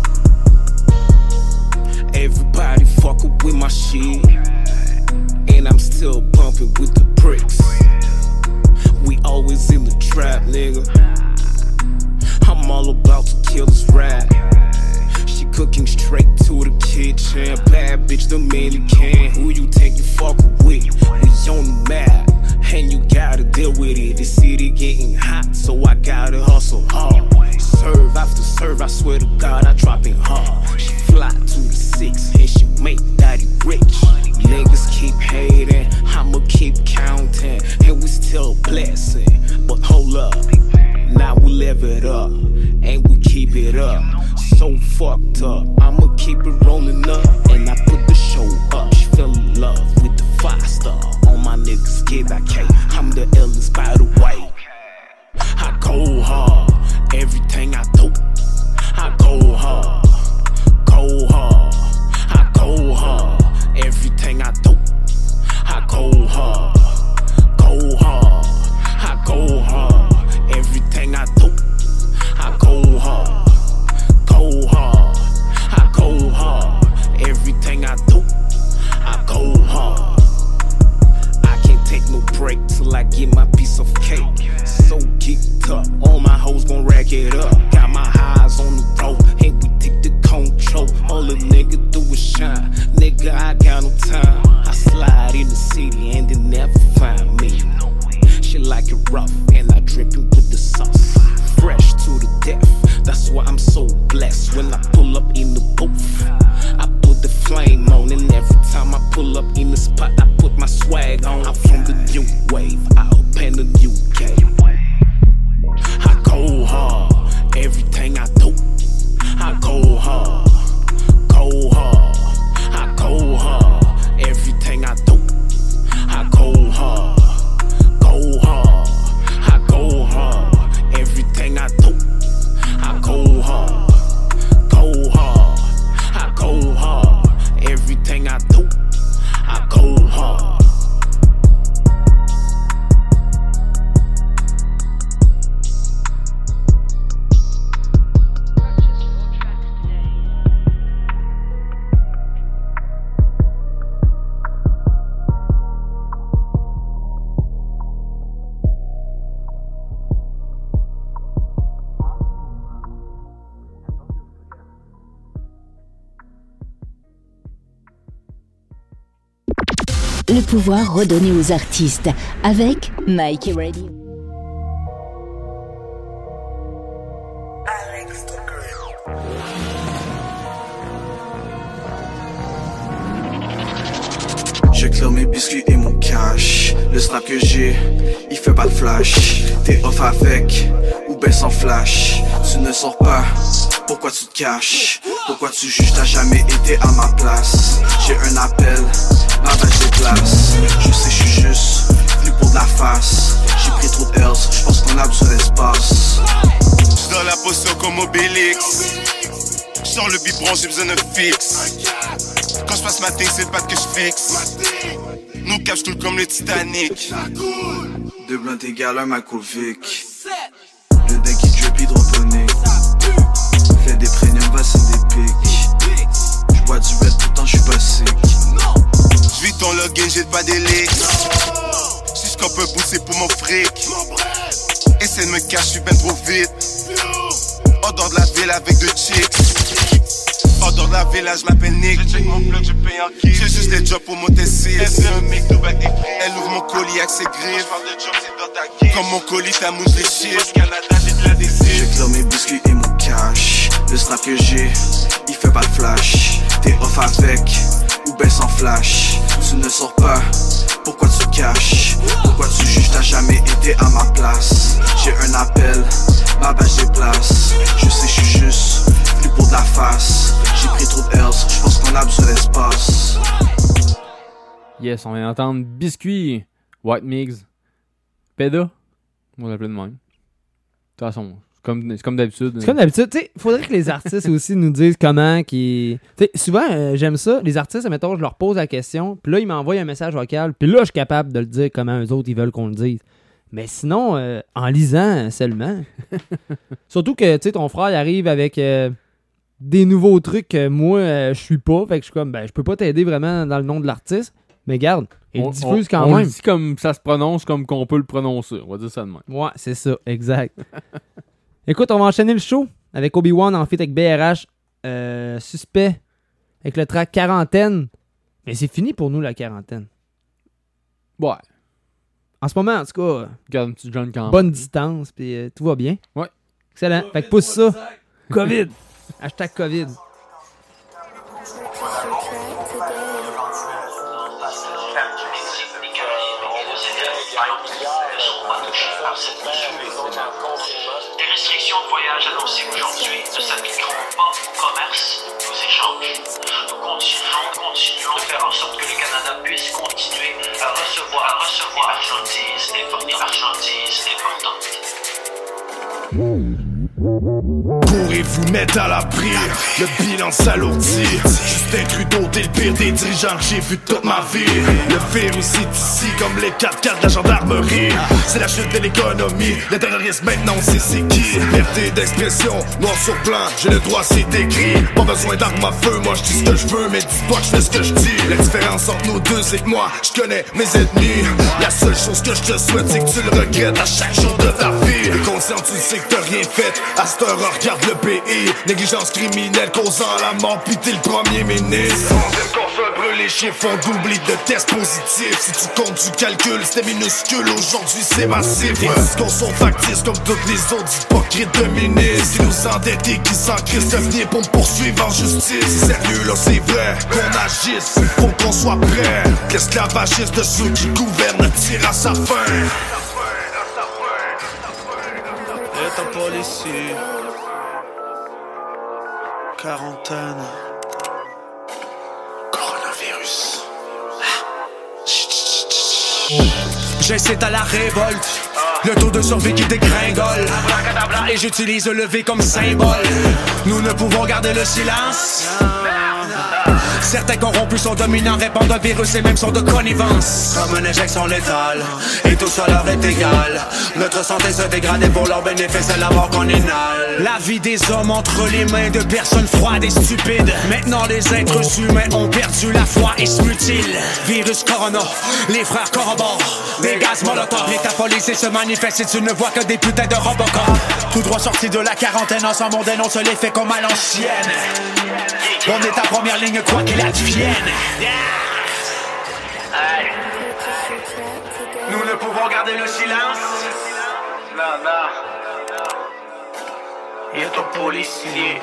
Everybody fuckin' with my shit, and I'm still bumpin' with the bricks. We always in the trap, nigga. I'm all about to kill this rap. She cooking straight to the kitchen. Bad bitch, the Dominican. Who you think you fuckin' with? We on the map, and you gotta deal with it. The city getting hot, so I gotta hustle hard. Serve after serve, I swear to God, I drop it hard. She fly to the six, and she make daddy rich. Niggas keep hating, I'ma keep counting, and we still blessing. But hold up, now we live it up, and we keep it up. So fucked up, I'ma keep it rolling up, and I put the show up. She fell in love with the five star. All my niggas get that K, I'm the illest by the way. I go hard, everything I do, I go hard. Go hard, I go hard. Everything I do, I go hard. Go hard, I go hard. Everything I do, I go hard. Go hard, I go hard. Everything I do, I go hard. I can't take no break till I get my piece of cake. So geeked up, all my hoes gon' rack it up. Got my eyes on the road, and we take the control. All the nigga do is shine, nigga I got no time. I slide in the city and they never find me. She like it rough and I drip it with the sauce. Fresh to the death, that's why I'm so blessed. When I pull up in the booth, I put the flame on, and every time I pull up in the spot, I put my swag on. I'm from the new wave, I open the U K. I go hard, I do, I go hard. Le pouvoir redonné aux artistes avec Nike Radio. J'éclaire mes biscuits et mon cash. Le snap que j'ai, il fait pas de flash. T'es off avec ou ben sans flash. Tu ne sors pas, pourquoi tu te caches? Pourquoi tu juges, t'as jamais été à ma place? J'ai un appel, ma vache déplace. Je sais, je suis juste venu pour de la face. J'ai pris trop de L's, j'pense qu'on a besoin d'espace. J'suis dans la potion comme Obélix. J'sors le biberon, j'ai besoin d'un fixe. Quand j'passe ma thé, c'est le pad que j'fixe. Nous cache tout comme le Titanic. Deux blindes égale un Makovic. Le deck qui drip hydroponique. Fais des premiums, bassin des pics. J'bois du red, pourtant j'suis pas sick. J'vis ton login, j'ai pas d'élix. Si j'campe un bout, c'est pour mon fric. Essaie de me cacher, j'suis ben trop vite. En dehors de la ville avec deux chicks. En dehors de la ville, je m'appelle Nick. Je check mon bloc, je paye en kill. J'ai juste des jobs pour monter six. Elle fait un mec, nous back des prix. Elle ouvre mon colis avec ses griffes. J'parle de job, c'est dans ta game. Comme mon colis, ta mouche les chiffres. Canada, j'ai de la désir. J'éclaire mes biscuits et mon cash. Le snap que j'ai, il fait pas de flash. T'es off avec ou ben sans flash. Tu ne sors pas, pourquoi tu te caches? Pourquoi tu juges, t'as jamais été à ma place? J'ai un appel, ma base déplace. Je sais, je suis juste venu pour de la face. J'ai pris trop de L's, j'pense qu'on a besoin d'espace. Yes, on vient d'entendre Biscuit, White Mix, Peda, on va l'appeler de même. De toute façon, c'est comme, c'est comme d'habitude. C'est comme d'habitude, tu sais, faudrait que les artistes aussi nous disent comment qui. Tu sais, souvent, euh, j'aime ça, les artistes, mettons, je leur pose la question, puis là, ils m'envoient un message vocal, puis là, je suis capable de le dire comment eux autres, ils veulent qu'on le dise. Mais sinon, euh, en lisant seulement. Surtout que, tu sais, ton frère, il arrive avec euh, des nouveaux trucs que moi, euh, je suis pas, fait que je suis comme, ben, je peux pas t'aider vraiment dans le nom de l'artiste, mais garde, il on, diffuse on, quand on même. On le dit comme ça se prononce, comme qu'on peut le prononcer, on va dire ça de même. Ouais, c'est ça, exact. Écoute, on va enchaîner le show avec Obi-Wan en feat avec B R H, euh, Suspect, avec le track Quarantaine. Mais c'est fini pour nous, la quarantaine. Ouais. En ce moment, en tout cas, garde un petit jeune quand même. Bonne distance, puis euh, tout va bien. Ouais. Excellent. Fait que pousse ça. COVID. Hashtag COVID. Les restrictions de voyage annoncées aujourd'hui ne s'appliqueront pas au commerce et aux échanges. Nous continuons, continuons de faire en sorte que le Canada puisse continuer à recevoir, à recevoir marchandises importantes, marchandises importantes. Pourrez-vous mettre à l'abri, le bilan s'alourdit. Justin Trudeau, t'es le pire des dirigeants que j'ai vu toute ma vie. Le virus est ici comme les quatre quatre de la gendarmerie. C'est la chute de l'économie, le terrorisme maintenant c'est c'est qui. Liberté d'expression, noir sur blanc, j'ai le droit c'est écrit. Pas besoin d'armes à feu, moi je dis ce que je veux, mais dis-toi que je fais ce que je dis. La différence entre nous deux c'est que moi, je connais mes ennemis. La seule chose que je te souhaite c'est que tu le regrettes à chaque jour de ta vie. T'es conscient, tu sais que t'as rien fait, à cette heure regarde le pays. Négligence criminelle causant la mort, pis t'es le premier ministre. Centaines qu'on fait brûler, les chiffres font doubler de tests positifs. Si tu comptes, tu calcules, c'était minuscule, aujourd'hui c'est massif. Les discours sont factices comme toutes les autres hypocrites de ministres. Qui nous endettent et qui s'en crissent, venir pour me poursuivre en justice. C'est sérieux là, c'est vrai, qu'on agisse, il faut qu'on soit prêt. L'esclavagisme de ceux qui gouvernent tire à sa fin. Et ta policie, quarantaine, coronavirus. J'incite à la révolte, le taux de survie qui dégringole. Et j'utilise le V comme symbole. Nous ne pouvons garder le silence. Certains corrompus sont dominants, répandent un virus et même sont de connivence. Comme une injection létale, et tout ça leur est égal. Notre santé se dégrade et pour leur bénéfice c'est la mort qu'on inhale. La vie des hommes entre les mains de personnes froides et stupides. Maintenant les êtres humains ont perdu la foi et se mutilent. Virus Corona, les frères corroborent. Des gaz molotov, l'État policier se manifeste et tu ne vois que des putains de Robocop. Tout droit sorti de la quarantaine, ensemble on dénonce les faits comme à l'ancienne. On est à première ligne quoi qu'il advienne. Hey. Nous ne pouvons garder le silence. Non, non. Il est ton policier.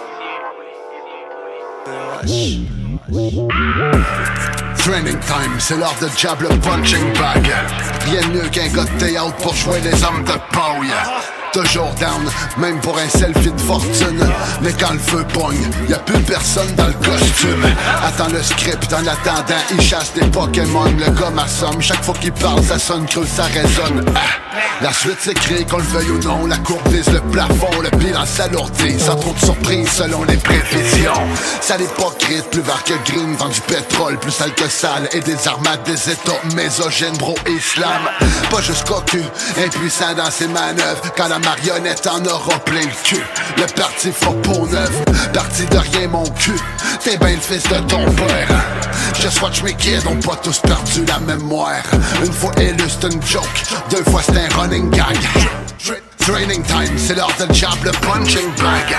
Training time, c'est l'heure de jab le punching bag. Rien de mieux qu'un gars de théâtre pour jouer les hommes de paille. Toujours down, même pour un selfie de fortune. Mais quand le feu pogne, y'a plus personne dans le costume. Attends le script, en attendant, il chasse des Pokémon. Le gars m'assomme, chaque fois qu'il parle, ça sonne creux, ça résonne. Ah. La suite s'écrit, qu'on le veuille ou non. La courbe vise le plafond, le bilan s'alourdit. Sans trop de surprise selon les prévisions. Sale hypocrite, plus vert que green, vend du pétrole, plus sale que sale. Et des armades des états misogynes, bro, islam. Pas juste cocu, impuissant dans ses manœuvres. Quand la marionnette en aura plein le cul. Le parti fera peau neuve, parti de rien mon cul. T'es ben le fils de ton père. Just watch mes kids, ont pas tous perdu la mémoire. Une fois élu c'est une joke, deux fois c'est un running gag. Training time, c'est l'heure de jab le punching bag.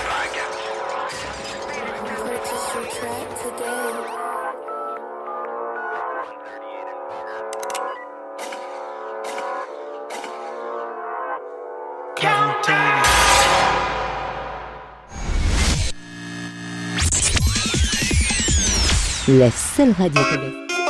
La seule radio télé.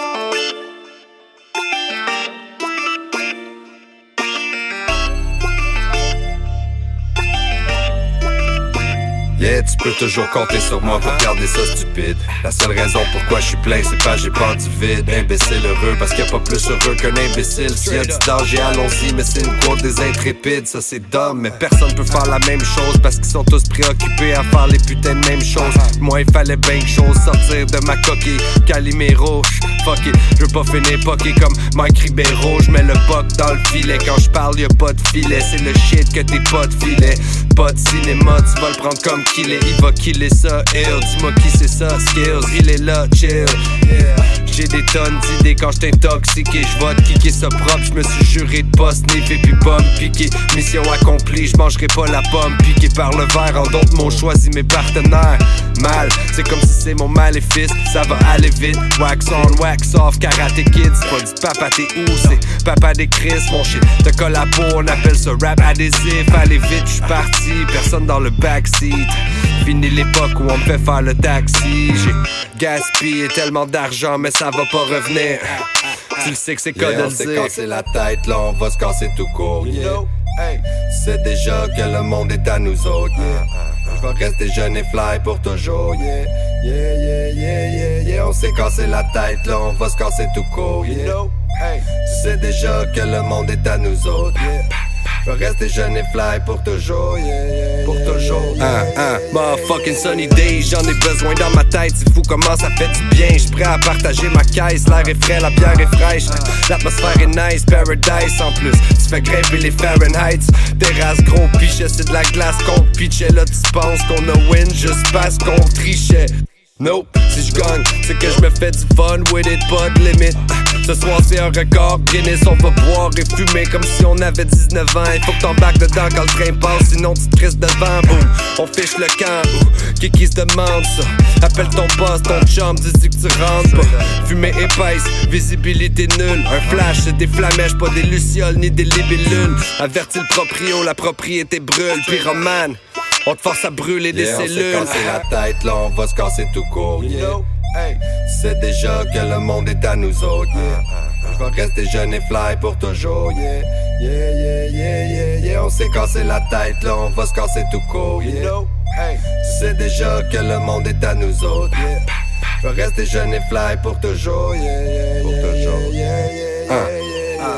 Yeah, tu peux toujours compter sur moi pour garder ça stupide. La seule raison pourquoi je suis plein, c'est pas j'ai pas du vide. Imbécile heureux, parce qu'il y a pas plus heureux qu'un imbécile. S'il y a du danger, allons-y, mais c'est une quote des intrépides. Ça c'est dumb, mais personne peut faire la même chose, parce qu'ils sont tous préoccupés à faire les putains de mêmes choses. Moi il fallait bien que chose sortir de ma coquille. Calimero, fuck it, je veux pas finir poqué comme Mike Ribeiro. Je mets le buck dans le filet, quand je parle y'a pas de filet. C'est le shit que t'es pas de filet. Pas de cinéma, tu vas le prendre comme qu'il est, il va killer ça, ill. Dis-moi qui c'est ça, skills, il est là, chill. Yeah. J'ai des tonnes d'idées quand j'suis intoxiqué. J'vois te kicker ça propre, j'me suis juré de pas sniffer puis pas me piquer. Mission accomplie, j'mangerai pas la pomme piquée par le verre. En d'autres mots, choisis mes partenaires. Mal, c'est comme si c'est mon maléfice, ça va aller vite. Wax on, wax off, Karate Kid. C'est pas du papa t'es où, c'est papa des Chris. Mon shit te colle à peau, on appelle ça rap adhésif. Allez vite, j'suis parti, personne dans le backseat. Fini l'époque où on me fait faire le taxi. J'ai gaspillé tellement d'argent, mais ça va pas revenir. Tu le sais que c'est quoi de le dire. On s'est cassé la tête, là on va se casser tout court. Yeah. Hey. C'est déjà que le monde est à nous autres. Yeah. Je vais rester jeune et fly pour toujours. Yeah, yeah, yeah, yeah, yeah, yeah. On s'est cassé la tête, là on va se casser tout court. Yeah. Hey. Tu sais déjà que le monde est à nous autres. Yeah. Je vais rester jeune et fly pour toujours, yeah, yeah, pour toujours, yeah, yeah, yeah, yeah. Motherfucking sunny day, j'en ai besoin dans ma tête. C'est fou comment ça fait du bien, j'suis prêt à partager ma caisse. L'air est frais, la bière est fraîche, l'atmosphère est nice, paradise en plus. Tu fais grimper les Fahrenheit. Terrasse gros pichet, c'est de la glace qu'on pitchait. Là tu penses qu'on a win juste parce qu'on trichait. Nope, si je gagne, c'est que je me fais du fun with it, pas de limite. Ce soir c'est un record, Guinness, on va boire et fumer comme si on avait dix-neuf ans. Il faut que t'embarques dedans quand le train passe, sinon tu te risques devant. Boum, on fiche le camp, qui qui se demande ça. Appelle ton boss, ton chum, dis-lui que tu rentres pas. Fumée épaisse, visibilité nulle. Un flash, c'est des flamèches, pas des lucioles ni des libellules. Avertis le proprio, la propriété brûle. Pyromane, on te force à brûler des yeah, cellules. On s'est cassé la tête, là on va se casser tout court. Yeah. Hey. Tu sais déjà que le monde est à nous autres. Yeah. Je vais rester jeune et fly pour toujours. Yeah, yeah, yeah, yeah, yeah, yeah. On s'est cassé la tête, là on va se casser tout court. Yeah. Hey. Tu sais déjà que le monde est à nous autres. Yeah. Je vais rester jeune et fly pour toujours. Yeah, yeah, pour toujours. Yeah, yeah, yeah, yeah, yeah, yeah.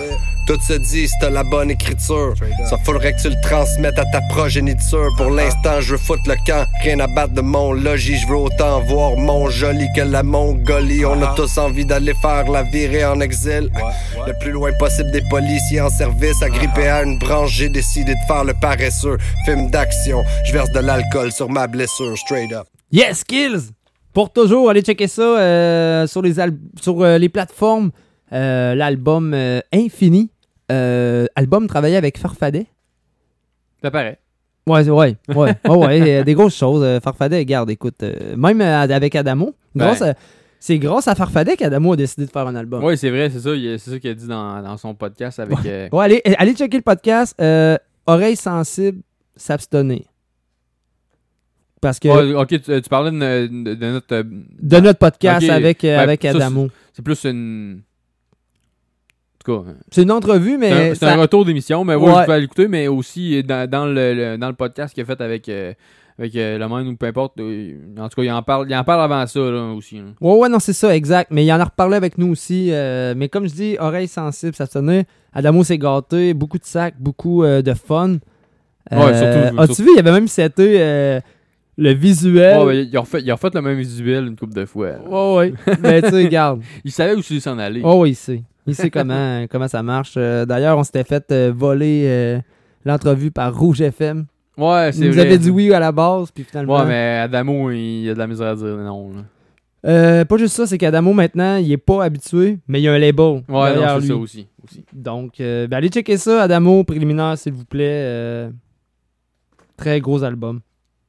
Tout se dit, c'est la bonne écriture. Ça faudrait que tu le transmettes à ta progéniture. Pour l'instant, je veux foutre le camp, rien à battre de mon logis. Je veux autant voir mon joli que la Mongolie. On a tous envie d'aller faire la virée en exil. Le plus loin possible des policiers en service. Agrippé à une branche, j'ai décidé de faire le paresseux. Film d'action, je verse de l'alcool sur ma blessure, straight up. Yes, Kills! Pour toujours, allez checker ça euh, sur, les, al- sur euh, les plateformes. Euh, l'album euh, Infini. Euh, album travaillé avec Farfadet. Ça paraît. Ouais, ouais, ouais. oh, ouais des grosses choses. Euh, Farfadet, regarde, écoute, euh, même euh, avec Adamo, grâce ben. à, c'est grâce à Farfadet qu'Adamo a décidé de faire un album. Oui, c'est vrai, c'est ça. Il, c'est ça qu'il a dit dans, dans son podcast avec. Ouais, euh... ouais allez, allez checker le podcast euh, Oreilles sensibles, s'abstenir. Parce que. Ouais, ok, tu, tu parlais de, de, de notre. Euh, de notre podcast okay. avec, euh, ben, avec ça, Adamo. C'est, c'est plus une. C'est une entrevue, mais. C'est un, c'est ça... un retour d'émission, mais ouais, ouais, je peux l'écouter, mais aussi dans, dans, le, le, dans le podcast qu'il a fait avec, euh, avec euh, le monde ou peu importe. Euh, en tout cas, il en parle, il en parle avant ça là, aussi. Là. Ouais, ouais, non, c'est ça, exact. Mais il en a reparlé avec nous aussi. Euh, mais comme je dis, oreilles sensibles, ça tenait. Adamo s'est gâté, beaucoup de sacs, beaucoup euh, de fun. Euh, ouais, surtout. As-tu surtout. vu, il y avait même seté euh, le visuel. Ouais, ben, il, a refait, il a refait le même visuel une couple de fois. Là. Ouais, ouais. Mais tu sais, regarde. Il savait où il s'en allait. Oh, oui, il sait. Il sait comment, comment ça marche. Euh, d'ailleurs, on s'était fait euh, voler euh, l'entrevue par Rouge F M. Ouais, c'est il vrai. nous avait dit oui à la base, puis finalement... Ouais, mais Adamo, il a de la misère à dire non. Là. Euh, pas juste ça, c'est qu'Adamo, maintenant, il est pas habitué, mais il y a un label ouais, derrière non, c'est lui. ça aussi. aussi. Donc, euh, ben allez checker ça, Adamo, préliminaire, s'il vous plaît. Euh, très gros album.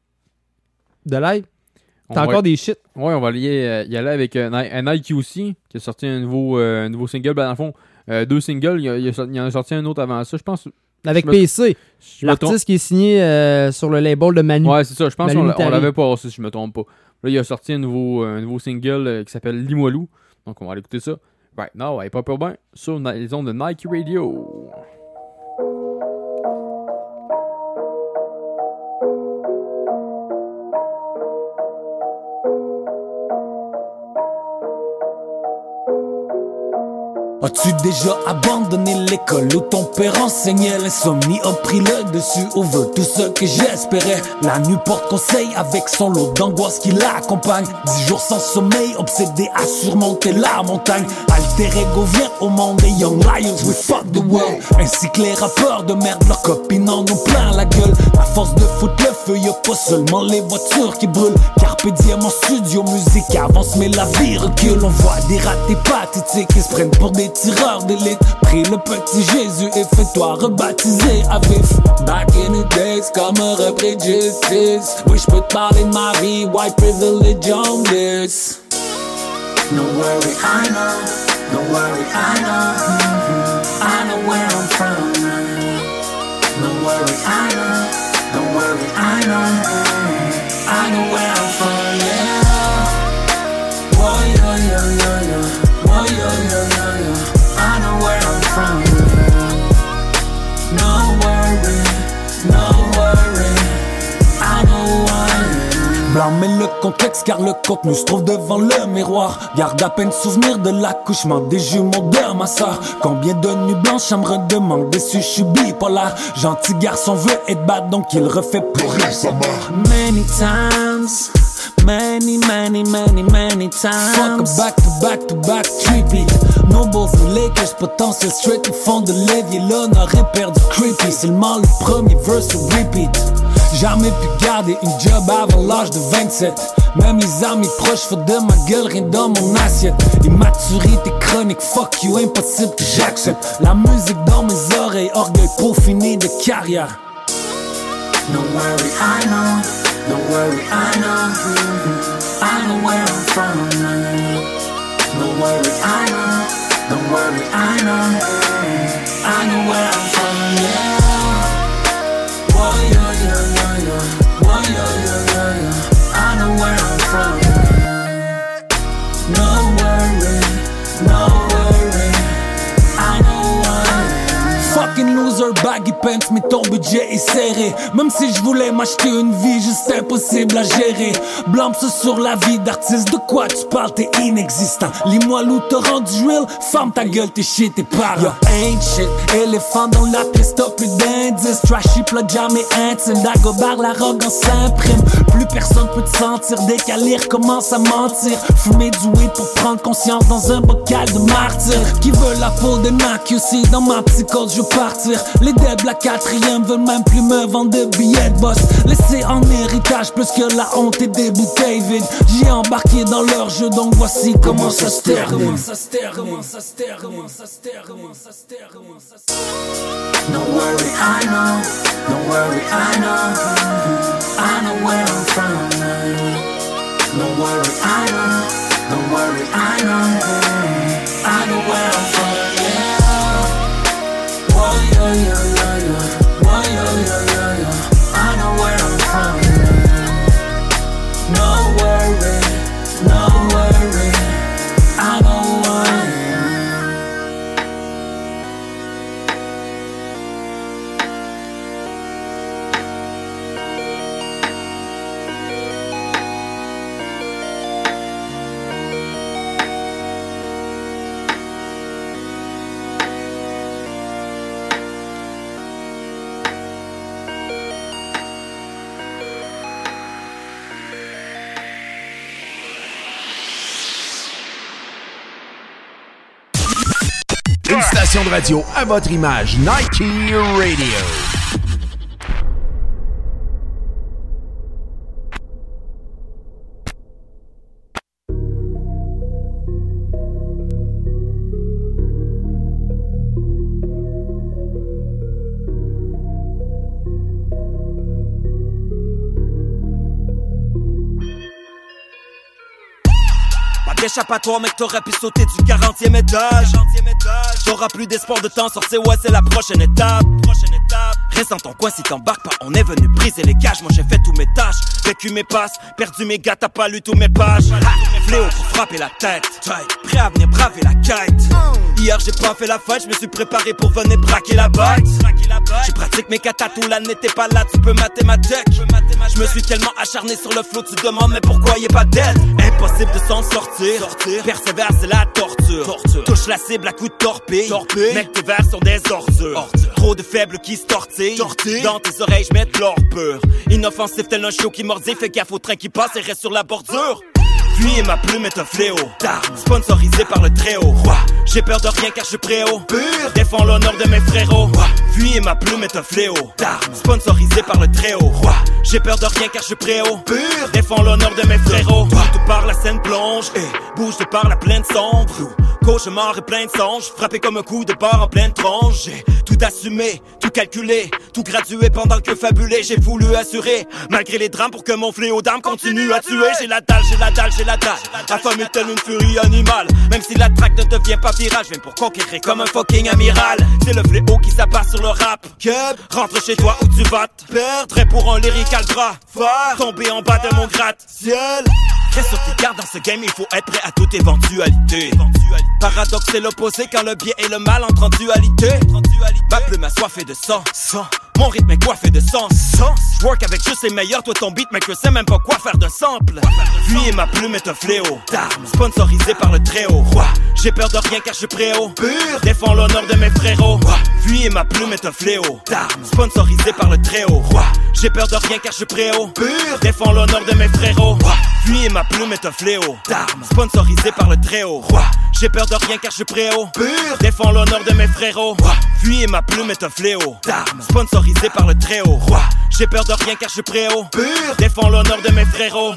De live? T'as on encore va... des shit? Ouais, on va y, euh, y aller avec euh, un I Q C qui a sorti un nouveau, euh, un nouveau single. Ben, dans le fond, euh, deux singles. Il y, a, il, y a, il y en a sorti un autre avant ça, je pense. Avec je P C. Me... L'artiste qui est signé euh, sur le label de Manu. Ouais, c'est ça. Je pense Manu qu'on on l'avait pas si je me trompe pas. Là, il a sorti un nouveau, un nouveau single euh, qui s'appelle Limoilou. Donc, on va aller écouter ça. Right now, elle est pas pour bien sur les ondes de Nike Radio. As-tu déjà abandonné l'école où ton père enseignait? L'insomnie a pris le dessus, ouvre tout ce que j'espérais. La nuit porte conseil avec son lot d'angoisse qui l'accompagne. Dix jours sans sommeil, obsédé à surmonter la montagne. Alter ego vient au monde et Young Lions, we fuck the world. Ainsi que les rappeurs de merde, leurs copines en ont plein la gueule. À force de foutre le feu, y'a pas seulement les voitures qui brûlent. Carpe diem en studio, musique avance mais la vie recule. On voit des ratés pathétiques qui se prennent pour des tireur d'élite. Prie le petit Jésus et fais-toi rebaptiser à vif. Back in the days, comme un repris de justice. Oui, j'peux te parler de ma vie, white privilege on this. No worry, I know. No worry, I know. Mm-hmm. I know where I'm from. No worry, I know. Don't worry, I know. Mm-hmm. I know where I'm from, yeah. Whoa, yo, yo, yo, yo. Whoa, yo, yo, yo, yo. I know where I'm from. No worry, no worry. I know I am. Blâmer le contexte car le contenu se trouve devant le miroir. Garde à peine souvenir de l'accouchement des jumeaux de ma soeur. Combien de nuits blanches à me redemander déçu, je suis bipolaire. Gentil garçon veut être bad donc il refait plus rien sa mère. Many times. Many, many, many, many times. Fuck a back to back to back trippy. No balls ni Lakers, potentiel straight au fond de l'évier. L'honneur est perdu creepy. Seulement le premier verse au repeat. Jamais pu garder une job avant l'âge de vingt-sept. Même les amis proches font de ma gueule rien dans mon assiette. Immaturité chronique, fuck you, impossible que j'accepte. La musique dans mes oreilles, orgueil pour finir de carrière. No worry, I know. Don't worry, I know. Mm-hmm. I know where I'm from. Don't worry, I know. Don't worry, I know. Mm-hmm. I know where I'm from, yeah. Whoa, yo, yo, yo, yo. Whoa, yo, yo, yo, yo. I know where I'm from. No worry, no worry. I know why. Fucking loser, baggy pants, mais ton budget est serré. Même si je voulais m'acheter une vie, juste impossible à gérer. Blâme ça sur la vie d'artiste, de quoi tu parles, t'es inexistant. Lis-moi l'où t'as rendu real, ferme ta gueule, t'es shit, t'es parents. Yo, ain't shit, éléphant dans la piste, t'as plus d'indices. Trashy, plat jamais intime, Dagobert, l'arrogance s'imprime. Plus personne peut te sentir décalé, recommence à mentir. Fumer du weed pour prendre conscience dans un bocal de martyr. Qui veut la peau des Mac aussi, dans ma psychose je veux partir. Les devs la quatrième veulent même plus me vendre de billets de boss. Laissez en héritage plus que la honte et des bouteilles vides. J'ai embarqué dans leur jeu, donc voici comment ça se termine. Comment ça se termine, comment ça se termine, comment ça se termine, comment ça se termine, comment ça se termine. Don't worry, I know. Don't worry, I know. I know where I'm from. Don't worry, I know. Don't worry, I know. I know where I'm from. Yeah. Whoa, yo, yo, yo, yo. Whoa, yo, yo, yo, yo. I know where I'm from. No worry, no worry. I know where I am. Une station de radio à votre image, Nike Radio. D'échappatoire, mec, t'aurais pu sauter du quarantième étage. T'auras plus d'espoir de t'en sortir, ouais, c'est la prochaine étape. Reste dans ton coin si t'embarques pas, on est venu briser les cages. Moi j'ai fait tous mes tâches, vécu mes passes, perdu mes gars, t'as pas lu tous mes pages. Fléau pour frapper la tête, prêt à venir braver la quête. Hier j'ai pas fait la fête, je me suis préparé pour venir braquer la bête. J'ai pratiqué mes katas tout l'année, t'es pas là, tu peux mater ma deck. Je me suis tellement acharné sur le flow, tu demandes mais pourquoi y'a pas d'aide. Impossible de s'en sortir, sortir. Persévère c'est la torture. torture Touche la cible à coups de torpille, torpille. Mec tes vers sont des ordures, ordures. Trop de faibles qui se tortillent, tortille. Dans tes oreilles je mets de l'or pur. Inoffensif tel un chiot qui mordit, fais gaffe au train qui passe et reste sur la bordure. Puis et ma plume est un fléau, d'armes sponsorisé par le Très-Haut. J'ai peur de rien car je suis préau, pur. Défends l'honneur de mes frérots. Puis et ma plume est un fléau, d'armes sponsorisé par le Très-Haut. J'ai peur de rien car je suis préau, pur. Défends l'honneur de mes frérots. Tout par la scène plonge et bouge de par la plaine sombre. Cauchemar et plein de songes, frappé comme un coup de barre en pleine tronche. J'ai tout assumé, tout calculé, tout gradué pendant que fabulé. J'ai voulu assurer, malgré les drames, pour que mon fléau d'âme continue à tuer. J'ai la dalle, j'ai la dalle, j'ai la dalle. Affamé telle une furie animale. Même si la traque ne devient pas virale, je viens pour conquérir comme un fucking amiral. C'est le fléau qui s'abat sur le rap. Cub, rentre chez toi où tu vas te perdre. Pour un lyrical bras, faire tomber en bas de mon gratte-ciel. Reste sur tes gardes dans ce game, il faut être prêt à toute éventualité. Paradoxe c'est l'opposé quand le bien et le mal entrent en dualité. Ma plume a soif et de sang. Mon rythme est coiffé de sens. J'work avec juste les meilleurs, toi ton beat mec je sais même pas quoi faire d'un sample. Lui et ma plume est un fléau, d'armes sponsorisé par le Très-Haut. J'ai peur de rien car je suis préau, pur. Défends l'honneur de mes frérots. Lui et ma plume est un fléau, d'armes sponsorisé par le Très-Haut. J'ai peur de rien car je suis préau, pur. Défends l'honneur de mes frérots. Lui et ma plume est un fléau, d'armes sponsorisé par le Très-Haut. J'ai peur de rien car je suis préau, pur. Défends l'honneur de mes frérots. Puis et ma plume est un fléau, d'armes sponsorisé par le Très-Haut. J'ai peur de rien car je suis préau, pur. Défends l'honneur de mes frérots.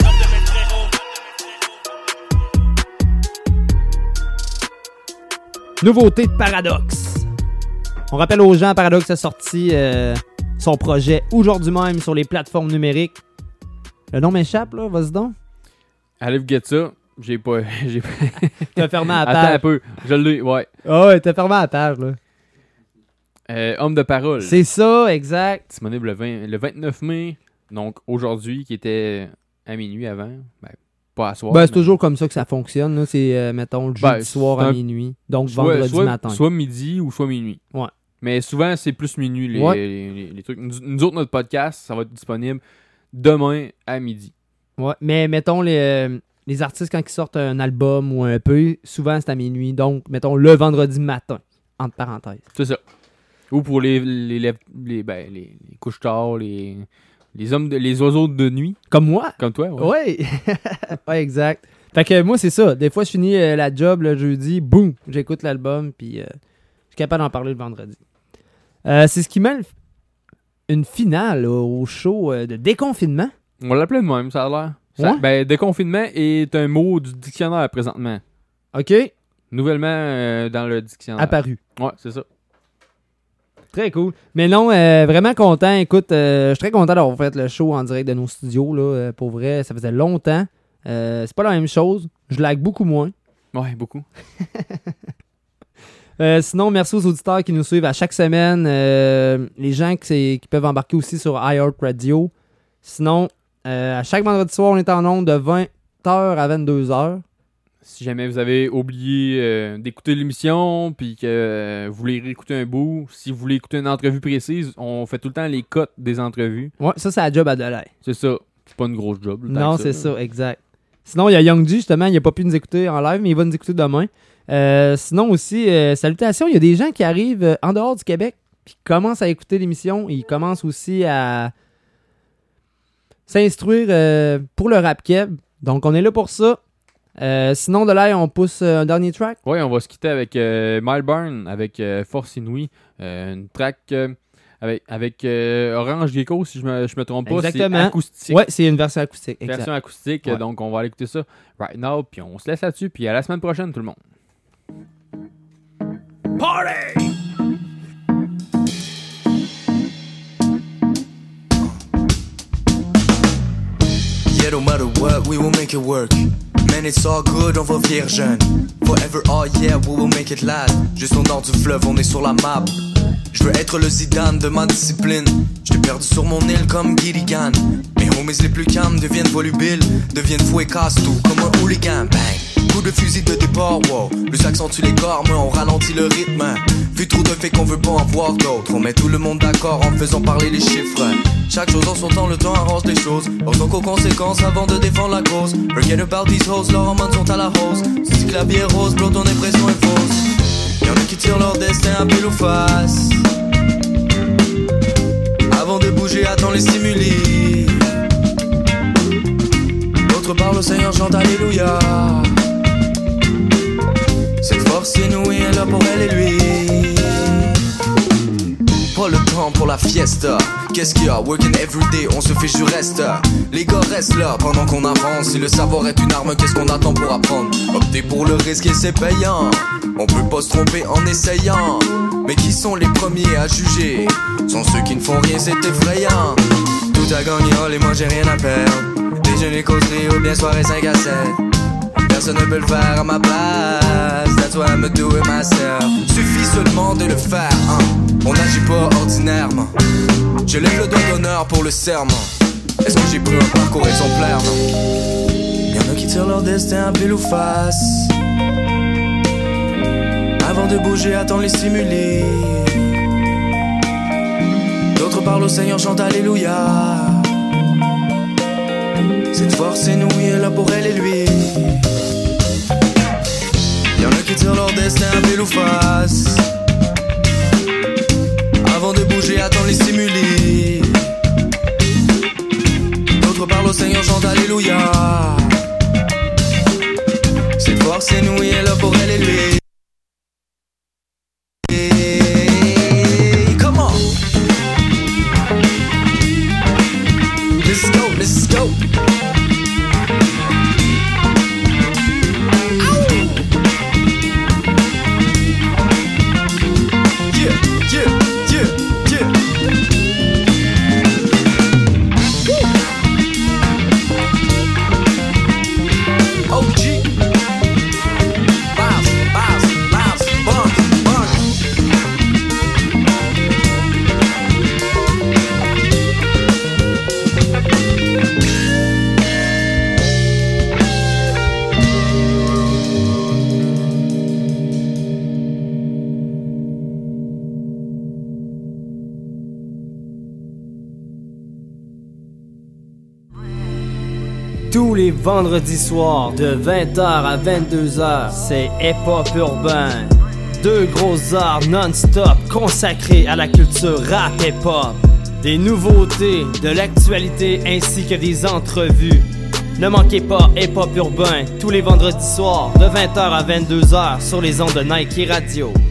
Nouveauté de Paradoxe. On rappelle aux gens, Paradoxe a sorti euh, son projet aujourd'hui même sur les plateformes numériques. Le nom m'échappe, là, vas-y donc. Allez vous get ça. J'ai pas... J'ai... T'as fermé la page. Attends un peu. Je l'ai, ouais. Ah ouais, t'as fermé la page, là. Euh, Homme de parole. C'est ça, exact. Disponible le, vingt, le vingt-neuf mai. Donc aujourd'hui, qui était à minuit avant. Ben, pas à soir. Ben, c'est mais... toujours comme ça que ça fonctionne. Là. C'est, euh, mettons, le jeudi ben, soir un... à minuit. Donc soit, vendredi soit, matin. Soit midi ou soit minuit. Ouais. Mais souvent, c'est plus minuit, les, Ouais. les, les- les trucs. Nous, nous autres, notre podcast, ça va être disponible demain à midi. Ouais, mais mettons les, euh, les artistes quand ils sortent un album ou un E P, souvent c'est à minuit. Donc, mettons le vendredi matin, entre parenthèses. C'est ça. Ou pour les, les, les, les, ben, les, les couches tard, les, les hommes, de, les oiseaux de nuit. Comme moi. Comme toi, ouais. Oui. Ouais, exact. Fait que moi, c'est ça. Des fois, je finis euh, la job le jeudi, boum, j'écoute l'album, puis euh, je suis capable d'en parler le vendredi. Euh, c'est ce qui mêle une finale euh, au show euh, de déconfinement. On l'appelait de même, ça a l'air. Ça- Ouais? Ben, déconfinement est un mot du dictionnaire présentement. OK. Nouvellement euh, dans le dictionnaire. Apparu. Ouais, c'est ça. Très cool. Mais non, euh, vraiment content. Écoute, euh, je suis très content d'avoir fait le show en direct de nos studios. Là. Euh, pour vrai, ça faisait longtemps. Euh, c'est pas la même chose. Je lag beaucoup moins. Ouais, beaucoup. Euh, sinon, merci aux auditeurs qui nous suivent à chaque semaine. Euh, les gens qui, c'est- qui peuvent embarquer aussi sur iHeartRadio. Sinon, euh, à chaque vendredi soir, on est en ondes de vingt heures à vingt-deux heures. Si jamais vous avez oublié euh, d'écouter l'émission, puis que euh, vous voulez réécouter un bout, si vous voulez écouter une entrevue précise, on fait tout le temps les cotes des entrevues. Ouais, ça, c'est la job à Delay. C'est ça. C'est pas une grosse job. là, tant Non, que c'est là. ça, exact. Sinon, il y a Young G, justement, il n'a pas pu nous écouter en live, mais il va nous écouter demain. Euh, sinon aussi, euh, salutations, il y a des gens qui arrivent euh, en dehors du Québec, puis qui commencent à écouter l'émission. Ils commencent aussi à s'instruire euh, pour le rap keb. Donc, on est là pour ça. Euh, sinon, de là, on pousse euh, un dernier track. Oui, on va se quitter avec euh, Mileburn, avec euh, Force Inouïe. Euh, une track euh, avec, avec euh, Orange Gecko, si je me, je me trompe pas. Exactement. C'est acoustique. Ouais, c'est une version acoustique. Exact. Version acoustique. Ouais. Donc, on va aller écouter ça right now. Puis on se laisse là-dessus. Puis à la semaine prochaine, tout le monde. Party! Yeah, no matter what, we will make it work. Man, it's all good, on va vieillir jeune. Forever, oh yeah, we will make it last. Juste au nord du fleuve, on est sur la map. Je veux être le Zidane de ma discipline. J't'ai perdu sur mon île comme Gilligan. Mes homies les plus calmes deviennent volubiles, deviennent fous et cassent tout comme un hooligan. Bang, coup de fusil de départ, wow. Plus accentue les corps, mais on ralentit le rythme. Vu trop de faits qu'on veut pas en voir d'autres. On met tout le monde d'accord en faisant parler les chiffres. Chaque chose en son temps, le temps arrange les choses. Pensons qu'aux conséquences avant de défendre la cause. Forget about these hoes, leurs hormones sont à la hausse. Si que la vie est rose, bro, ton impression est fausse. Y'en a qui tirent leur destin à pile ou face. Avant de bouger, attends les stimuli. D'autres parlent au Seigneur, chantent Alléluia. Cette force inouïe est là pour elle et lui. Pas le temps pour la fiesta. Qu'est-ce qu'il y a? Working everyday, on se fait du reste. Les gars restent là pendant qu'on avance. Si le savoir est une arme, qu'est-ce qu'on attend pour apprendre? Opter pour le risque et c'est payant. On peut pas se tromper en essayant. Mais qui sont les premiers à juger? Sont ceux qui ne font rien, c'est effrayant. Tout a gagné, et moi j'ai rien à perdre. Déjeuner, causerie ou bien soirée cinq à sept. Personne ne peut le faire à ma place. That's why I'm do it myself. Suffit seulement de le faire, hein. On n'agit pas ordinairement. Je lève le doigt d'honneur pour le serment. Est-ce que j'ai pris un parcours exemplaire? Non. Y'en a qui tirent leur destin à pile ou face. Avant de bouger, attends les stimuli. D'autres parlent au Seigneur, chantent Alléluia. Cette force inouïe est là pour elle et lui. Y'en a qui tirent leur destin à pile ou face. Avant de bouger, attends les stimuli. D'autres parlent au Seigneur, chantent Alléluia. Cette force inouïe est là pour elle et lui. Come on. Let's go, let's go. Tous les vendredis soirs, de vingt heures à vingt-deux heures, c'est hip-hop urbain. Deux grosses heures non-stop consacrées à la culture rap hip-hop. Des nouveautés, de l'actualité ainsi que des entrevues. Ne manquez pas Hip-Hop Urbain tous les vendredis soirs de vingt heures à vingt-deux heures sur les ondes de Nike Radio.